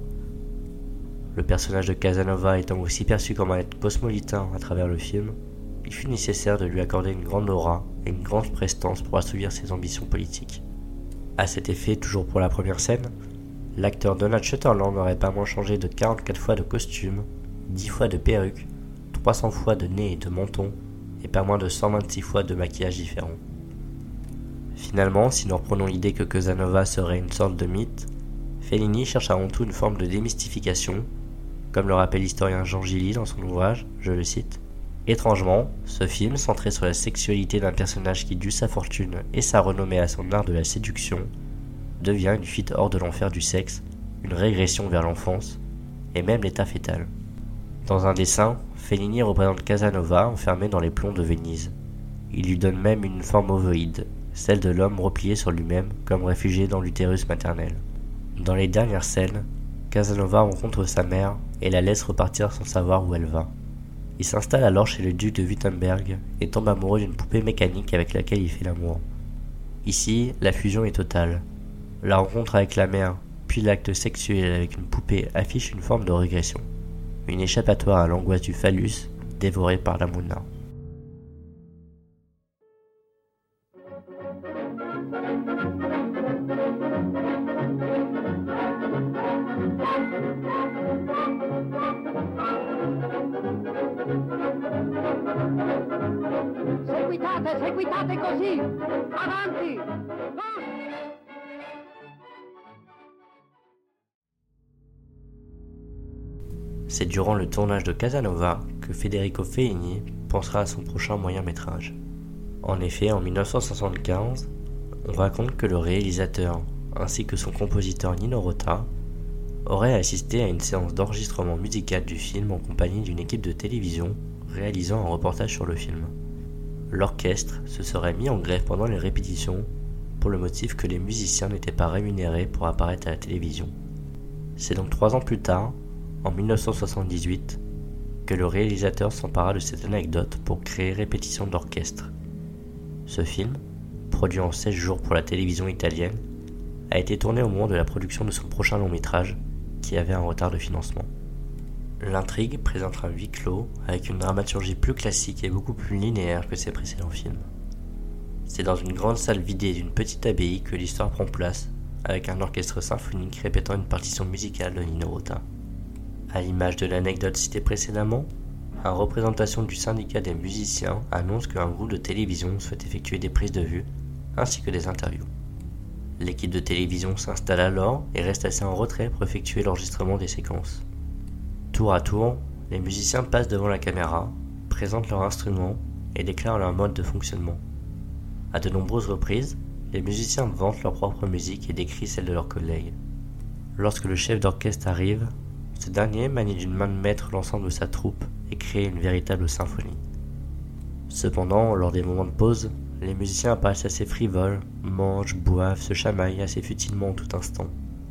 S1: Le personnage de Casanova étant aussi perçu comme un être cosmopolitain à travers le film, il fut nécessaire de lui accorder une grande aura et une grande prestance pour assouvir ses ambitions politiques. À cet effet, toujours pour la première scène, l'acteur Donald Sutherland n'aurait pas moins changé de 44 fois de costume, 10 fois de perruque, 300 fois de nez et de menton, et pas moins de 126 fois de maquillage différents. Finalement, si nous reprenons l'idée que Casanova serait une sorte de mythe, Fellini cherche avant tout une forme de démystification, comme le rappelle l'historien Jean Gilly dans son ouvrage, je le cite. Étrangement, ce film, centré sur la sexualité d'un personnage qui dut sa fortune et sa renommée à son art de la séduction, devient une fuite hors de l'enfer du sexe, une régression vers l'enfance, et même l'état fœtal. Dans un dessin, Fellini représente Casanova enfermé dans les plombs de Venise. Il lui donne même une forme ovoïde, celle de l'homme replié sur lui-même comme réfugié dans l'utérus maternel. Dans les dernières scènes, Casanova rencontre sa mère et la laisse repartir sans savoir où elle va. Il s'installe alors chez le duc de Wittenberg et tombe amoureux d'une poupée mécanique avec laquelle il fait l'amour. Ici, la fusion est totale. La rencontre avec la mère, puis l'acte sexuel avec une poupée affiche une forme de régression. Une échappatoire à l'angoisse du phallus, dévorée par la mouna.
S2: Seguitate così! Avanti!
S1: C'est durant le tournage de Casanova que Federico Fellini pensera à son prochain moyen-métrage. En effet, en 1975, on raconte que le réalisateur, ainsi que son compositeur Nino Rota, auraient assisté à une séance d'enregistrement musical du film en compagnie d'une équipe de télévision réalisant un reportage sur le film. L'orchestre se serait mis en grève pendant les répétitions pour le motif que les musiciens n'étaient pas rémunérés pour apparaître à la télévision. C'est donc 3 ans plus tard, en 1978, que le réalisateur s'empara de cette anecdote pour créer Répétition d'orchestre. Ce film, produit en 16 jours pour la télévision italienne, a été tourné au moment de la production de son prochain long métrage, qui avait un retard de financement. L'intrigue présente un huis clos avec une dramaturgie plus classique et beaucoup plus linéaire que ses précédents films. C'est dans une grande salle vidée d'une petite abbaye que l'histoire prend place, avec un orchestre symphonique répétant une partition musicale de Nino Rota. À l'image de l'anecdote citée précédemment, en représentation du syndicat des musiciens annonce qu'un groupe de télévision souhaite effectuer des prises de vue, ainsi que des interviews. L'équipe de télévision s'installe alors et reste assez en retrait pour effectuer l'enregistrement des séquences. Tour à tour, les musiciens passent devant la caméra, présentent leurs instruments et déclarent leur mode de fonctionnement. À de nombreuses reprises, les musiciens vantent leur propre musique et décrivent celle de leurs collègues. Lorsque le chef d'orchestre arrive, ce dernier manie d'une main de maître l'ensemble de sa troupe et crée une véritable symphonie. Cependant, lors des moments de pause, les musiciens apparaissent assez frivoles, mangent, boivent, se chamaillent assez futilement en tout instant.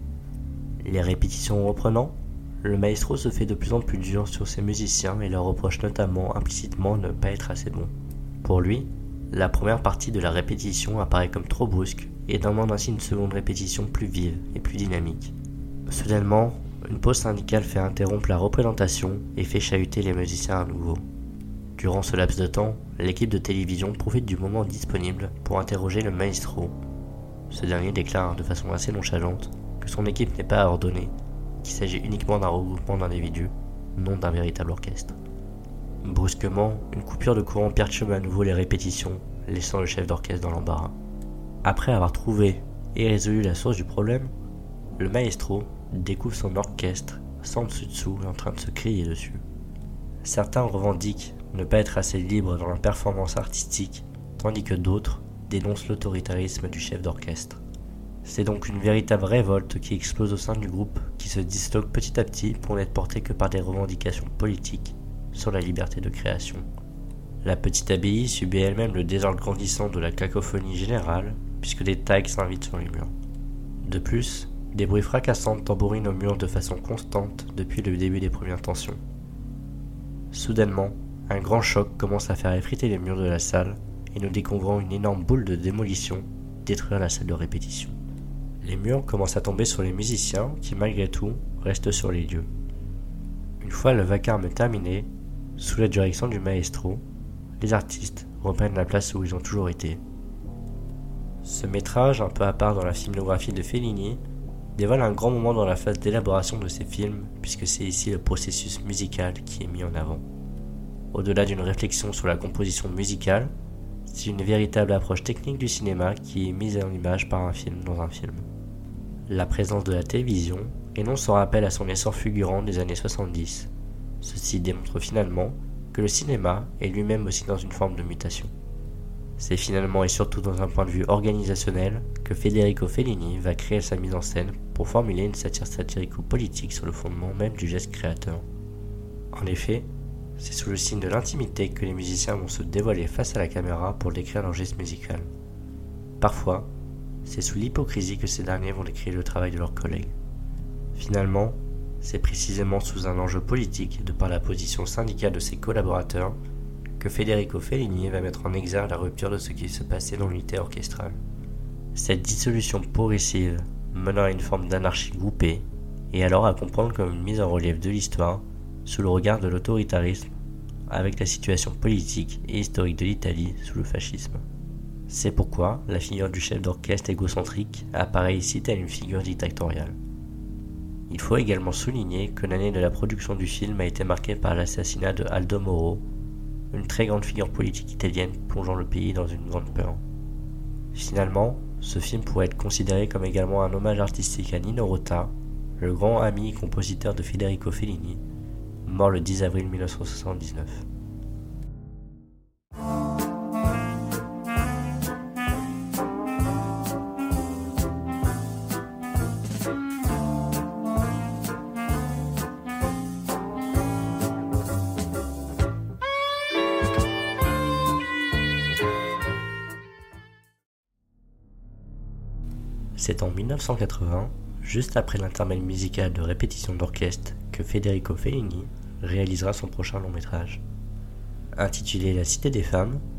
S1: Les répétitions reprenant, le maestro se fait de plus en plus dur sur ses musiciens et leur reproche notamment implicitement de ne pas être assez bons. Pour lui, la première partie de la répétition apparaît comme trop brusque et demande ainsi une seconde répétition plus vive et plus dynamique. Soudainement, une pause syndicale fait interrompre la représentation et fait chahuter les musiciens à nouveau. Durant ce laps de temps, l'équipe de télévision profite du moment disponible pour interroger le maestro. Ce dernier déclare de façon assez nonchalante que son équipe n'est pas ordonnée, qu'il s'agit uniquement d'un regroupement d'individus, non d'un véritable orchestre. Brusquement, une coupure de courant perturbe à nouveau les répétitions, laissant le chef d'orchestre dans l'embarras. Après avoir trouvé et résolu la source du problème, le maestro découvre son orchestre sans dessus-dessous et en train de se crier dessus. Certains revendiquent ne pas être assez libre dans la performance artistique, tandis que d'autres dénoncent l'autoritarisme du chef d'orchestre. C'est donc une véritable révolte qui explose au sein du groupe, qui se disloque petit à petit pour n'être porté que par des revendications politiques sur la liberté de création. La petite abbaye subit elle-même le désordre grandissant de la cacophonie générale, puisque des tags s'invitent sur les murs. De plus, des bruits fracassants tambourinent aux murs de façon constante depuis le début des premières tensions. Soudainement, un grand choc commence à faire effriter les murs de la salle et nous découvrons une énorme boule de démolition détruire la salle de répétition. Les murs commencent à tomber sur les musiciens qui, malgré tout, restent sur les lieux. Une fois le vacarme terminé, sous la direction du maestro, les artistes reprennent la place où ils ont toujours été. Ce métrage, un peu à part dans la filmographie de Fellini, dévoile un grand moment dans la phase d'élaboration de ses films, puisque c'est ici le processus musical qui est mis en avant. Au-delà d'une réflexion sur la composition musicale, c'est une véritable approche technique du cinéma qui est mise en image par un film dans un film. La présence de la télévision est non sans rappel à son essor fulgurant des années 70. Ceci démontre finalement que le cinéma est lui-même aussi dans une forme de mutation. C'est finalement et surtout dans un point de vue organisationnel que Federico Fellini va créer sa mise en scène pour formuler une satire satirico-politique sur le fondement même du geste créateur. En effet, c'est sous le signe de l'intimité que les musiciens vont se dévoiler face à la caméra pour décrire leur geste musical. Parfois, c'est sous l'hypocrisie que ces derniers vont décrire le travail de leurs collègues. Finalement, c'est précisément sous un enjeu politique de par la position syndicale de ses collaborateurs que Federico Fellini va mettre en exergue la rupture de ce qui se passait dans l'unité orchestrale. Cette dissolution progressive menant à une forme d'anarchie groupée est alors à comprendre comme une mise en relief de l'histoire sous le regard de l'autoritarisme avec la situation politique et historique de l'Italie sous le fascisme. C'est pourquoi la figure du chef d'orchestre égocentrique apparaît ici telle une figure dictatoriale. Il faut également souligner que l'année de la production du film a été marquée par l'assassinat de Aldo Moro, une très grande figure politique italienne plongeant le pays dans une grande peur. Finalement, ce film pourrait être considéré comme également un hommage artistique à Nino Rota, le grand ami et compositeur de Federico Fellini, mort le 10 avril 1979. C'est en 1980, juste après l'intermède musical de répétition d'orchestre, que Federico Fellini réalisera son prochain long métrage. Intitulé La Cité des femmes,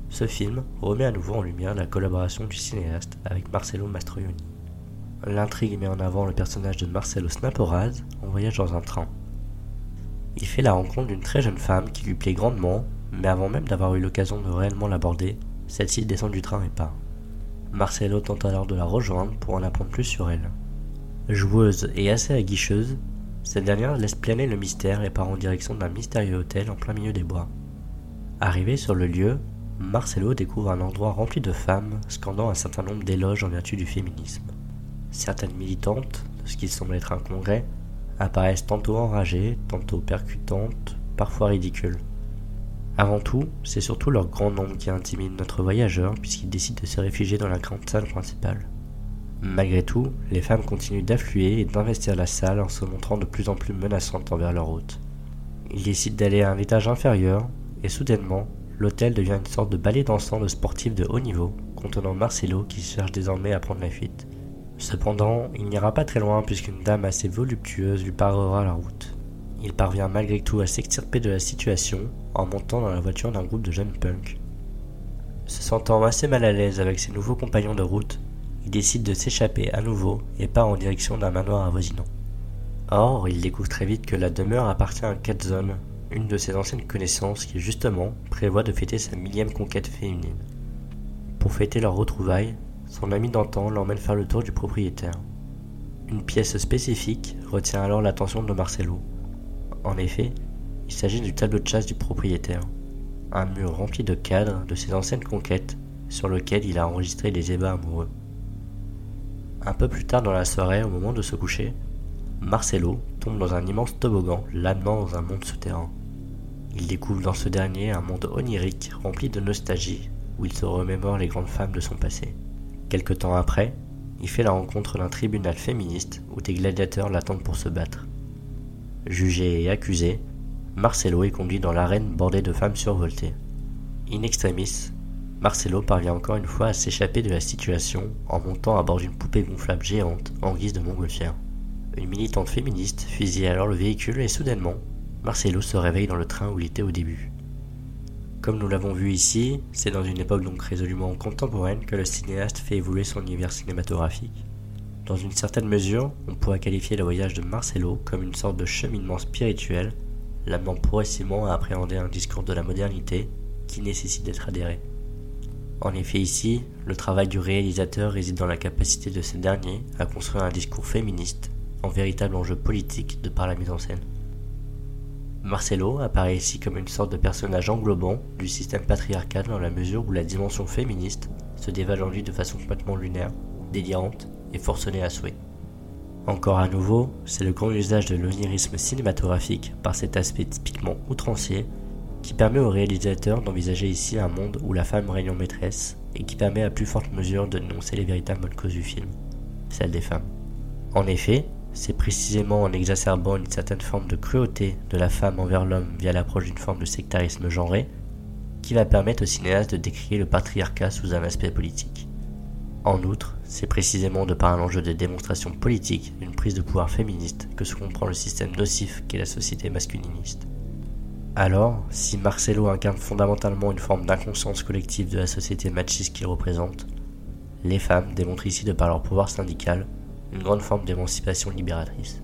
S1: Ce film remet à nouveau en lumière la collaboration du cinéaste avec Marcello Mastroianni. L'intrigue met en avant le personnage de Marcello Snaporaz en voyage dans un train. Il fait la rencontre d'une très jeune femme qui lui plaît grandement, mais avant même d'avoir eu l'occasion de réellement l'aborder, celle-ci descend du train et part. Marcello tente alors de la rejoindre pour en apprendre plus sur elle. Joueuse et assez aguicheuse, cette dernière laisse planer le mystère et part en direction d'un mystérieux hôtel en plein milieu des bois. Arrivé sur le lieu, Marcello découvre un endroit rempli de femmes, scandant un certain nombre d'éloges en vertu du féminisme. Certaines militantes, de ce qui semble être un congrès, apparaissent tantôt enragées, tantôt percutantes, parfois ridicules. Avant tout, c'est surtout leur grand nombre qui intimide notre voyageur puisqu'il décide de se réfugier dans la grande salle principale. Malgré tout, les femmes continuent d'affluer et d'investir la salle en se montrant de plus en plus menaçantes envers leur hôte. Ils décident d'aller à un étage inférieur et soudainement, l'hôtel devient une sorte de ballet dansant de sportifs de haut niveau, contenant Marcello qui cherche désormais à prendre la fuite. Cependant, il n'ira pas très loin puisqu'une dame assez voluptueuse lui parera la route. Il parvient malgré tout à s'extirper de la situation en montant dans la voiture d'un groupe de jeunes punks. Se sentant assez mal à l'aise avec ses nouveaux compagnons de route, il décide de s'échapper à nouveau et part en direction d'un manoir avoisinant. Or, il découvre très vite que la demeure appartient à Katzon, une de ses anciennes connaissances qui justement prévoit de fêter sa 1000e conquête féminine. Pour fêter leur retrouvaille, son ami d'antan l'emmène faire le tour du propriétaire. Une pièce spécifique retient alors l'attention de Marcello. En effet, il s'agit du tableau de chasse du propriétaire, un mur rempli de cadres de ses anciennes conquêtes sur lequel il a enregistré des ébats amoureux. Un peu plus tard dans la soirée, au moment de se coucher, Marcello tombe dans un immense toboggan l'amenant dans un monde souterrain. Il découvre dans ce dernier un monde onirique rempli de nostalgie où il se remémore les grandes femmes de son passé. Quelque temps après, il fait la rencontre d'un tribunal féministe où des gladiateurs l'attendent pour se battre. Jugé et accusé, Marcello est conduit dans l'arène bordée de femmes survoltées. In extremis, Marcello parvient encore une fois à s'échapper de la situation en montant à bord d'une poupée gonflable géante en guise de montgolfière. Une militante féministe fusille alors le véhicule et soudainement, Marcello se réveille dans le train où il était au début. Comme nous l'avons vu ici, c'est dans une époque donc résolument contemporaine que le cinéaste fait évoluer son univers cinématographique. Dans une certaine mesure, on pourrait qualifier le voyage de Marcello comme une sorte de cheminement spirituel, l'amenant progressivement à appréhender un discours de la modernité qui nécessite d'être adhéré. En effet ici, le travail du réalisateur réside dans la capacité de ce dernier à construire un discours féministe en véritable enjeu politique de par la mise en scène. Marcello apparaît ici comme une sorte de personnage englobant du système patriarcal dans la mesure où la dimension féministe se dévoile en lui de façon complètement lunaire, délirante et forcenée à souhait. Encore à nouveau, c'est le grand usage de l'onirisme cinématographique par cet aspect typiquement outrancier qui permet au réalisateur d'envisager ici un monde où la femme règne en maîtresse et qui permet à plus forte mesure de dénoncer les véritables bonnes causes du film, celle des femmes. En effet, c'est précisément en exacerbant une certaine forme de cruauté de la femme envers l'homme via l'approche d'une forme de sectarisme genré qui va permettre au cinéaste de décrire le patriarcat sous un aspect politique. En outre, c'est précisément de par un enjeu de démonstration politique d'une prise de pouvoir féministe que se comprend le système nocif qu'est la société masculiniste. Alors, si Marcello incarne fondamentalement une forme d'inconscience collective de la société machiste qu'il représente, les femmes démontrent ici de par leur pouvoir syndical une grande forme d'émancipation libératrice.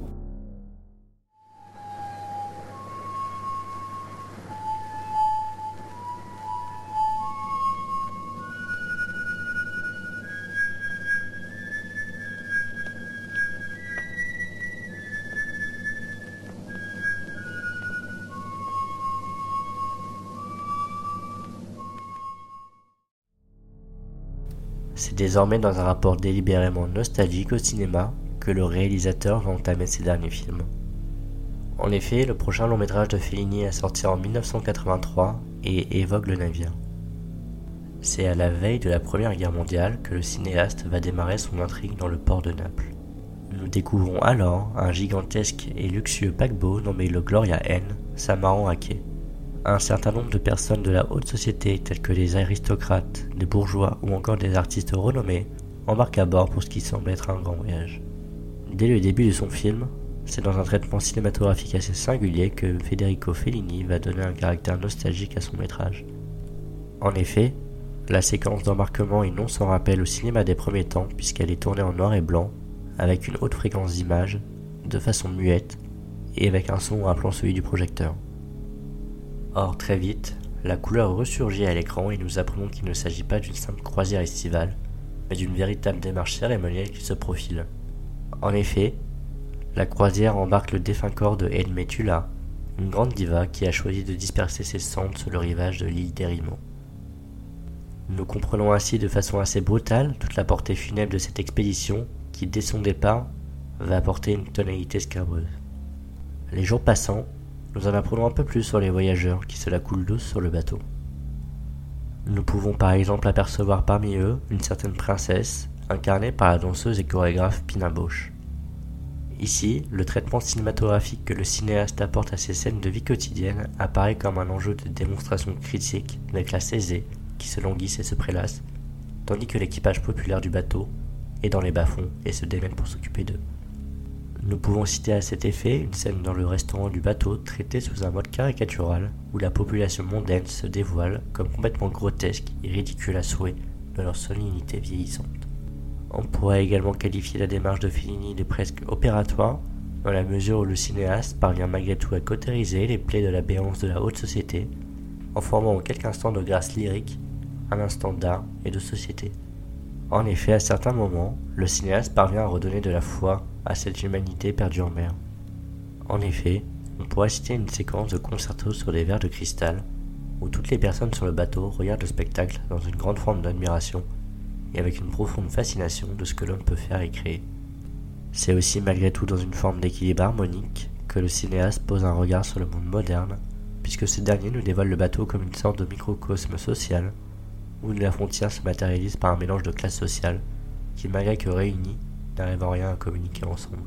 S1: C'est désormais dans un rapport délibérément nostalgique au cinéma que le réalisateur va entamer ses derniers films. En effet, le prochain long métrage de Fellini est sorti en 1983 et évoque le navire. C'est à la veille de la Première Guerre mondiale que le cinéaste va démarrer son intrigue dans le port de Naples. Nous découvrons alors un gigantesque et luxueux paquebot nommé le Gloria N, s'amarrant à quai. Un certain nombre de personnes de la haute société telles que des aristocrates, des bourgeois ou encore des artistes renommés embarquent à bord pour ce qui semble être un grand voyage. Dès le début de son film, c'est dans un traitement cinématographique assez singulier que Federico Fellini va donner un caractère nostalgique à son métrage. En effet, la séquence d'embarquement est non sans rappel au cinéma des premiers temps puisqu'elle est tournée en noir et blanc, avec une haute fréquence d'image, de façon muette, et avec un son rappelant celui du projecteur. Or, très vite, la couleur ressurgit à l'écran et nous apprenons qu'il ne s'agit pas d'une simple croisière estivale, mais d'une véritable démarche cérémonielle qui se profile. En effet, la croisière embarque le défunt corps de Ed Methulah, une grande diva qui a choisi de disperser ses cendres sur le rivage de l'île d'Erimo. Nous comprenons ainsi de façon assez brutale toute la portée funèbre de cette expédition qui, dès son départ, va apporter une tonalité scabreuse. Les jours passant, nous en apprenons un peu plus sur les voyageurs qui se la coulent douce sur le bateau. Nous pouvons par exemple apercevoir parmi eux une certaine princesse, incarnée par la danseuse et chorégraphe Pina Bausch. Ici, le traitement cinématographique que le cinéaste apporte à ces scènes de vie quotidienne apparaît comme un enjeu de démonstration critique des classes aisées qui se languissent et se prélassent, tandis que l'équipage populaire du bateau est dans les bas-fonds et se démène pour s'occuper d'eux. Nous pouvons citer à cet effet une scène dans le restaurant du bateau traitée sous un mode caricatural où la population mondaine se dévoile comme complètement grotesque et ridicule à souhait de leur solennité vieillissante. On pourrait également qualifier la démarche de Fellini de presque opératoire, dans la mesure où le cinéaste parvient malgré tout à cautériser les plaies de la béance de la haute société, en formant en quelques instants de grâce lyrique un instant d'art et de société. En effet, à certains moments, le cinéaste parvient à redonner de la foi à cette humanité perdue en mer. En effet, on pourrait citer une séquence de concerto sur des verres de cristal, où toutes les personnes sur le bateau regardent le spectacle dans une grande forme d'admiration et avec une profonde fascination de ce que l'homme peut faire et créer. C'est aussi malgré tout dans une forme d'équilibre harmonique que le cinéaste pose un regard sur le monde moderne, puisque ce dernier nous dévoile le bateau comme une sorte de microcosme social, où la frontière se matérialise par un mélange de classes sociales qui, malgré que réunies, n'arrivent en rien à communiquer ensemble.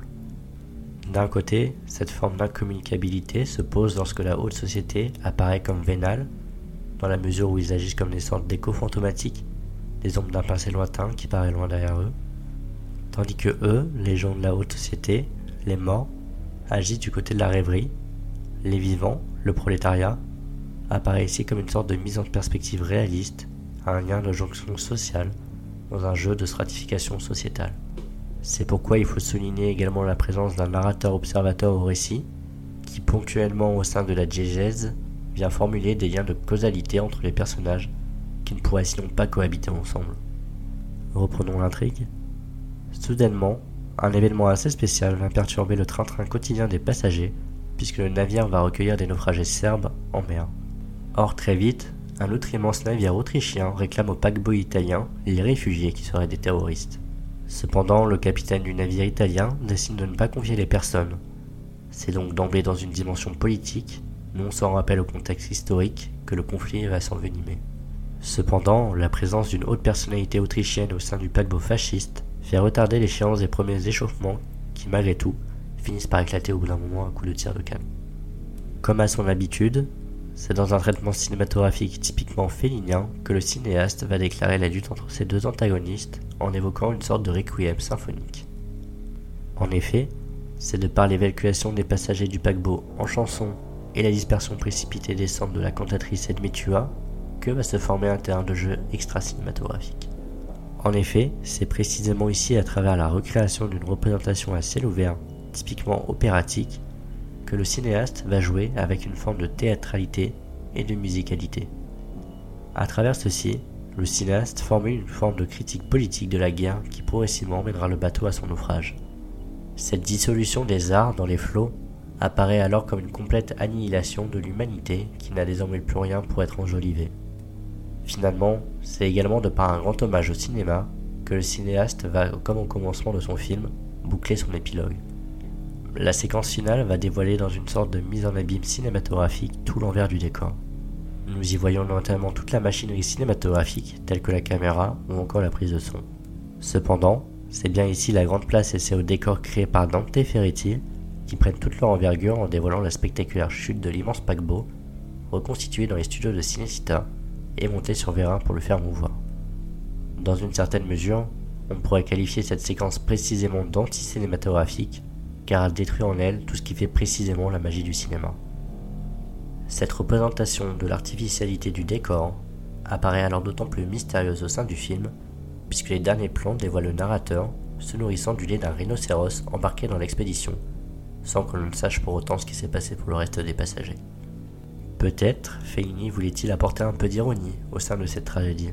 S1: D'un côté, cette forme d'incommunicabilité se pose lorsque la haute société apparaît comme vénale, dans la mesure où ils agissent comme des sortes d'échos fantomatiques, des ombres d'un passé lointain qui paraît loin derrière eux, tandis que eux, les gens de la haute société, les morts, agissent du côté de la rêverie, les vivants, le prolétariat, apparaît ici comme une sorte de mise en perspective réaliste à un lien de jonction sociale dans un jeu de stratification sociétale. C'est pourquoi il faut souligner également la présence d'un narrateur-observateur au récit, qui ponctuellement au sein de la diégèse vient formuler des liens de causalité entre les personnages qui ne pourraient sinon pas cohabiter ensemble. Reprenons l'intrigue. Soudainement, un événement assez spécial vient perturber le train-train quotidien des passagers, puisque le navire va recueillir des naufragés serbes en mer. Or, très vite, un autre immense navire autrichien réclame au paquebot italien les réfugiés qui seraient des terroristes. Cependant, le capitaine du navire italien décide de ne pas confier les personnes. C'est donc d'emblée dans une dimension politique, non sans rappel au contexte historique, que le conflit va s'envenimer. Cependant, la présence d'une haute personnalité autrichienne au sein du paquebot fasciste fait retarder l'échéance des premiers échauffements qui, malgré tout, finissent par éclater au bout d'un moment à coups de tir de canon. Comme à son habitude, c'est dans un traitement cinématographique typiquement félinien que le cinéaste va déclarer la lutte entre ces deux antagonistes en évoquant une sorte de requiem symphonique. En effet, c'est de par l'évacuation des passagers du paquebot en chanson et la dispersion précipitée des cendres de la cantatrice Ed Methulah que va se former un terrain de jeu extra-cinématographique. En effet, c'est précisément ici à travers la recréation d'une représentation à ciel ouvert, typiquement opératique, que le cinéaste va jouer avec une forme de théâtralité et de musicalité. À travers ceci, le cinéaste formule une forme de critique politique de la guerre qui progressivement mènera le bateau à son naufrage. Cette dissolution des arts dans les flots apparaît alors comme une complète annihilation de l'humanité qui n'a désormais plus rien pour être enjolivée. Finalement, c'est également de par un grand hommage au cinéma que le cinéaste va, comme au commencement de son film, boucler son épilogue. La séquence finale va dévoiler dans une sorte de mise en abîme cinématographique tout l'envers du décor. Nous y voyons notamment toute la machinerie cinématographique, telle que la caméra ou encore la prise de son. Cependant, c'est bien ici la grande place laissée au décor créé par Dante Ferretti qui prennent toute leur envergure en dévoilant la spectaculaire chute de l'immense paquebot, reconstitué dans les studios de Cinecittà et monté sur vérin pour le faire mouvoir. Dans une certaine mesure, on pourrait qualifier cette séquence précisément d'anti-cinématographique, car elle détruit en elle tout ce qui fait précisément la magie du cinéma. Cette représentation de l'artificialité du décor apparaît alors d'autant plus mystérieuse au sein du film, puisque les derniers plans dévoilent le narrateur se nourrissant du lait d'un rhinocéros embarqué dans l'expédition, sans que l'on ne sache pour autant ce qui s'est passé pour le reste des passagers. Peut-être Fellini voulait-il apporter un peu d'ironie au sein de cette tragédie.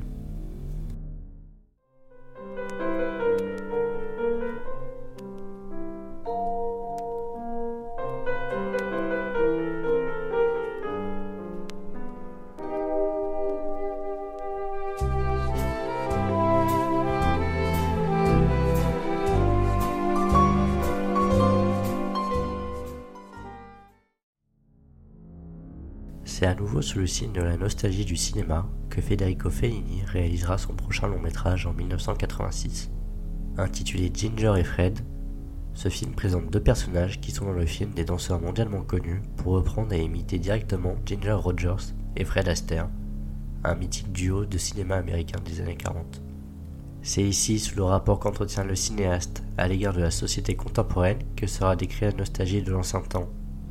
S1: C'est à nouveau sous le signe de la nostalgie du cinéma que Federico Fellini réalisera son prochain long métrage en 1986. Intitulé Ginger et Fred, ce film présente deux personnages qui sont dans le film des danseurs mondialement connus pour reprendre et imiter directement Ginger Rogers et Fred Astaire, un mythique duo de cinéma américain des années 40. C'est ici, sous le rapport qu'entretient le cinéaste à l'égard de la société contemporaine, que sera décrite la nostalgie de l'ancien temps.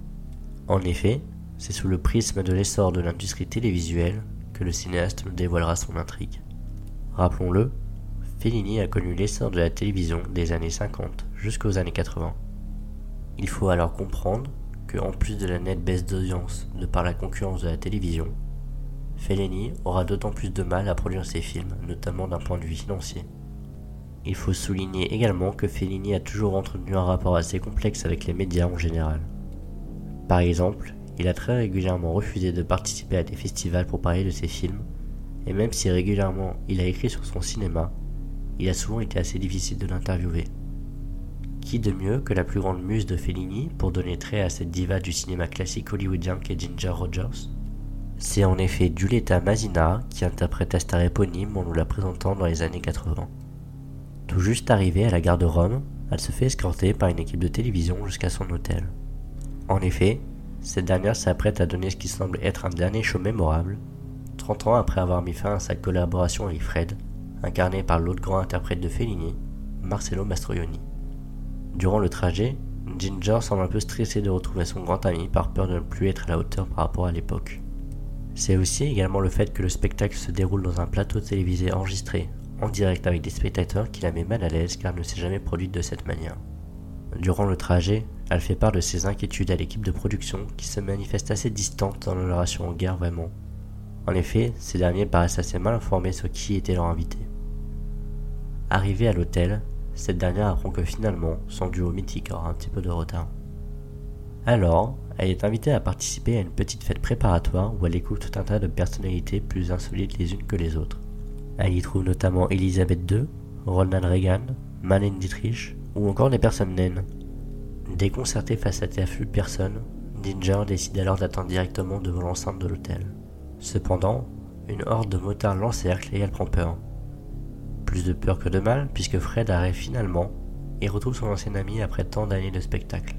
S1: En effet, c'est sous le prisme de l'essor de l'industrie télévisuelle que le cinéaste nous dévoilera son intrigue. Rappelons-le, Fellini a connu l'essor de la télévision des années 50 jusqu'aux années 80. Il faut alors comprendre que, en plus de la nette baisse d'audience de par la concurrence de la télévision, Fellini aura d'autant plus de mal à produire ses films, notamment d'un point de vue financier. Il faut souligner également que Fellini a toujours entretenu un rapport assez complexe avec les médias en général. Par exemple, il a très régulièrement refusé de participer à des festivals pour parler de ses films, et même si régulièrement il a écrit sur son cinéma, il a souvent été assez difficile de l'interviewer. Qui de mieux que la plus grande muse de Fellini pour donner trait à cette diva du cinéma classique hollywoodien qu'est Ginger Rogers ? C'est en effet Giulietta Masina qui interprète la star éponyme en nous la présentant dans les années 80. Tout juste arrivée à la gare de Rome, elle se fait escorter par une équipe de télévision jusqu'à son hôtel. En effet, cette dernière s'apprête à donner ce qui semble être un dernier show mémorable, 30 ans après avoir mis fin à sa collaboration avec Fred, incarné par l'autre grand interprète de Fellini, Marcello Mastroianni. Durant le trajet, Ginger semble un peu stressée de retrouver son grand ami par peur de ne plus être à la hauteur par rapport à l'époque. C'est aussi également le fait que le spectacle se déroule dans un plateau télévisé enregistré, en direct avec des spectateurs qui la met mal à l'aise car elle ne s'est jamais produite de cette manière. Durant le trajet, elle fait part de ses inquiétudes à l'équipe de production qui se manifeste assez distante dans leur relation en guerre vraiment. En effet, ces derniers paraissent assez mal informés sur qui était leur invité. Arrivée à l'hôtel, cette dernière apprend que finalement, son duo mythique aura un petit peu de retard. Alors, elle est invitée à participer à une petite fête préparatoire où elle écoute tout un tas de personnalités plus insolites les unes que les autres. Elle y trouve notamment Elisabeth II, Ronald Reagan, Marlène Dietrich ou encore des personnes naines. Déconcertée face à ces afflues de personnes, Ginger décide alors d'attendre directement devant l'enceinte de l'hôtel. Cependant, une horde de motards l'encercle et elle prend peur. Plus de peur que de mal puisque Fred arrive finalement et retrouve son ancien ami après tant d'années de spectacle.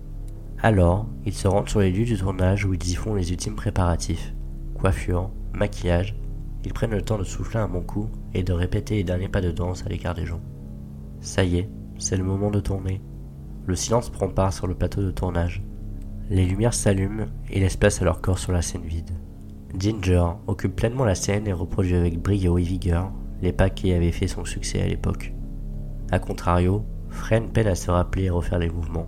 S1: Alors, ils se rendent sur les lieux du tournage où ils y font les ultimes préparatifs. Coiffure, maquillage, ils prennent le temps de souffler un bon coup et de répéter les derniers pas de danse à l'écart des gens. Ça y est, c'est le moment de tourner. Le silence prend part sur le plateau de tournage. Les lumières s'allument et laissent place à leur corps sur la scène vide. Ginger occupe pleinement la scène et reproduit avec brio et vigueur les pas qui avaient fait son succès à l'époque. A contrario, Fred peine à se rappeler et refaire les mouvements.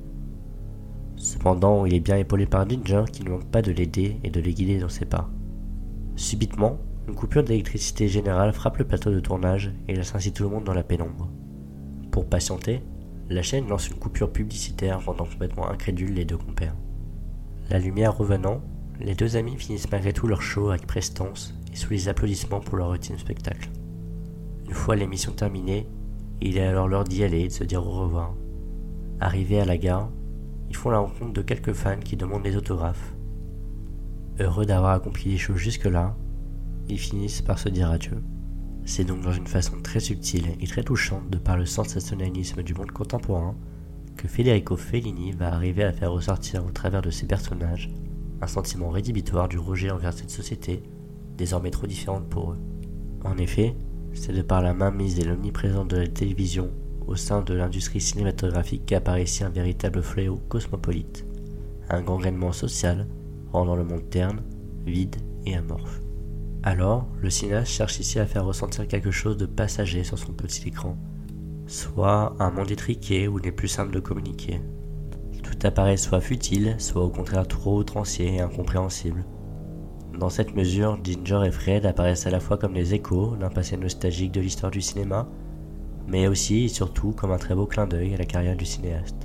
S1: Cependant, il est bien épaulé par Ginger qui ne manque pas de l'aider et de les guider dans ses pas. Subitement, une coupure d'électricité générale frappe le plateau de tournage et laisse ainsi tout le monde dans la pénombre. Pour patienter, la chaîne lance une coupure publicitaire rendant complètement incrédules les deux compères. La lumière revenant, les deux amis finissent malgré tout leur show avec prestance et sous les applaudissements pour leur ultime spectacle. Une fois l'émission terminée, il est alors l'heure d'y aller et de se dire au revoir. Arrivés à la gare, ils font la rencontre de quelques fans qui demandent des autographes. Heureux d'avoir accompli les choses jusque-là, ils finissent par se dire adieu. C'est donc dans une façon très subtile et très touchante de par le sensationnalisme du monde contemporain que Federico Fellini va arriver à faire ressortir au travers de ses personnages un sentiment rédhibitoire du rejet envers cette société, désormais trop différente pour eux. En effet, c'est de par la mainmise et l'omniprésence de la télévision au sein de l'industrie cinématographique qu'apparaît ici un véritable fléau cosmopolite, un gangrénement social rendant le monde terne, vide et amorphe. Alors, le cinéaste cherche ici à faire ressentir quelque chose de passager sur son petit écran, soit un monde étriqué où il est plus simple de communiquer. Tout apparaît soit futile, soit au contraire trop outrancier et incompréhensible. Dans cette mesure, Ginger et Fred apparaissent à la fois comme des échos d'un passé nostalgique de l'histoire du cinéma, mais aussi et surtout comme un très beau clin d'œil à la carrière du cinéaste.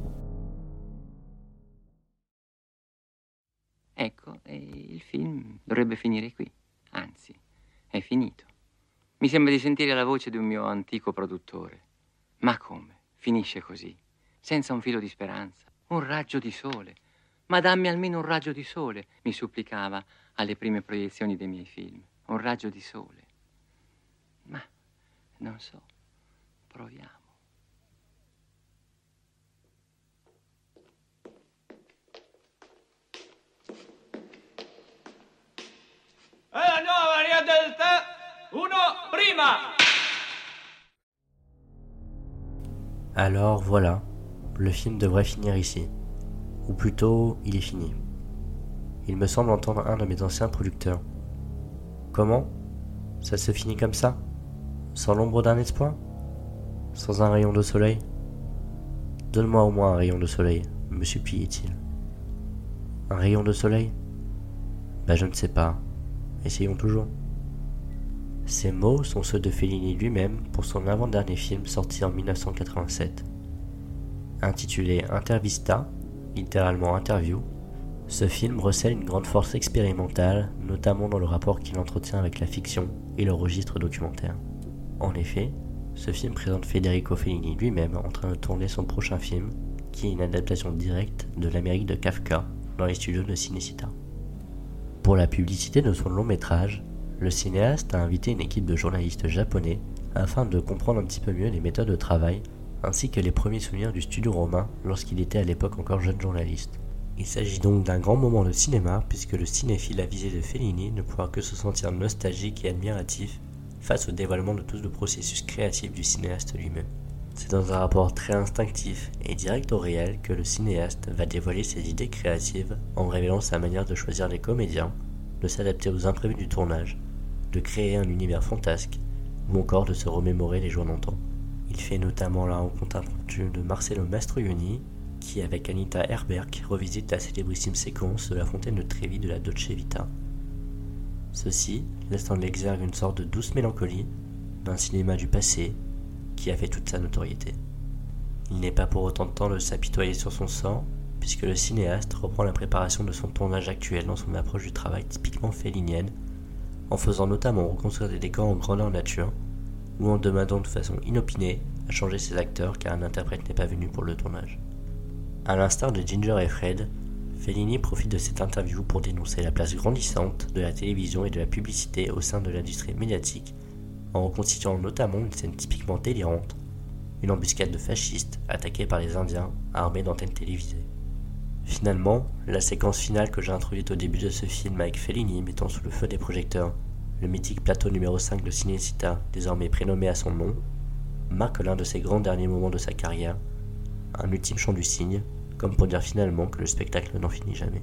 S4: Ecco, il film dovrebbe finire qui. Anzi, è finito. Mi sembra di sentire la voce di un mio antico produttore. Ma come? Finisce così, senza un filo di speranza, un raggio di sole. Ma dammi almeno un raggio di sole, mi supplicava alle prime proiezioni dei miei film. Un raggio di sole. Ma, non so, proviamo.
S5: La nuova via del tè, uno prima.
S1: Alors voilà, le film devrait finir ici. Ou plutôt, il est fini. Il me semble entendre un de mes anciens producteurs. Comment ? Ça se finit comme ça ? Sans l'ombre d'un espoir ? Sans un rayon de soleil ? Donne-moi au moins un rayon de soleil, me supplie-t-il. Un rayon de soleil ? Je ne sais pas. Essayons toujours. Ces mots sont ceux de Fellini lui-même pour son avant-dernier film sorti en 1987. Intitulé Intervista, littéralement interview, ce film recèle une grande force expérimentale, notamment dans le rapport qu'il entretient avec la fiction et le registre documentaire. En effet, ce film présente Federico Fellini lui-même en train de tourner son prochain film, qui est une adaptation directe de l'Amérique de Kafka dans les studios de Cinecittà. Pour la publicité de son long métrage, le cinéaste a invité une équipe de journalistes japonais afin de comprendre un petit peu mieux les méthodes de travail ainsi que les premiers souvenirs du studio romain lorsqu'il était à l'époque encore jeune journaliste. Il s'agit donc d'un grand moment de cinéma puisque le cinéphile avisé de Fellini ne pourra que se sentir nostalgique et admiratif face au dévoilement de tout le processus créatif du cinéaste lui-même. C'est dans un rapport très instinctif et direct au réel que le cinéaste va dévoiler ses idées créatives en révélant sa manière de choisir les comédiens, de s'adapter aux imprévus du tournage, de créer un univers fantasque ou encore de se remémorer les jours d'antan. Il fait notamment la rencontre impromptue de Marcello Mastroianni qui, avec Anita Herberg, revisite la célébrissime séquence de la fontaine de Trevi de la Dolce Vita. Ceci laisse en exergue une sorte de douce mélancolie d'un cinéma du passé qui a fait toute sa notoriété. Il n'est pas pour autant de temps de s'apitoyer sur son sort, puisque le cinéaste reprend la préparation de son tournage actuel dans son approche du travail typiquement fellinienne, en faisant notamment reconstruire des décors en grandeur nature, ou en demandant de façon inopinée à changer ses acteurs car un interprète n'est pas venu pour le tournage. À l'instar de Ginger et Fred, Fellini profite de cette interview pour dénoncer la place grandissante de la télévision et de la publicité au sein de l'industrie médiatique, en reconstituant notamment une scène typiquement délirante, une embuscade de fascistes attaqués par les Indiens armés d'antennes télévisées. Finalement, la séquence finale que j'ai introduite au début de ce film avec Fellini mettant sous le feu des projecteurs le mythique plateau numéro 5 de Cinecittà, désormais prénommé à son nom, marque l'un de ses grands derniers moments de sa carrière, un ultime chant du cygne, comme pour dire finalement que le spectacle n'en finit jamais.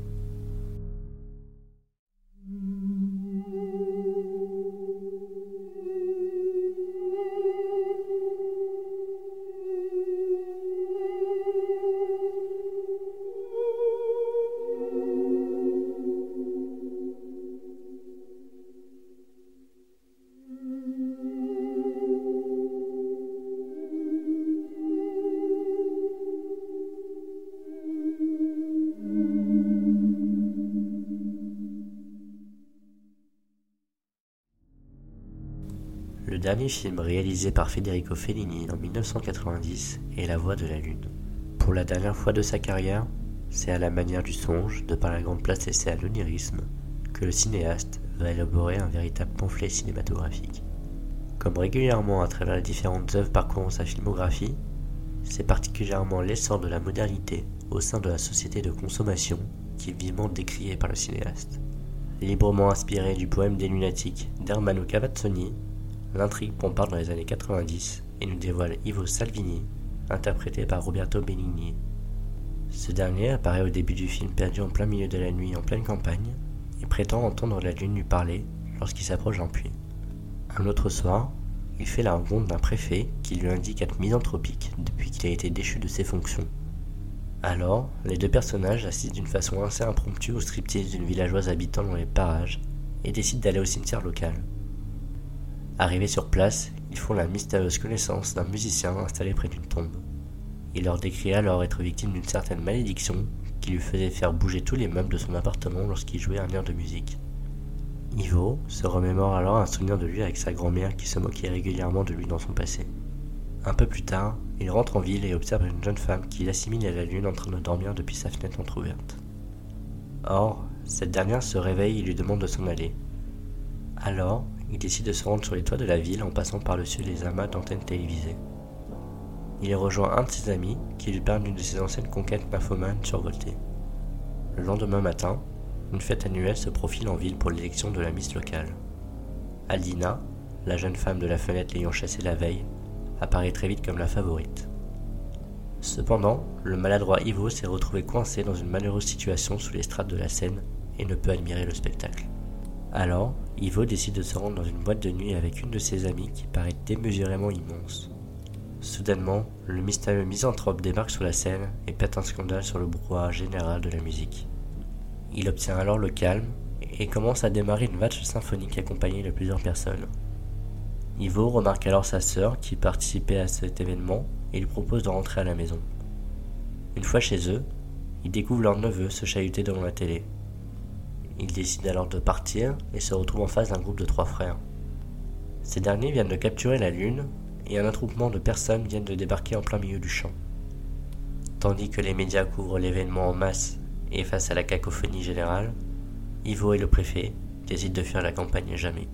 S1: Le dernier film réalisé par Federico Fellini en 1990 est La Voix de la Lune. Pour la dernière fois de sa carrière, c'est à la manière du songe, de par la grande place laissée à l'onirisme, que le cinéaste va élaborer un véritable pamphlet cinématographique. Comme régulièrement à travers les différentes œuvres parcourant sa filmographie, c'est particulièrement l'essor de la modernité au sein de la société de consommation qui est vivement décrié par le cinéaste. Librement inspiré du poème des lunatiques d'Ermanno Cavazzoni, l'intrigue prend part dans les années 90 et nous dévoile Ivo Salvini, interprété par Roberto Benigni. Ce dernier apparaît au début du film perdu en plein milieu de la nuit en pleine campagne et prétend entendre la lune lui parler lorsqu'il s'approche d'un puits. Un autre soir, il fait la rencontre d'un préfet qui lui indique être misanthropique depuis qu'il a été déchu de ses fonctions. Alors, les deux personnages assistent d'une façon assez impromptue au striptease d'une villageoise habitant dans les parages et décident d'aller au cimetière local. Arrivés sur place, ils font la mystérieuse connaissance d'un musicien installé près d'une tombe. Il leur décrit alors être victime d'une certaine malédiction qui lui faisait faire bouger tous les meubles de son appartement lorsqu'il jouait un air de musique. Ivo se remémore alors un souvenir de lui avec sa grand-mère qui se moquait régulièrement de lui dans son passé. Un peu plus tard, il rentre en ville et observe une jeune femme qu'il assimile à la lune en train de dormir depuis sa fenêtre entrouverte. Or, cette dernière se réveille et lui demande de s'en aller. Alors, il décide de se rendre sur les toits de la ville en passant par-dessus les amas d'antennes télévisées. Il y rejoint un de ses amis qui lui parle d'une de ses anciennes conquêtes nymphomanes survoltées. Le lendemain matin, une fête annuelle se profile en ville pour l'élection de la Miss locale. Aldina, la jeune femme de la fenêtre l'ayant chassée la veille, apparaît très vite comme la favorite. Cependant, le maladroit Ivo s'est retrouvé coincé dans une malheureuse situation sous les strates de la scène et ne peut admirer le spectacle. Alors, Ivo décide de se rendre dans une boîte de nuit avec une de ses amies qui paraît démesurément immense. Soudainement, le mystérieux misanthrope débarque sur la scène et pète un scandale sur le brouhaha général de la musique. Il obtient alors le calme et commence à démarrer une valse symphonique accompagnée de plusieurs personnes. Ivo remarque alors sa sœur qui participait à cet événement et lui propose de rentrer à la maison. Une fois chez eux, ils découvrent leur neveu se chahuter devant la télé. Ils décident alors de partir et se retrouvent en face d'un groupe de 3 frères. Ces derniers viennent de capturer la lune et un attroupement de personnes viennent de débarquer en plein milieu du champ. Tandis que les médias couvrent l'événement en masse et face à la cacophonie générale, Ivo et le préfet décident de fuir la campagne à jamais.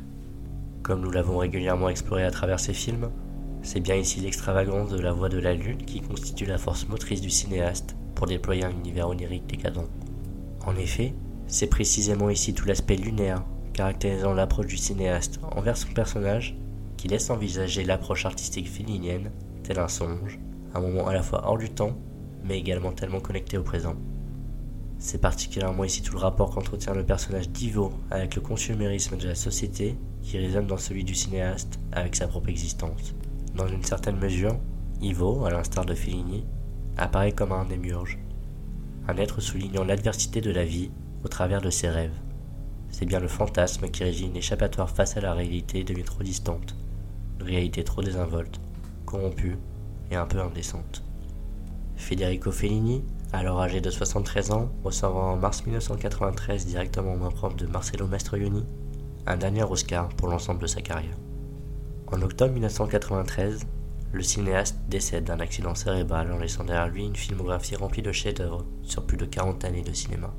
S1: Comme nous l'avons régulièrement exploré à travers ces films, c'est bien ici l'extravagance de la voix de la lune qui constitue la force motrice du cinéaste pour déployer un univers onirique décadent. En effet, c'est précisément ici tout l'aspect lunaire caractérisant l'approche du cinéaste envers son personnage qui laisse envisager l'approche artistique félinienne tel un songe, un moment à la fois hors du temps mais également tellement connecté au présent. C'est particulièrement ici tout le rapport qu'entretient le personnage d'Ivo avec le consumérisme de la société qui résonne dans celui du cinéaste avec sa propre existence. Dans une certaine mesure, Ivo, à l'instar de Fellini, apparaît comme un démiurge, un être soulignant l'adversité de la vie au travers de ses rêves. C'est bien le fantasme qui régit une échappatoire face à la réalité devenue trop distante, une réalité trop désinvolte, corrompue et un peu indécente. Federico Fellini, alors âgé de 73 ans, recevra en mars 1993 directement en main propre de Marcello Mastroianni un dernier Oscar pour l'ensemble de sa carrière. En octobre 1993, le cinéaste décède d'un accident cérébral en laissant derrière lui une filmographie remplie de chefs-d'œuvre sur plus de 40 années de cinéma.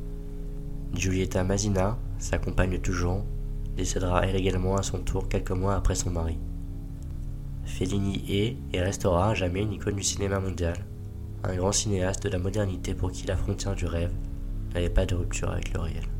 S1: Giulietta Masina, sa compagne de toujours, décédera elle également à son tour quelques mois après son mari. Fellini est et restera à jamais une icône du cinéma mondial, un grand cinéaste de la modernité pour qui la frontière du rêve n'avait pas de rupture avec le réel.